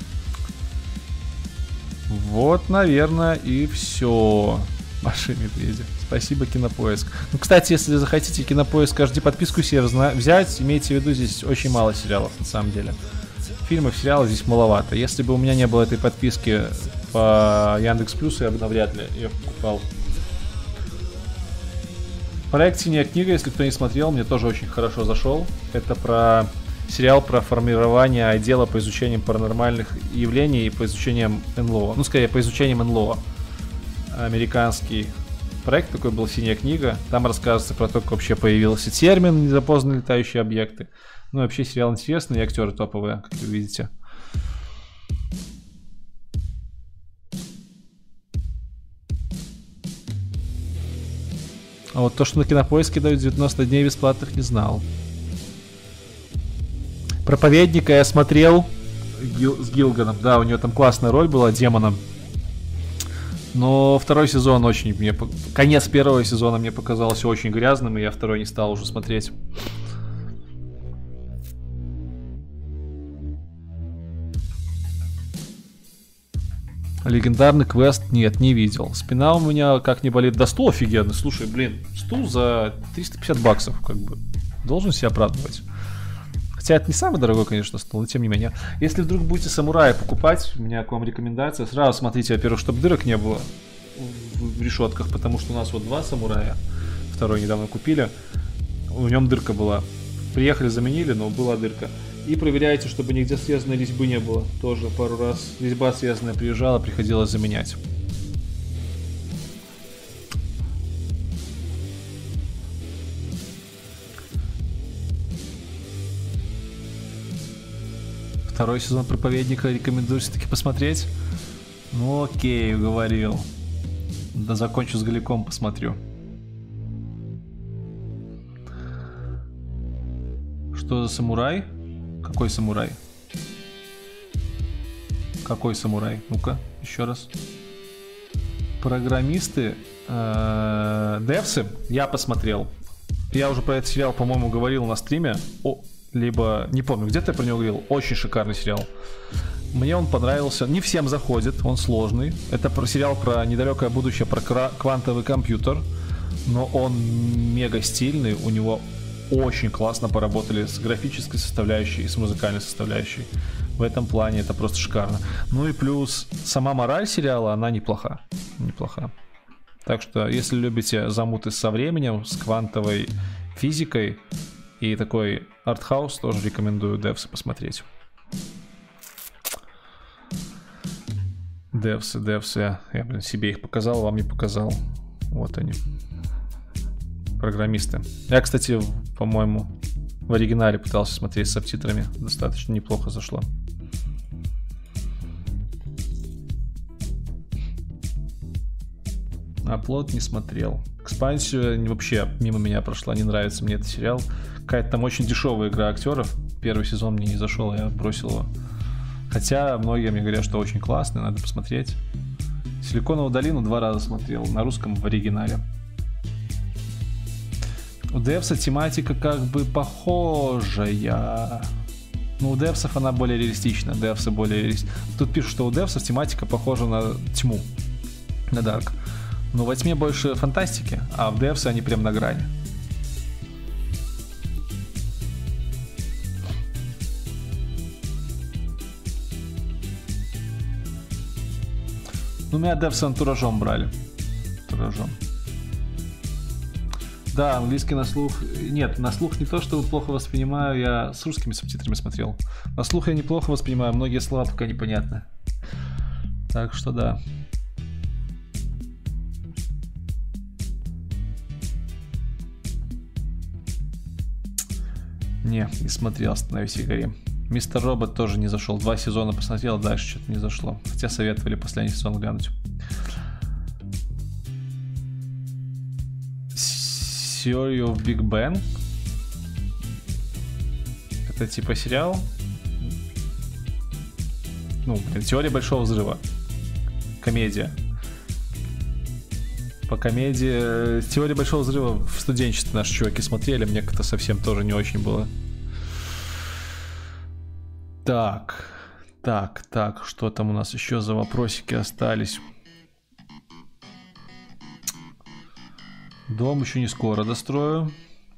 Вот, наверное, и все. Маши медведи. Спасибо, Кинопоиск. Ну, кстати, если захотите Кинопоиск аш ди подписку себе взять, имейте в виду, здесь очень мало сериалов, на самом деле. Фильмов, сериалов здесь маловато. Если бы у меня не было этой подписки по Яндекс.Плюсу, я бы навряд ли ее покупал. Проект «Синяя книга», если кто не смотрел, мне тоже очень хорошо зашел. Это про сериал про формирование отдела по изучению паранормальных явлений и по изучениям эн эл о. Ну, скорее, по изучениям эн эл о. Американский проект такой был «Синяя книга». Там рассказывается про то, как вообще появился термин «незапознанные летающие объекты». Ну, вообще сериал интересный, и актеры топовые, как вы видите. А вот то, что на Кинопоиске дают девяносто дней бесплатных, не знал. «Проповедника» я смотрел Гил, с Гилганом. Да, у него там классная роль была, демоном. Но второй сезон очень мне... Конец первого сезона мне показался очень грязным, и я второй не стал уже смотреть. Легендарный квест? Нет, не видел. Спина у меня как не болит. Да, стул офигенный. Слушай, блин, стул за триста пятьдесят баксов, как бы. Должен себя оправдывать. Хотя это не самый дорогой, конечно, стул, но тем не менее. Если вдруг будете самурая покупать, у меня к вам рекомендация. Сразу смотрите, во-первых, чтобы дырок не было в решетках, потому что у нас вот два самурая. Второй недавно купили. В нем дырка была. Приехали, заменили, но была дырка. И проверяйте, чтобы нигде срезанной резьбы не было. Тоже пару раз резьба срезанная приезжала, приходилось заменять. Второй сезон «Проповедника» рекомендую все-таки посмотреть. Ну окей, уговорил. Да закончу с Голиком, посмотрю. Что за самурай? Какой самурай? Какой самурай? Ну-ка, еще раз. Программисты, э-э, девсы, я посмотрел. Я уже про этот сериал, по-моему, говорил на стриме. О, либо, не помню, где-то я про него говорил. Очень шикарный сериал. Мне он понравился. Не всем заходит, он сложный. Это про сериал про недалекое будущее, про квантовый компьютер. Но он мега стильный, у него очень классно поработали с графической составляющей и с музыкальной составляющей. В этом плане это просто шикарно. Ну и плюс сама мораль сериала, она неплоха. Неплоха. Так что, если любите замуты со временем, с квантовой физикой и такой артхаус, тоже рекомендую девсы посмотреть. Девсы, девсы. Я, блин, себе их показал, вам не показал. Вот они. Программисты. Я, кстати, по-моему, в оригинале пытался смотреть с субтитрами. Достаточно неплохо зашло. Оплот не смотрел. Экспансию вообще мимо меня прошла, не нравится мне этот сериал. Какая-то там очень дешевая игра актеров. Первый сезон мне не зашел, я бросил его. Хотя многие мне говорят, что очень классный, надо посмотреть. Силиконовую долину два раза смотрел, на русском в оригинале. У Девса тематика как бы похожая. Ну, у Девсов она более реалистична. Девсы более реалистичны. Тут пишут, что у Девсов тематика похожа на тьму, на Дарк. Но во тьме больше фантастики, а в Девсе они прям на грани. Ну, меня Девсы антуражом брали. Антуражом. Да, английский на слух... Нет, на слух не то, что плохо воспринимаю, я с русскими субтитрами смотрел. На слух я неплохо воспринимаю, многие слова только непонятны. Так что да. Не, не смотрел «Остановись и гори». Мистер Робот тоже не зашел. Два сезона посмотрел, дальше что-то не зашло. Хотя советовали последний сезон глянуть. Theory of Big Bang. Это типа сериал? Ну, блин, теория большого взрыва. Комедия. По комедии... Теория большого взрыва в студенчестве наши чуваки смотрели. Мне как-то совсем тоже не очень было. Так. Так, так. Что там у нас еще за вопросики остались? Дом еще не скоро дострою.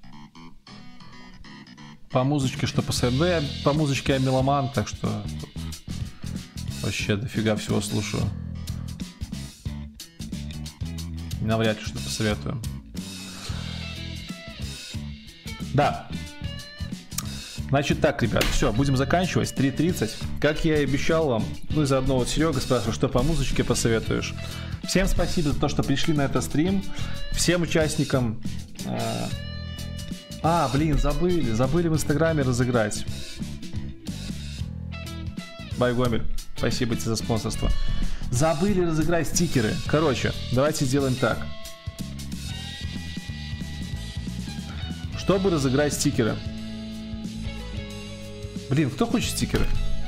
По музычке что посоветую? Да, я по музычке я меломан, так что вообще дофига всего слушаю. Навряд ли что посоветую. Да. Значит так, ребят, все, будем заканчивать. три тридцать. Как я и обещал вам, ну и заодно вот Серега спрашивал, что по музычке посоветуешь. Всем спасибо за то, что пришли на этот стрим. Всем участникам... Э... А, блин, забыли. Забыли в Инстаграме разыграть. Байгомель, спасибо тебе за спонсорство. Забыли разыграть стикеры. Короче, давайте сделаем так. Чтобы разыграть стикеры. Блин, кто хочет стикеры?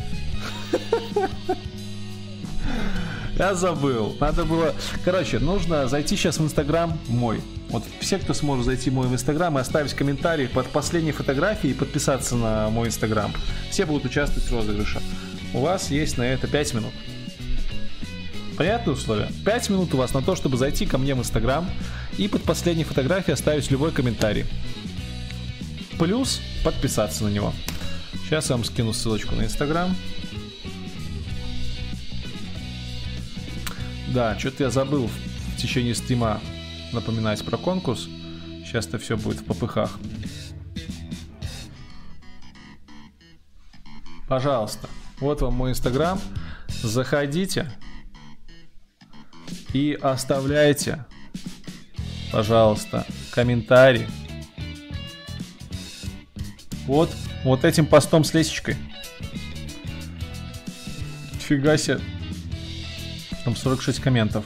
Я забыл. Надо было... Короче, нужно зайти сейчас в Инстаграм мой. Вот все, кто сможет зайти в мой Инстаграм и оставить комментарий под последней фотографией и подписаться на мой Инстаграм, все будут участвовать в розыгрыше. У вас есть на это пять минут. Понятные условия? пять минут у вас на то, чтобы зайти ко мне в Инстаграм и под последней фотографией оставить любой комментарий. Плюс подписаться на него. Сейчас я вам скину ссылочку на Инстаграм. Да, что-то я забыл в течение стрима напоминать про конкурс. Сейчас это все будет в попыхах. Пожалуйста, вот вам мой Инстаграм. Заходите и оставляйте, пожалуйста, комментарий. Вот, вот этим постом с лесечкой. Фига себе. Там сорок шесть комментов.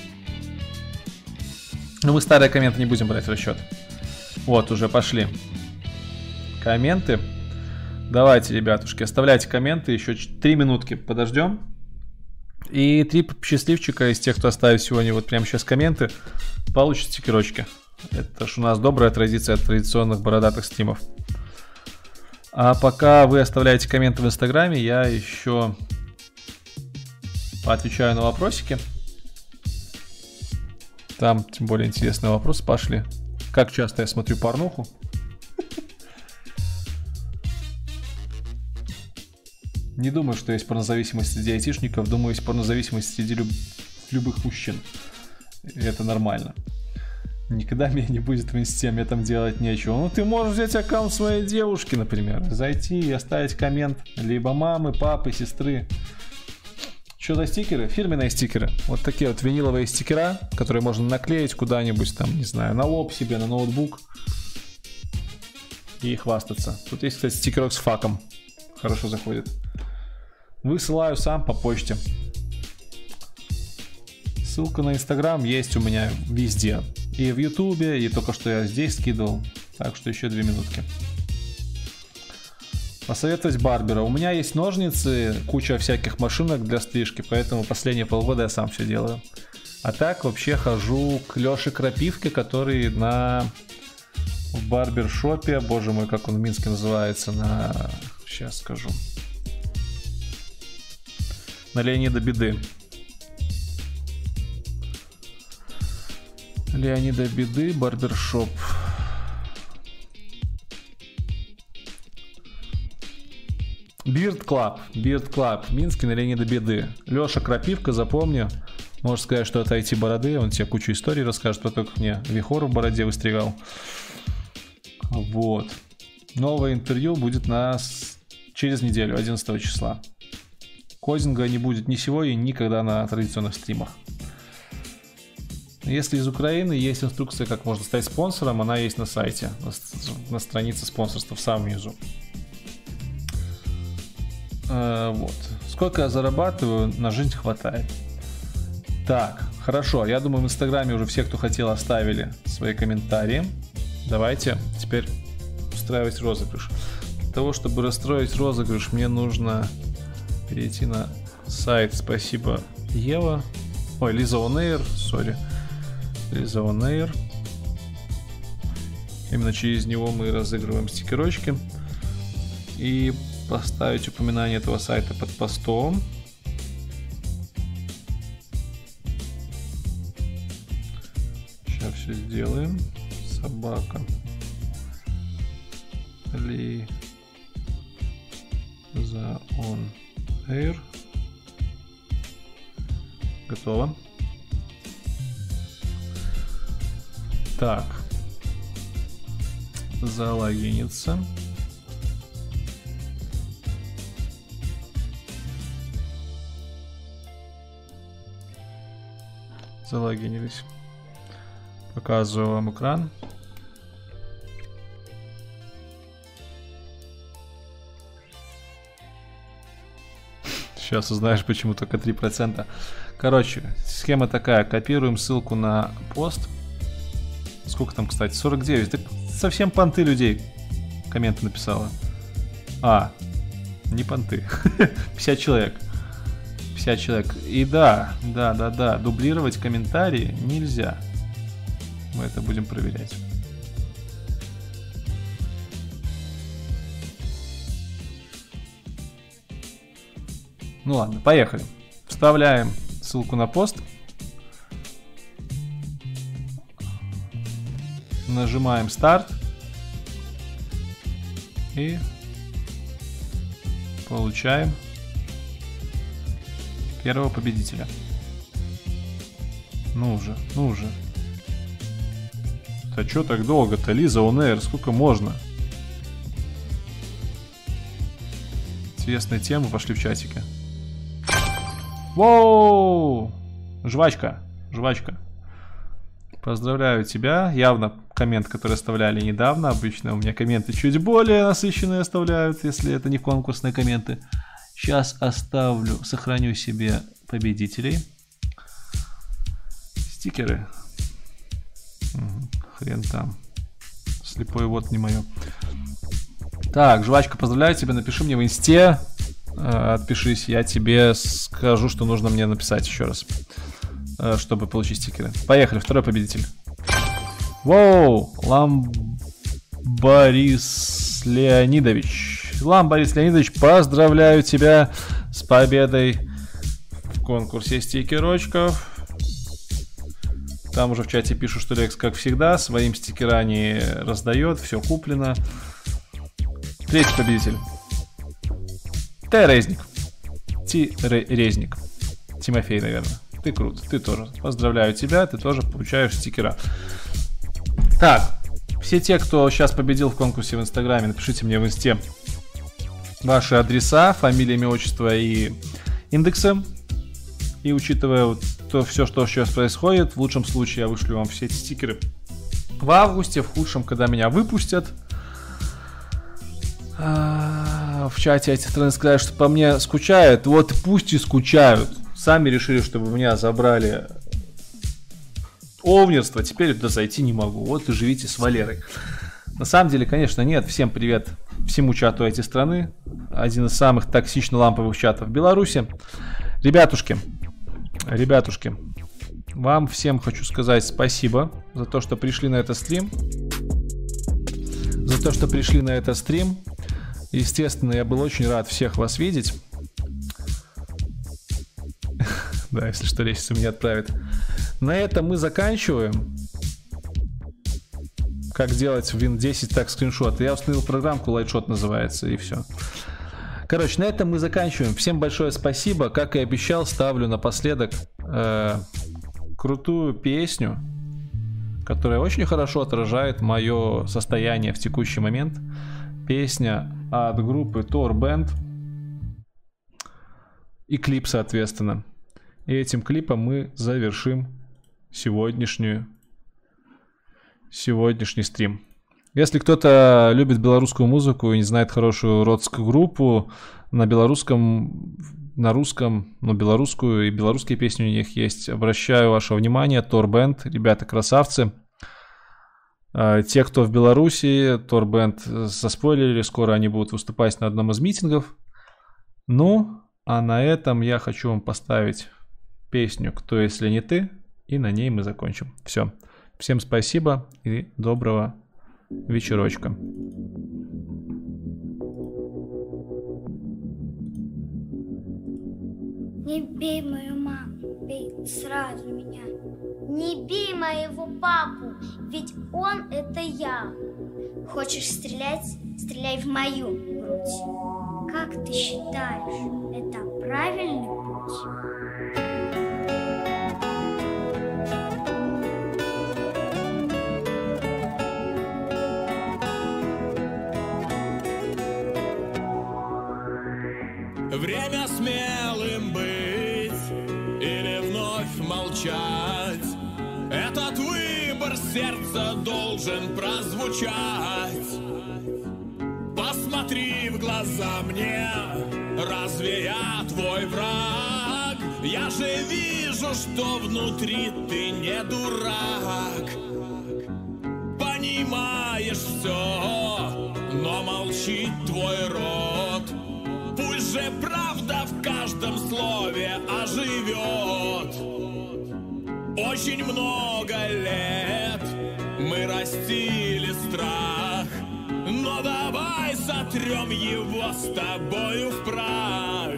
Но мы старые комменты не будем брать в расчет. Вот, уже пошли комменты. Давайте, ребятушки, оставляйте комменты. Еще три минутки подождем. И три счастливчика из тех, кто оставит сегодня вот прямо сейчас комменты, получат стикерочки. Это ж у нас добрая традиция от традиционных бородатых стримов. А пока вы оставляете комменты в Инстаграме, я еще поотвечаю на вопросики. Там тем более интересные вопросы пошли. Как часто я смотрю порнуху? Не думаю, что есть порнозависимость среди айтишников. Думаю, есть порнозависимость среди люб... любых мужчин. И это нормально. Никогда меня не будет в инсте, мне там делать нечего. Ну, ты можешь взять аккаунт своей девушки, например. Зайти и оставить коммент. Либо мамы, папы, сестры. Что за стикеры? Фирменные стикеры. Вот такие вот виниловые стикера, которые можно наклеить куда-нибудь, там, не знаю, на лоб себе, на ноутбук. и хвастаться. Тут есть, кстати, стикерок с факом. Хорошо заходит. Высылаю сам по почте. Ссылка на Инстаграм есть у меня везде. И в Ютубе, и только что я здесь скидывал. Так что еще две минутки. Посоветовать барбера. У меня есть ножницы, куча всяких машинок для стрижки, поэтому последние полгода я сам все делаю. А так вообще хожу к Лёше Крапивке, который на в барбершопе, боже мой, как он в Минске называется, на... Сейчас скажу. На Леонида Беды. Леонида Беды, барбершоп. Beard Club, Beard Club, Минске на Леонида Беды. Лёша Крапивка, запомни. Можешь сказать, что это ай ти-бороды, он тебе кучу историй расскажет, про то, как мне вихор в бороде выстригал. Вот. Новое интервью будет на... через неделю, одиннадцатого числа. Кодинга не будет ни сегодня, ни никогда на традиционных стримах. Если из Украины, есть инструкция, как можно стать спонсором, она есть на сайте, на, на странице спонсорства в самом низу. Э, вот. Сколько я зарабатываю, на жизнь хватает. Так, хорошо, я думаю, в Инстаграме уже все, кто хотел, оставили свои комментарии. Давайте теперь устраивать розыгрыш. Для того, чтобы расстроить розыгрыш, мне нужно перейти на сайт. Спасибо, Ева. Ой, Лиза On Air, сори. Лиза On Air. Именно через него мы разыгрываем стикерочки. И поставить упоминание этого сайта под постом. Сейчас все сделаем. Собака. Лиза On Air. Готово. Так. Залогиниться. Залогинились. Показываю вам экран. Сейчас узнаешь, почему только три процента. Короче, схема такая. Копируем ссылку на пост. Сколько там, кстати? сорок девять. Да совсем понты людей комменты написала. А, не понты. пятьдесят человек. пятьдесят человек. И да, да, да, да. Дублировать комментарии нельзя. Мы это будем проверять. Ну ладно, поехали. Вставляем ссылку на пост. Нажимаем старт. И получаем первого победителя. Ну уже, ну уже. А чё так долго-то? Лиза On Air, сколько можно? Интересная тема, пошли в чатике. Воу! Жвачка, жвачка. Поздравляю тебя. Явно коммент, который оставляли недавно. Обычно у меня комменты чуть более насыщенные оставляют, если это не конкурсные комменты. Сейчас оставлю, сохраню себе победителей. Стикеры. Угу, хрен там. Слепой вот не мое. Так, жвачка, поздравляю тебя. Напиши мне в инсте. Отпишись, я тебе скажу, что нужно мне написать еще раз, чтобы получить стикеры. Поехали, второй победитель. Воу, Лам Борис Леонидович. Лам Борис Леонидович, поздравляю тебя с победой в конкурсе стикерочков. Там уже в чате пишут, что Лекс, как всегда, своим стикера не раздает, все куплено. Третий победитель. Т-резник. Ти-резник. Тимофей, наверное. Ты крут, ты тоже. Поздравляю тебя, ты тоже получаешь стикера. Так, все те, кто сейчас победил в конкурсе в Инстаграме, напишите мне в Инсте ваши адреса, фамилия, имя, отчество и индексы. И учитывая вот то, все, что сейчас происходит, в лучшем случае я вышлю вам все эти стикеры в августе, в худшем, когда меня выпустят. А, в чате эти страны сказали, что по мне скучают. Вот пусть и скучают. Сами решили, чтобы меня забрали овнерство. Теперь туда зайти не могу. Вот и живите с Валерой. На самом деле, конечно, нет. Всем привет всему чату эти страны. Один из самых токсично-ламповых чатов в Беларуси. Ребятушки, ребятушки, вам всем хочу сказать спасибо за то, что пришли на этот стрим. За то, что пришли на этот стрим. Естественно, я был очень рад всех вас видеть. Да, если что, лестницу меня отправит. На этом мы заканчиваем. Как делать в вин десять так скриншот. Я установил программку, Lightshot называется, и все. Короче, на этом мы заканчиваем. Всем большое спасибо. Как и обещал, ставлю напоследок э, крутую песню, которая очень хорошо отражает мое состояние в текущий момент. Песня от группы Thor Band. И клип, соответственно. И этим клипом мы завершим сегодняшнюю сегодняшний стрим. Если кто-то любит белорусскую музыку и не знает хорошую родскую группу, на белорусском, на русском, но белорусскую и белорусские песни у них есть, обращаю ваше внимание, Thor Band, ребята красавцы. Те, кто в Беларуси, Thor Band заспойлерили, скоро они будут выступать на одном из митингов. Ну, а на этом я хочу вам поставить песню «Кто, если не ты», и на ней мы закончим. Все. Всем спасибо и доброго вечерочка. Не бей мою маму, бей сразу меня. Не бей моего папу, ведь он это я. Хочешь стрелять? Стреляй в мою грудь. Как ты считаешь, это правильный путь? Время смелым быть или вновь молчать. Этот выбор сердца должен прозвучать. Посмотри в глаза мне, разве я твой враг? Я же вижу, что внутри ты не дурак. Понимаешь все, но молчит твой рот. Пусть же правда в каждом слове оживет. Очень много лет мы растили страх, но давай сотрем его с тобою в прах.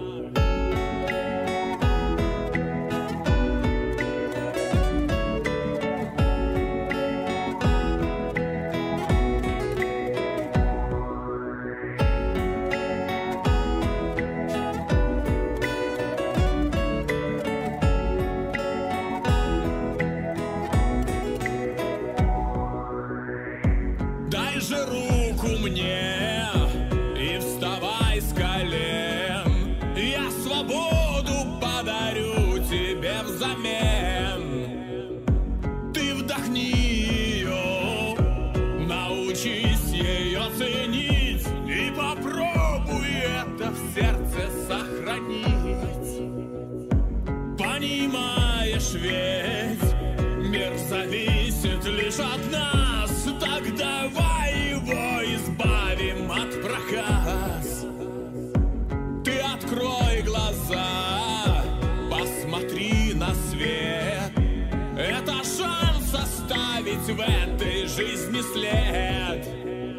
Дай же руку мне и вставай с колен. Я свободу подарю тебе взамен. Ты вдохни ее, научись ее ценить и попробуй это в сердце сохранить. Понимаешь, ведь мир зависит лишь от нас. Так давай его избавим от проказ. Ты открой глаза, посмотри на свет. Это шанс оставить в этой жизни след.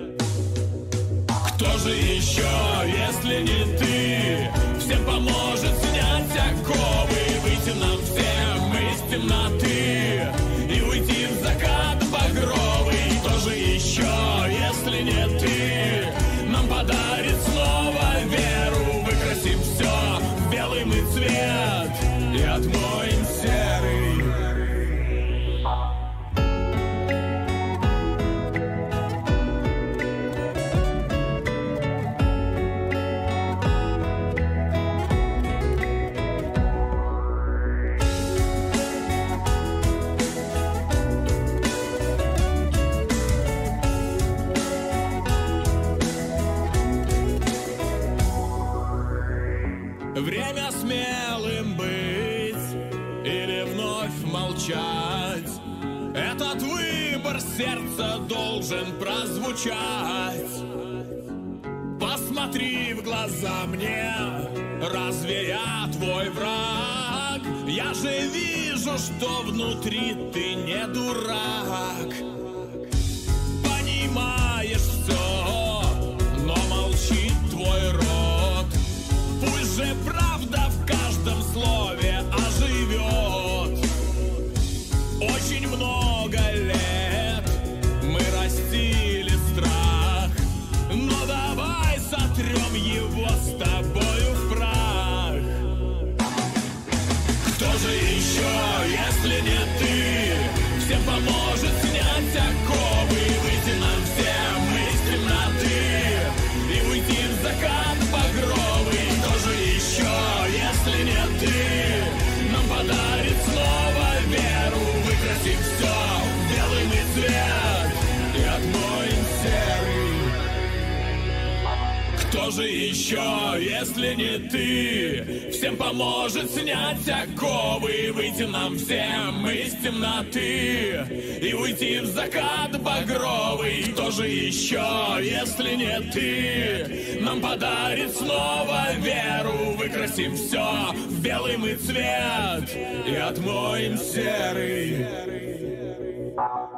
Кто же еще, если не ты, всем поможет снять оковы, выйти нам всем из темноты и уйти в закат багровый? Кто же еще, если не ты, нам подарит снова веру? Выкрасим все в белый мы цвет и отмоем серый. сердца должен прозвучать. Посмотри в глаза мне, разве я твой враг? Я же вижу, что внутри ты не дурак. Понимаешь все, но молчит твой рот. Пусть же правда в каждом слове оживет. Очень много лет мы растили страх, но давай сотрем его с тобою в прах. Кто же еще, если не ты, всем поможет снять оковы, выйти нам всем из темноты и уйти в закат багровый. Кто же еще, если не ты, нам подарит снова веру, выкрасив все в белый мы цвет и отмоем серый. Кто же еще, если не ты, всем поможет снять оковы, выйти нам всем из темноты и уйти в закат багровый. Кто же еще, если не ты, нам подарит снова веру, выкрасив все в белый мы цвет и отмоем серый.